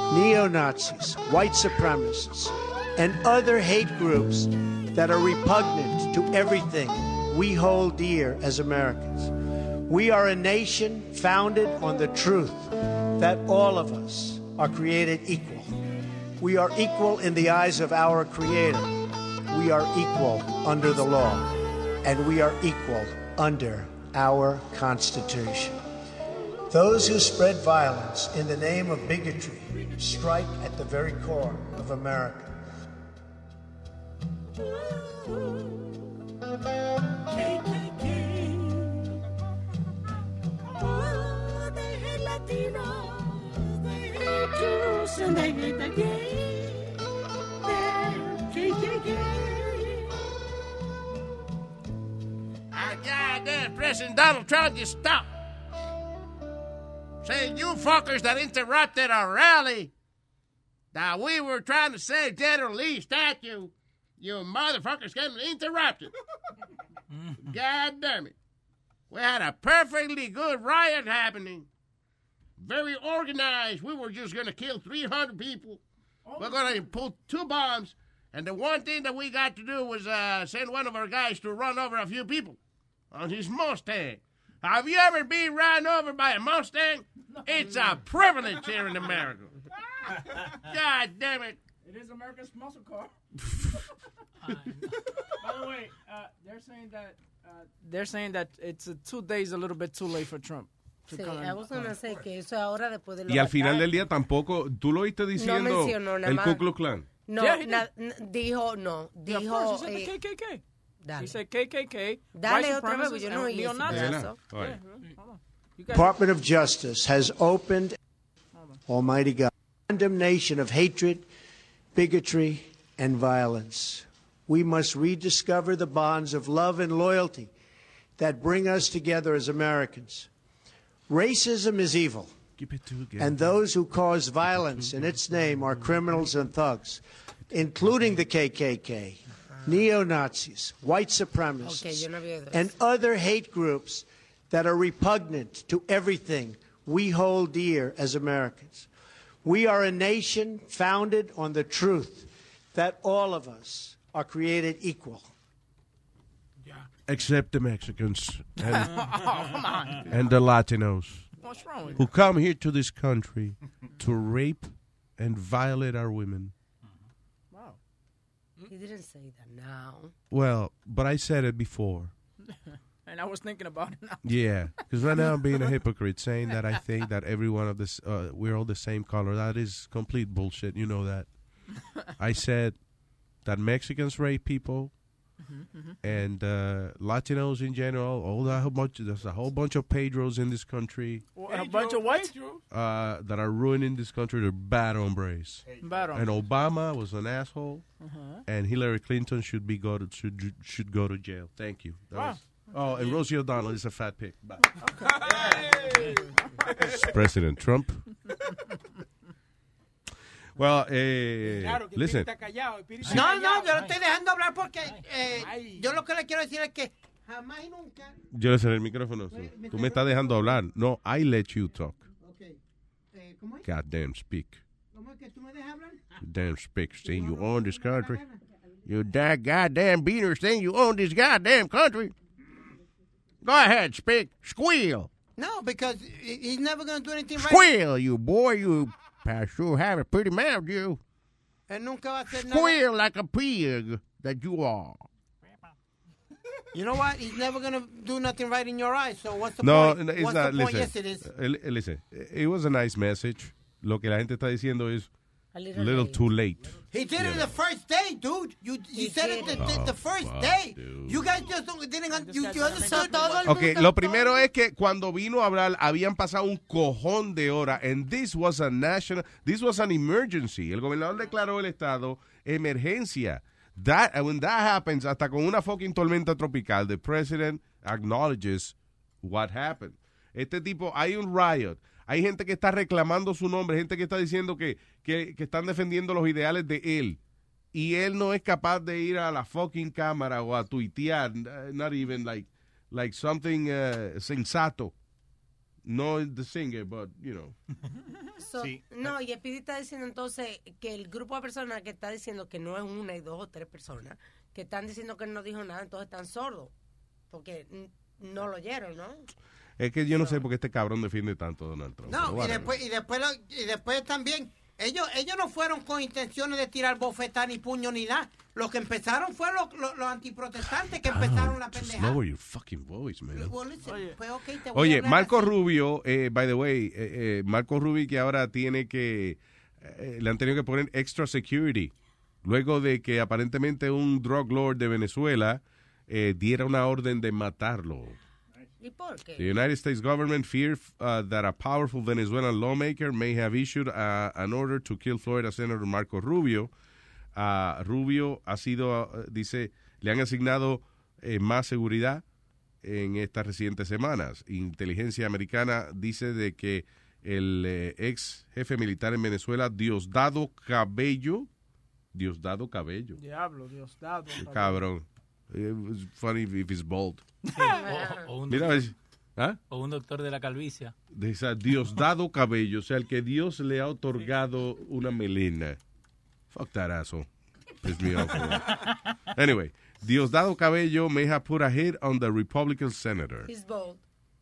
neo-Nazis, white supremacists, and other hate groups that are repugnant to everything we hold dear as Americans. We are a nation founded on the truth that all of us are created equal. We are equal in the eyes of our Creator. We are equal under the law, and we are equal under our Constitution. Those who spread violence in the name of bigotry strike at the very core of America. K K K. Oh, they hate Latinos, they hate Jews, and they hate the gay. They're K K K. Our goddamn President Donald Trump, you stop. Saying you fuckers that interrupted our rally, that we were trying to say General Lee statue, you motherfuckers getting interrupted. God damn it. We had a perfectly good riot happening. Very organized. We were just going to kill three hundred people. We're going to pull two bombs. And the one thing that we got to do was uh, send one of our guys to run over a few people on his Mustang. Have you ever been run over by a Mustang? No, it's no. a privilege here in America. God damn it. It is America's muscle car. By the way, uh, they're saying that uh, they're saying that it's uh, two days a little bit too late for Trump. Sí, I was gonna say que eso ahora después de lo y al final del día tampoco, tú lo oíste diciendo no mencionó, el Ku Klux Klan. No, yeah, na, n- dijo, no, dijo... Yeah, of course, he said eh, the K K K. Dale. He said K K K, Dale white otra vez, supremacists, yo no and oí ese neo-Nazis. pedazo. Yeah. Yeah. You guys- Department of Justice has opened, Almighty God, condemnation of hatred, bigotry, and violence. We must rediscover the bonds of love and loyalty that bring us together as Americans. Racism is evil, and those who cause violence in its name are criminals and thugs, including the K K K, neo-Nazis, white supremacists, Okay, yo no había oído eso. and other hate groups that are repugnant to everything we hold dear as Americans. We are a nation founded on the truth that all of us are created equal. Except the Mexicans and, Oh, come on. and the Latinos What's wrong with who you? come here to this country to rape and violate our women. Wow. He didn't say that now. Well, but I said it before. And I was thinking about it now. Yeah, because right now I'm being a hypocrite saying that I think that every one of this, uh, we're all the same color. That is complete bullshit. You know that. I said that Mexicans rape people. Mm-hmm, mm-hmm. And uh, Latinos in general, all that whole bunch, there's a whole bunch of Pedros in this country Well, a bunch of what? uh, that are ruining this country. They're bad hombres. Bad And hombres. Obama was an asshole, Uh-huh. and Hillary Clinton should be go to should should go to jail. Thank you. That Wow. was- oh, and Rosie O'Donnell is a fat pig. Bye. President Trump. Well, eh, listen. No, no, yo lo estoy dejando hablar porque eh, yo lo que le quiero decir es que jamás y nunca... Yo le cerré el micrófono. sí. Tú me estás dejando hablar. No, I let you talk. Okay. Eh, ¿Cómo es? Goddamn speak. ¿Cómo es que tú me dejas hablar? Damn speak. Saying you own this country. You that goddamn beaner saying you own this goddamn country. Go ahead, speak. Squeal. No, because he- he's never going to do anything right. Squeal, you boy. You sure have a pretty mouth, you. Él nunca va a hacer nada. Squeal like a pig that you are. You know what? He's never going to do nothing right in your eyes, so what's the No, point? no, it's what's not. the point? Listen, Yes, it is. uh, li- listen, it was a nice message. Lo que la gente está diciendo es A a little little late. too late. He did it Yeah. the first day, dude. You you He said it did the, it. the, the first fuck, day. dude. You guys just don't, didn't un- you, you understood. So todo el Ok, mundo- lo primero es que cuando vino a hablar habían pasado un cojón de horas and this was a national, this was an emergency. El gobernador declaró el estado emergencia. That, and when that happens, hasta con una fucking tormenta tropical, the president acknowledges what happened. Este tipo, hay un riot. Hay gente que está reclamando su nombre, gente que está diciendo que, que, que están defendiendo los ideales de él. Y él no es capaz de ir a la fucking cámara o a tuitear, uh, not even like, like something uh, sensato. No the singer, but, you know. So, no, y Speedy está diciendo entonces que el grupo de personas que está diciendo que no es una y dos o tres personas, que están diciendo que él no dijo nada, entonces están sordos, porque no lo oyeron, ¿no? Es que yo no sé por qué este cabrón defiende tanto a Donald Trump. No, y después, y después, lo- y después también, ellos, ellos no fueron con intenciones de tirar bofetada ni puño ni nada. Los que empezaron fueron los, los, los antiprotestantes que empezaron la Just pendejada. lower your fucking voice, man. Well, listen, pues, okay, te voy a Oye, hablar Marco así. Rubio, eh, by the way, eh, eh, Marco Rubio que ahora tiene que, eh, le han tenido que poner extra security, luego de que aparentemente un drug lord de Venezuela eh, diera una orden de matarlo. ¿Y por qué? The United States government feared uh, that a powerful Venezuelan lawmaker may have issued uh, an order to kill Florida Senator Marco Rubio. Uh, Rubio ha sido, uh, dice, le han asignado eh, más seguridad en estas recientes semanas. Inteligencia americana dice de que el eh, ex jefe militar en Venezuela, Diosdado Cabello, Diosdado Cabello, Diablo, Dios dado. cabrón. It's funny if it's bold. O, o un Mira, doctor, ves, ¿ah? o un doctor de la calvicie. De esa Diosdado Cabello, o sea, el que Dios le ha otorgado una melena. Fuck that asshole. Piss me off. Anyway, Diosdado Cabello may have put a hit on the Republican senator. He's bold.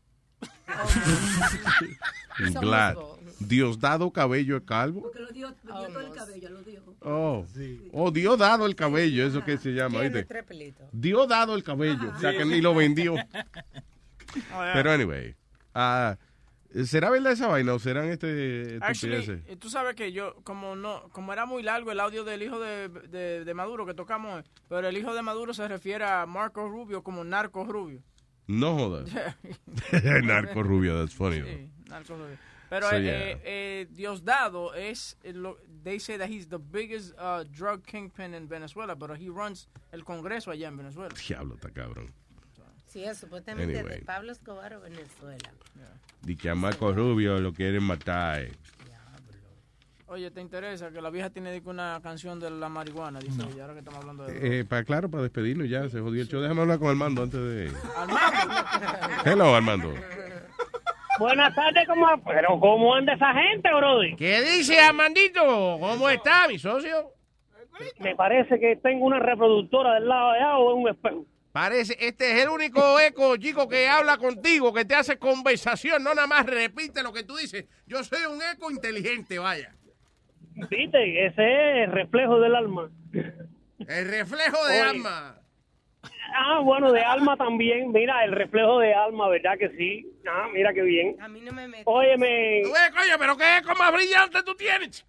I'm Somos glad. bold. Diosdado Cabello es calvo. Porque lo dio, lo dio todo el cabello, lo dio. Oh, oh, Dios dado el cabello, eso que se llama, Tiene ¿oíste? tres pelitos. Dios dado el cabello, o sea que ni lo vendió. Pero anyway, ah, ¿será verdad esa vaina o serán este Actually, estupideces? eh, tú sabes que yo, como no, como era muy largo el audio del hijo de, de, de Maduro que tocamos, pero el hijo de Maduro se refiere a Marco Rubio como Narco Rubio. No jodas. Narco Rubio, that's funny. though. Sí, Narco Rubio. Pero So, eh, yeah. eh, eh, Diosdado es, eh, lo, they say that he's the biggest uh, drug kingpin in Venezuela, but he runs el Congreso allá en Venezuela. Diablo, está cabrón. Sí, es supuestamente Anyway. de Pablo Escobar o Venezuela. Di que a Marco Rubio lo quieren matar. Oye, ¿te interesa que la vieja tiene dice, una canción de la marihuana? Dice ella, ahora que estamos hablando de... Eh, para, claro, para despedirnos ya, se jodió el show. Déjame hablar con Armando antes de... Armando. Hello, Armando. Buenas tardes, ¿cómo, pero ¿cómo anda esa gente, brother? ¿Qué dice, Armandito? ¿Cómo está, mi socio? Me parece que tengo una reproductora del lado de allá o un espejo. Parece, este es el único eco, chico, que habla contigo, que te hace conversación, no nada más repite lo que tú dices. Yo soy un eco inteligente, vaya. ¿Viste? Ese es el reflejo del alma. El reflejo de Oye. alma. Ah, bueno, de alma también. Mira, el reflejo de alma, ¿verdad que sí? Ah, mira qué bien. A mí no me metes. Óyeme. Tú ves, coño, pero qué eco más brillante tú tienes.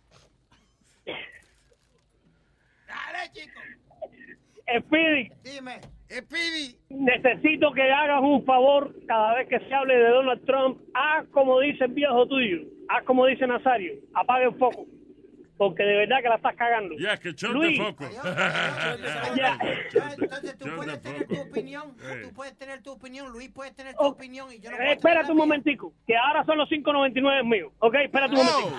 Dale, chico. Speedy, Dime. Speedy. necesito que hagas un favor cada vez que se hable de Donald Trump. Haz como dice el viejo tuyo. Haz como dice Nazario. Apague el foco. Porque de verdad que la estás cagando. Ya, que shut Luis. the foco. Ya. Entonces tú puedes tener tu opinión, tú puedes tener tu opinión, Luis puede tener tu opinión y yo no puedo Eh, espérate un momentico, que ahora son los cinco noventa y nueve míos. Ok, espérate un momentico.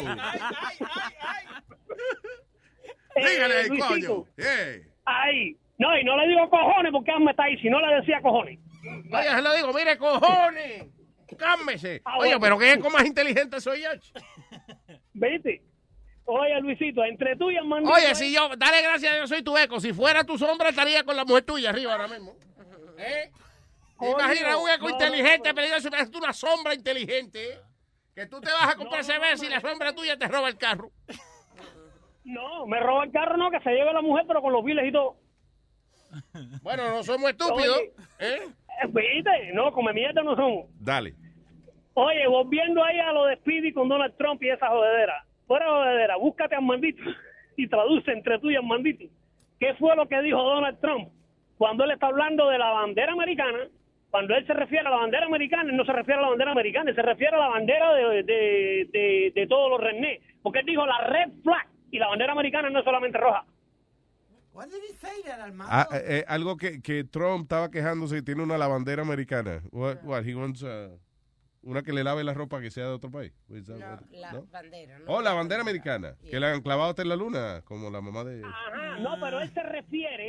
Eh, Dígale ahí, Luisito, coño. Eh. Ahí. No, y no le digo cojones porque Alma está ahí, si no le decía cojones. Oye, se lo digo, mire, cojones. Cálmese. Ah, Oye, bueno. pero qué eco más inteligente soy yo. ¿Viste? Oye, Luisito, entre tú y Armando. Oye, si yo, dale gracias, yo soy tu eco. Si fuera tu sombra, estaría con la mujer tuya arriba ahora mismo. ¿Eh? Coño, Imagina un eco no, inteligente, no, pero yo soy una sombra inteligente. ¿eh? Que tú te vas a comprar cerveza y la sombra tuya te roba el carro. No, me roba el carro, no, que se lleve la mujer, pero con los biles y todo. Bueno, no somos estúpidos. Oye, ¿eh? eh, ¿Viste? No, come mierda no somos. Dale. Oye, volviendo ahí a lo de Speedy con Donald Trump y esa jodedera. Fuera jodedera, búscate a Armandito y traduce entre tú y Armandito. ¿Qué fue lo que dijo Donald Trump cuando él está hablando de la bandera americana? Cuando él se refiere a la bandera americana, él no se refiere a la bandera americana, él se refiere a la bandera de, de, de, de todos los rednecks. Porque él dijo la red flag y la bandera americana no es solamente roja. What did he say that, Armando? Ah, eh, eh, algo que, que Trump estaba quejándose que tiene una lavandera americana. What, what, he wants, uh, una que le lave la ropa que sea de otro país. Is that No, what- la no? bandera. No Oh, la bandera americana. Que la han clavado hasta en la luna, como la mamá de... Ajá, no, pero él se refiere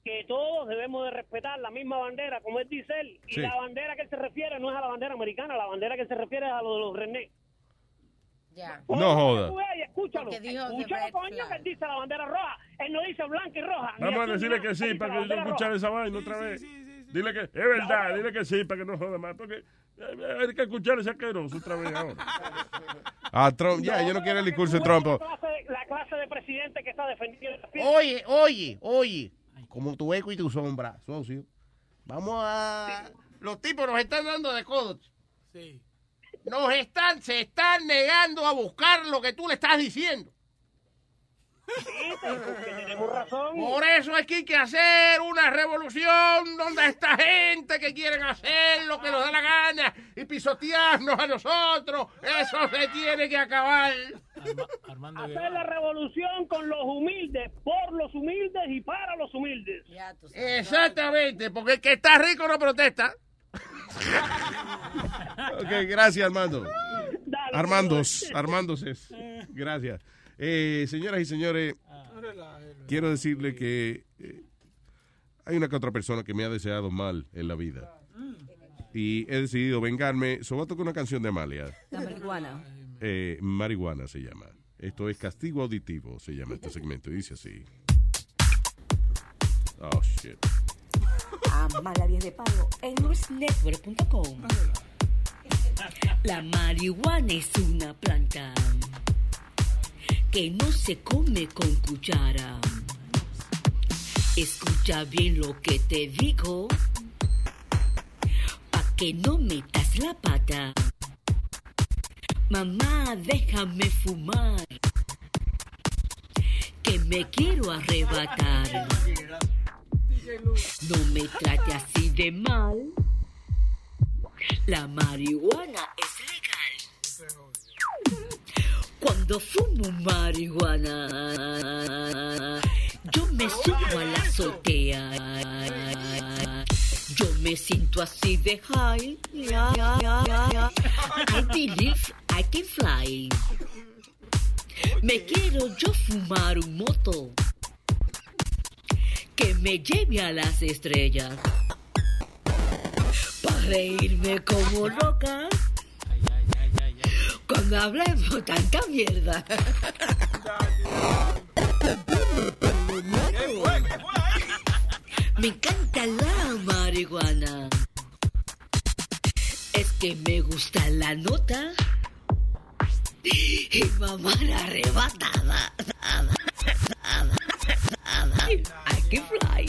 que todos debemos de respetar la misma bandera, como él dice él, y Sí. la bandera que él se refiere no es a la bandera americana, la bandera que él se refiere es a lo de los René. Ya. No joda. Escúchalo, Porque dijo the escúchalo, red coño, flag. que él dice la bandera roja, él no dice blanca y roja. ni Vamos a azul, decirle ni que nada, sí él dice para la que yo bandera escuchar roja. esa vaina otra vez. Dile que es verdad, dile que sí para que no joda más. Porque eh, hay que escuchar ese asqueroso otra vez ahora. Ah, Trump, ya, yo no quiero el discurso de Trump. La clase, de- la clase de presidente que está defendiendo la fiesta. Oye, oye, oye, como tu eco y tu sombra, socio. Vamos a... Los tipos nos están dando de codos. Sí. Nos están, se están negando a buscar lo que tú le estás diciendo. Porque tenemos razón. Por eso es que hay que hacer una revolución donde esta gente que quieren hacer lo que nos da la gana y pisotearnos a nosotros, eso se tiene que acabar. Hacer la revolución con los humildes, por los humildes y para los humildes. Exactamente, porque el que está rico no protesta. Ok, gracias, Armando. Armandos, Armandos es. Gracias. Eh, señoras y señores, quiero decirle que eh, hay una que otra persona que me ha deseado mal en la vida. Y he decidido vengarme. So, voy a tocar una canción de Amalia. La marihuana. Eh, marihuana se llama. Esto es Castigo Auditivo, se llama este segmento. Y dice así. Oh, shit. Amala diez de palo en luis network punto com. La marihuana es una planta que no se come con cuchara. Escucha bien lo que te digo, pa' que no metas la pata. Mamá, déjame fumar, que me quiero arrebatar. No me trate así de mal. La marihuana es legal. Cuando fumo marihuana, yo me subo a la azotea. Yo me siento así de high. I believe I can fly. Me quiero yo fumar un moto que me lleve a las estrellas, para reírme como loca cuando hablemos tanta mierda. Me encanta la marihuana, es que me gusta la nota y mamá la arrebatada. I can fly.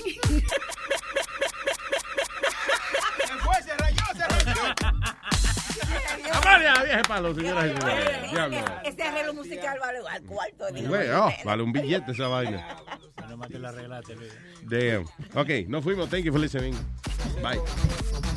Se fue, se rayó, se rayó. Amalia, vieja palo, señoras y señores. Diablo. Ese arreglo musical vale al cuarto. Güey, oh, vale un billete esa vaina. No más te la arreglaste, Luis. Damn. Ok, nos fuimos. Thank you for listening. Bye.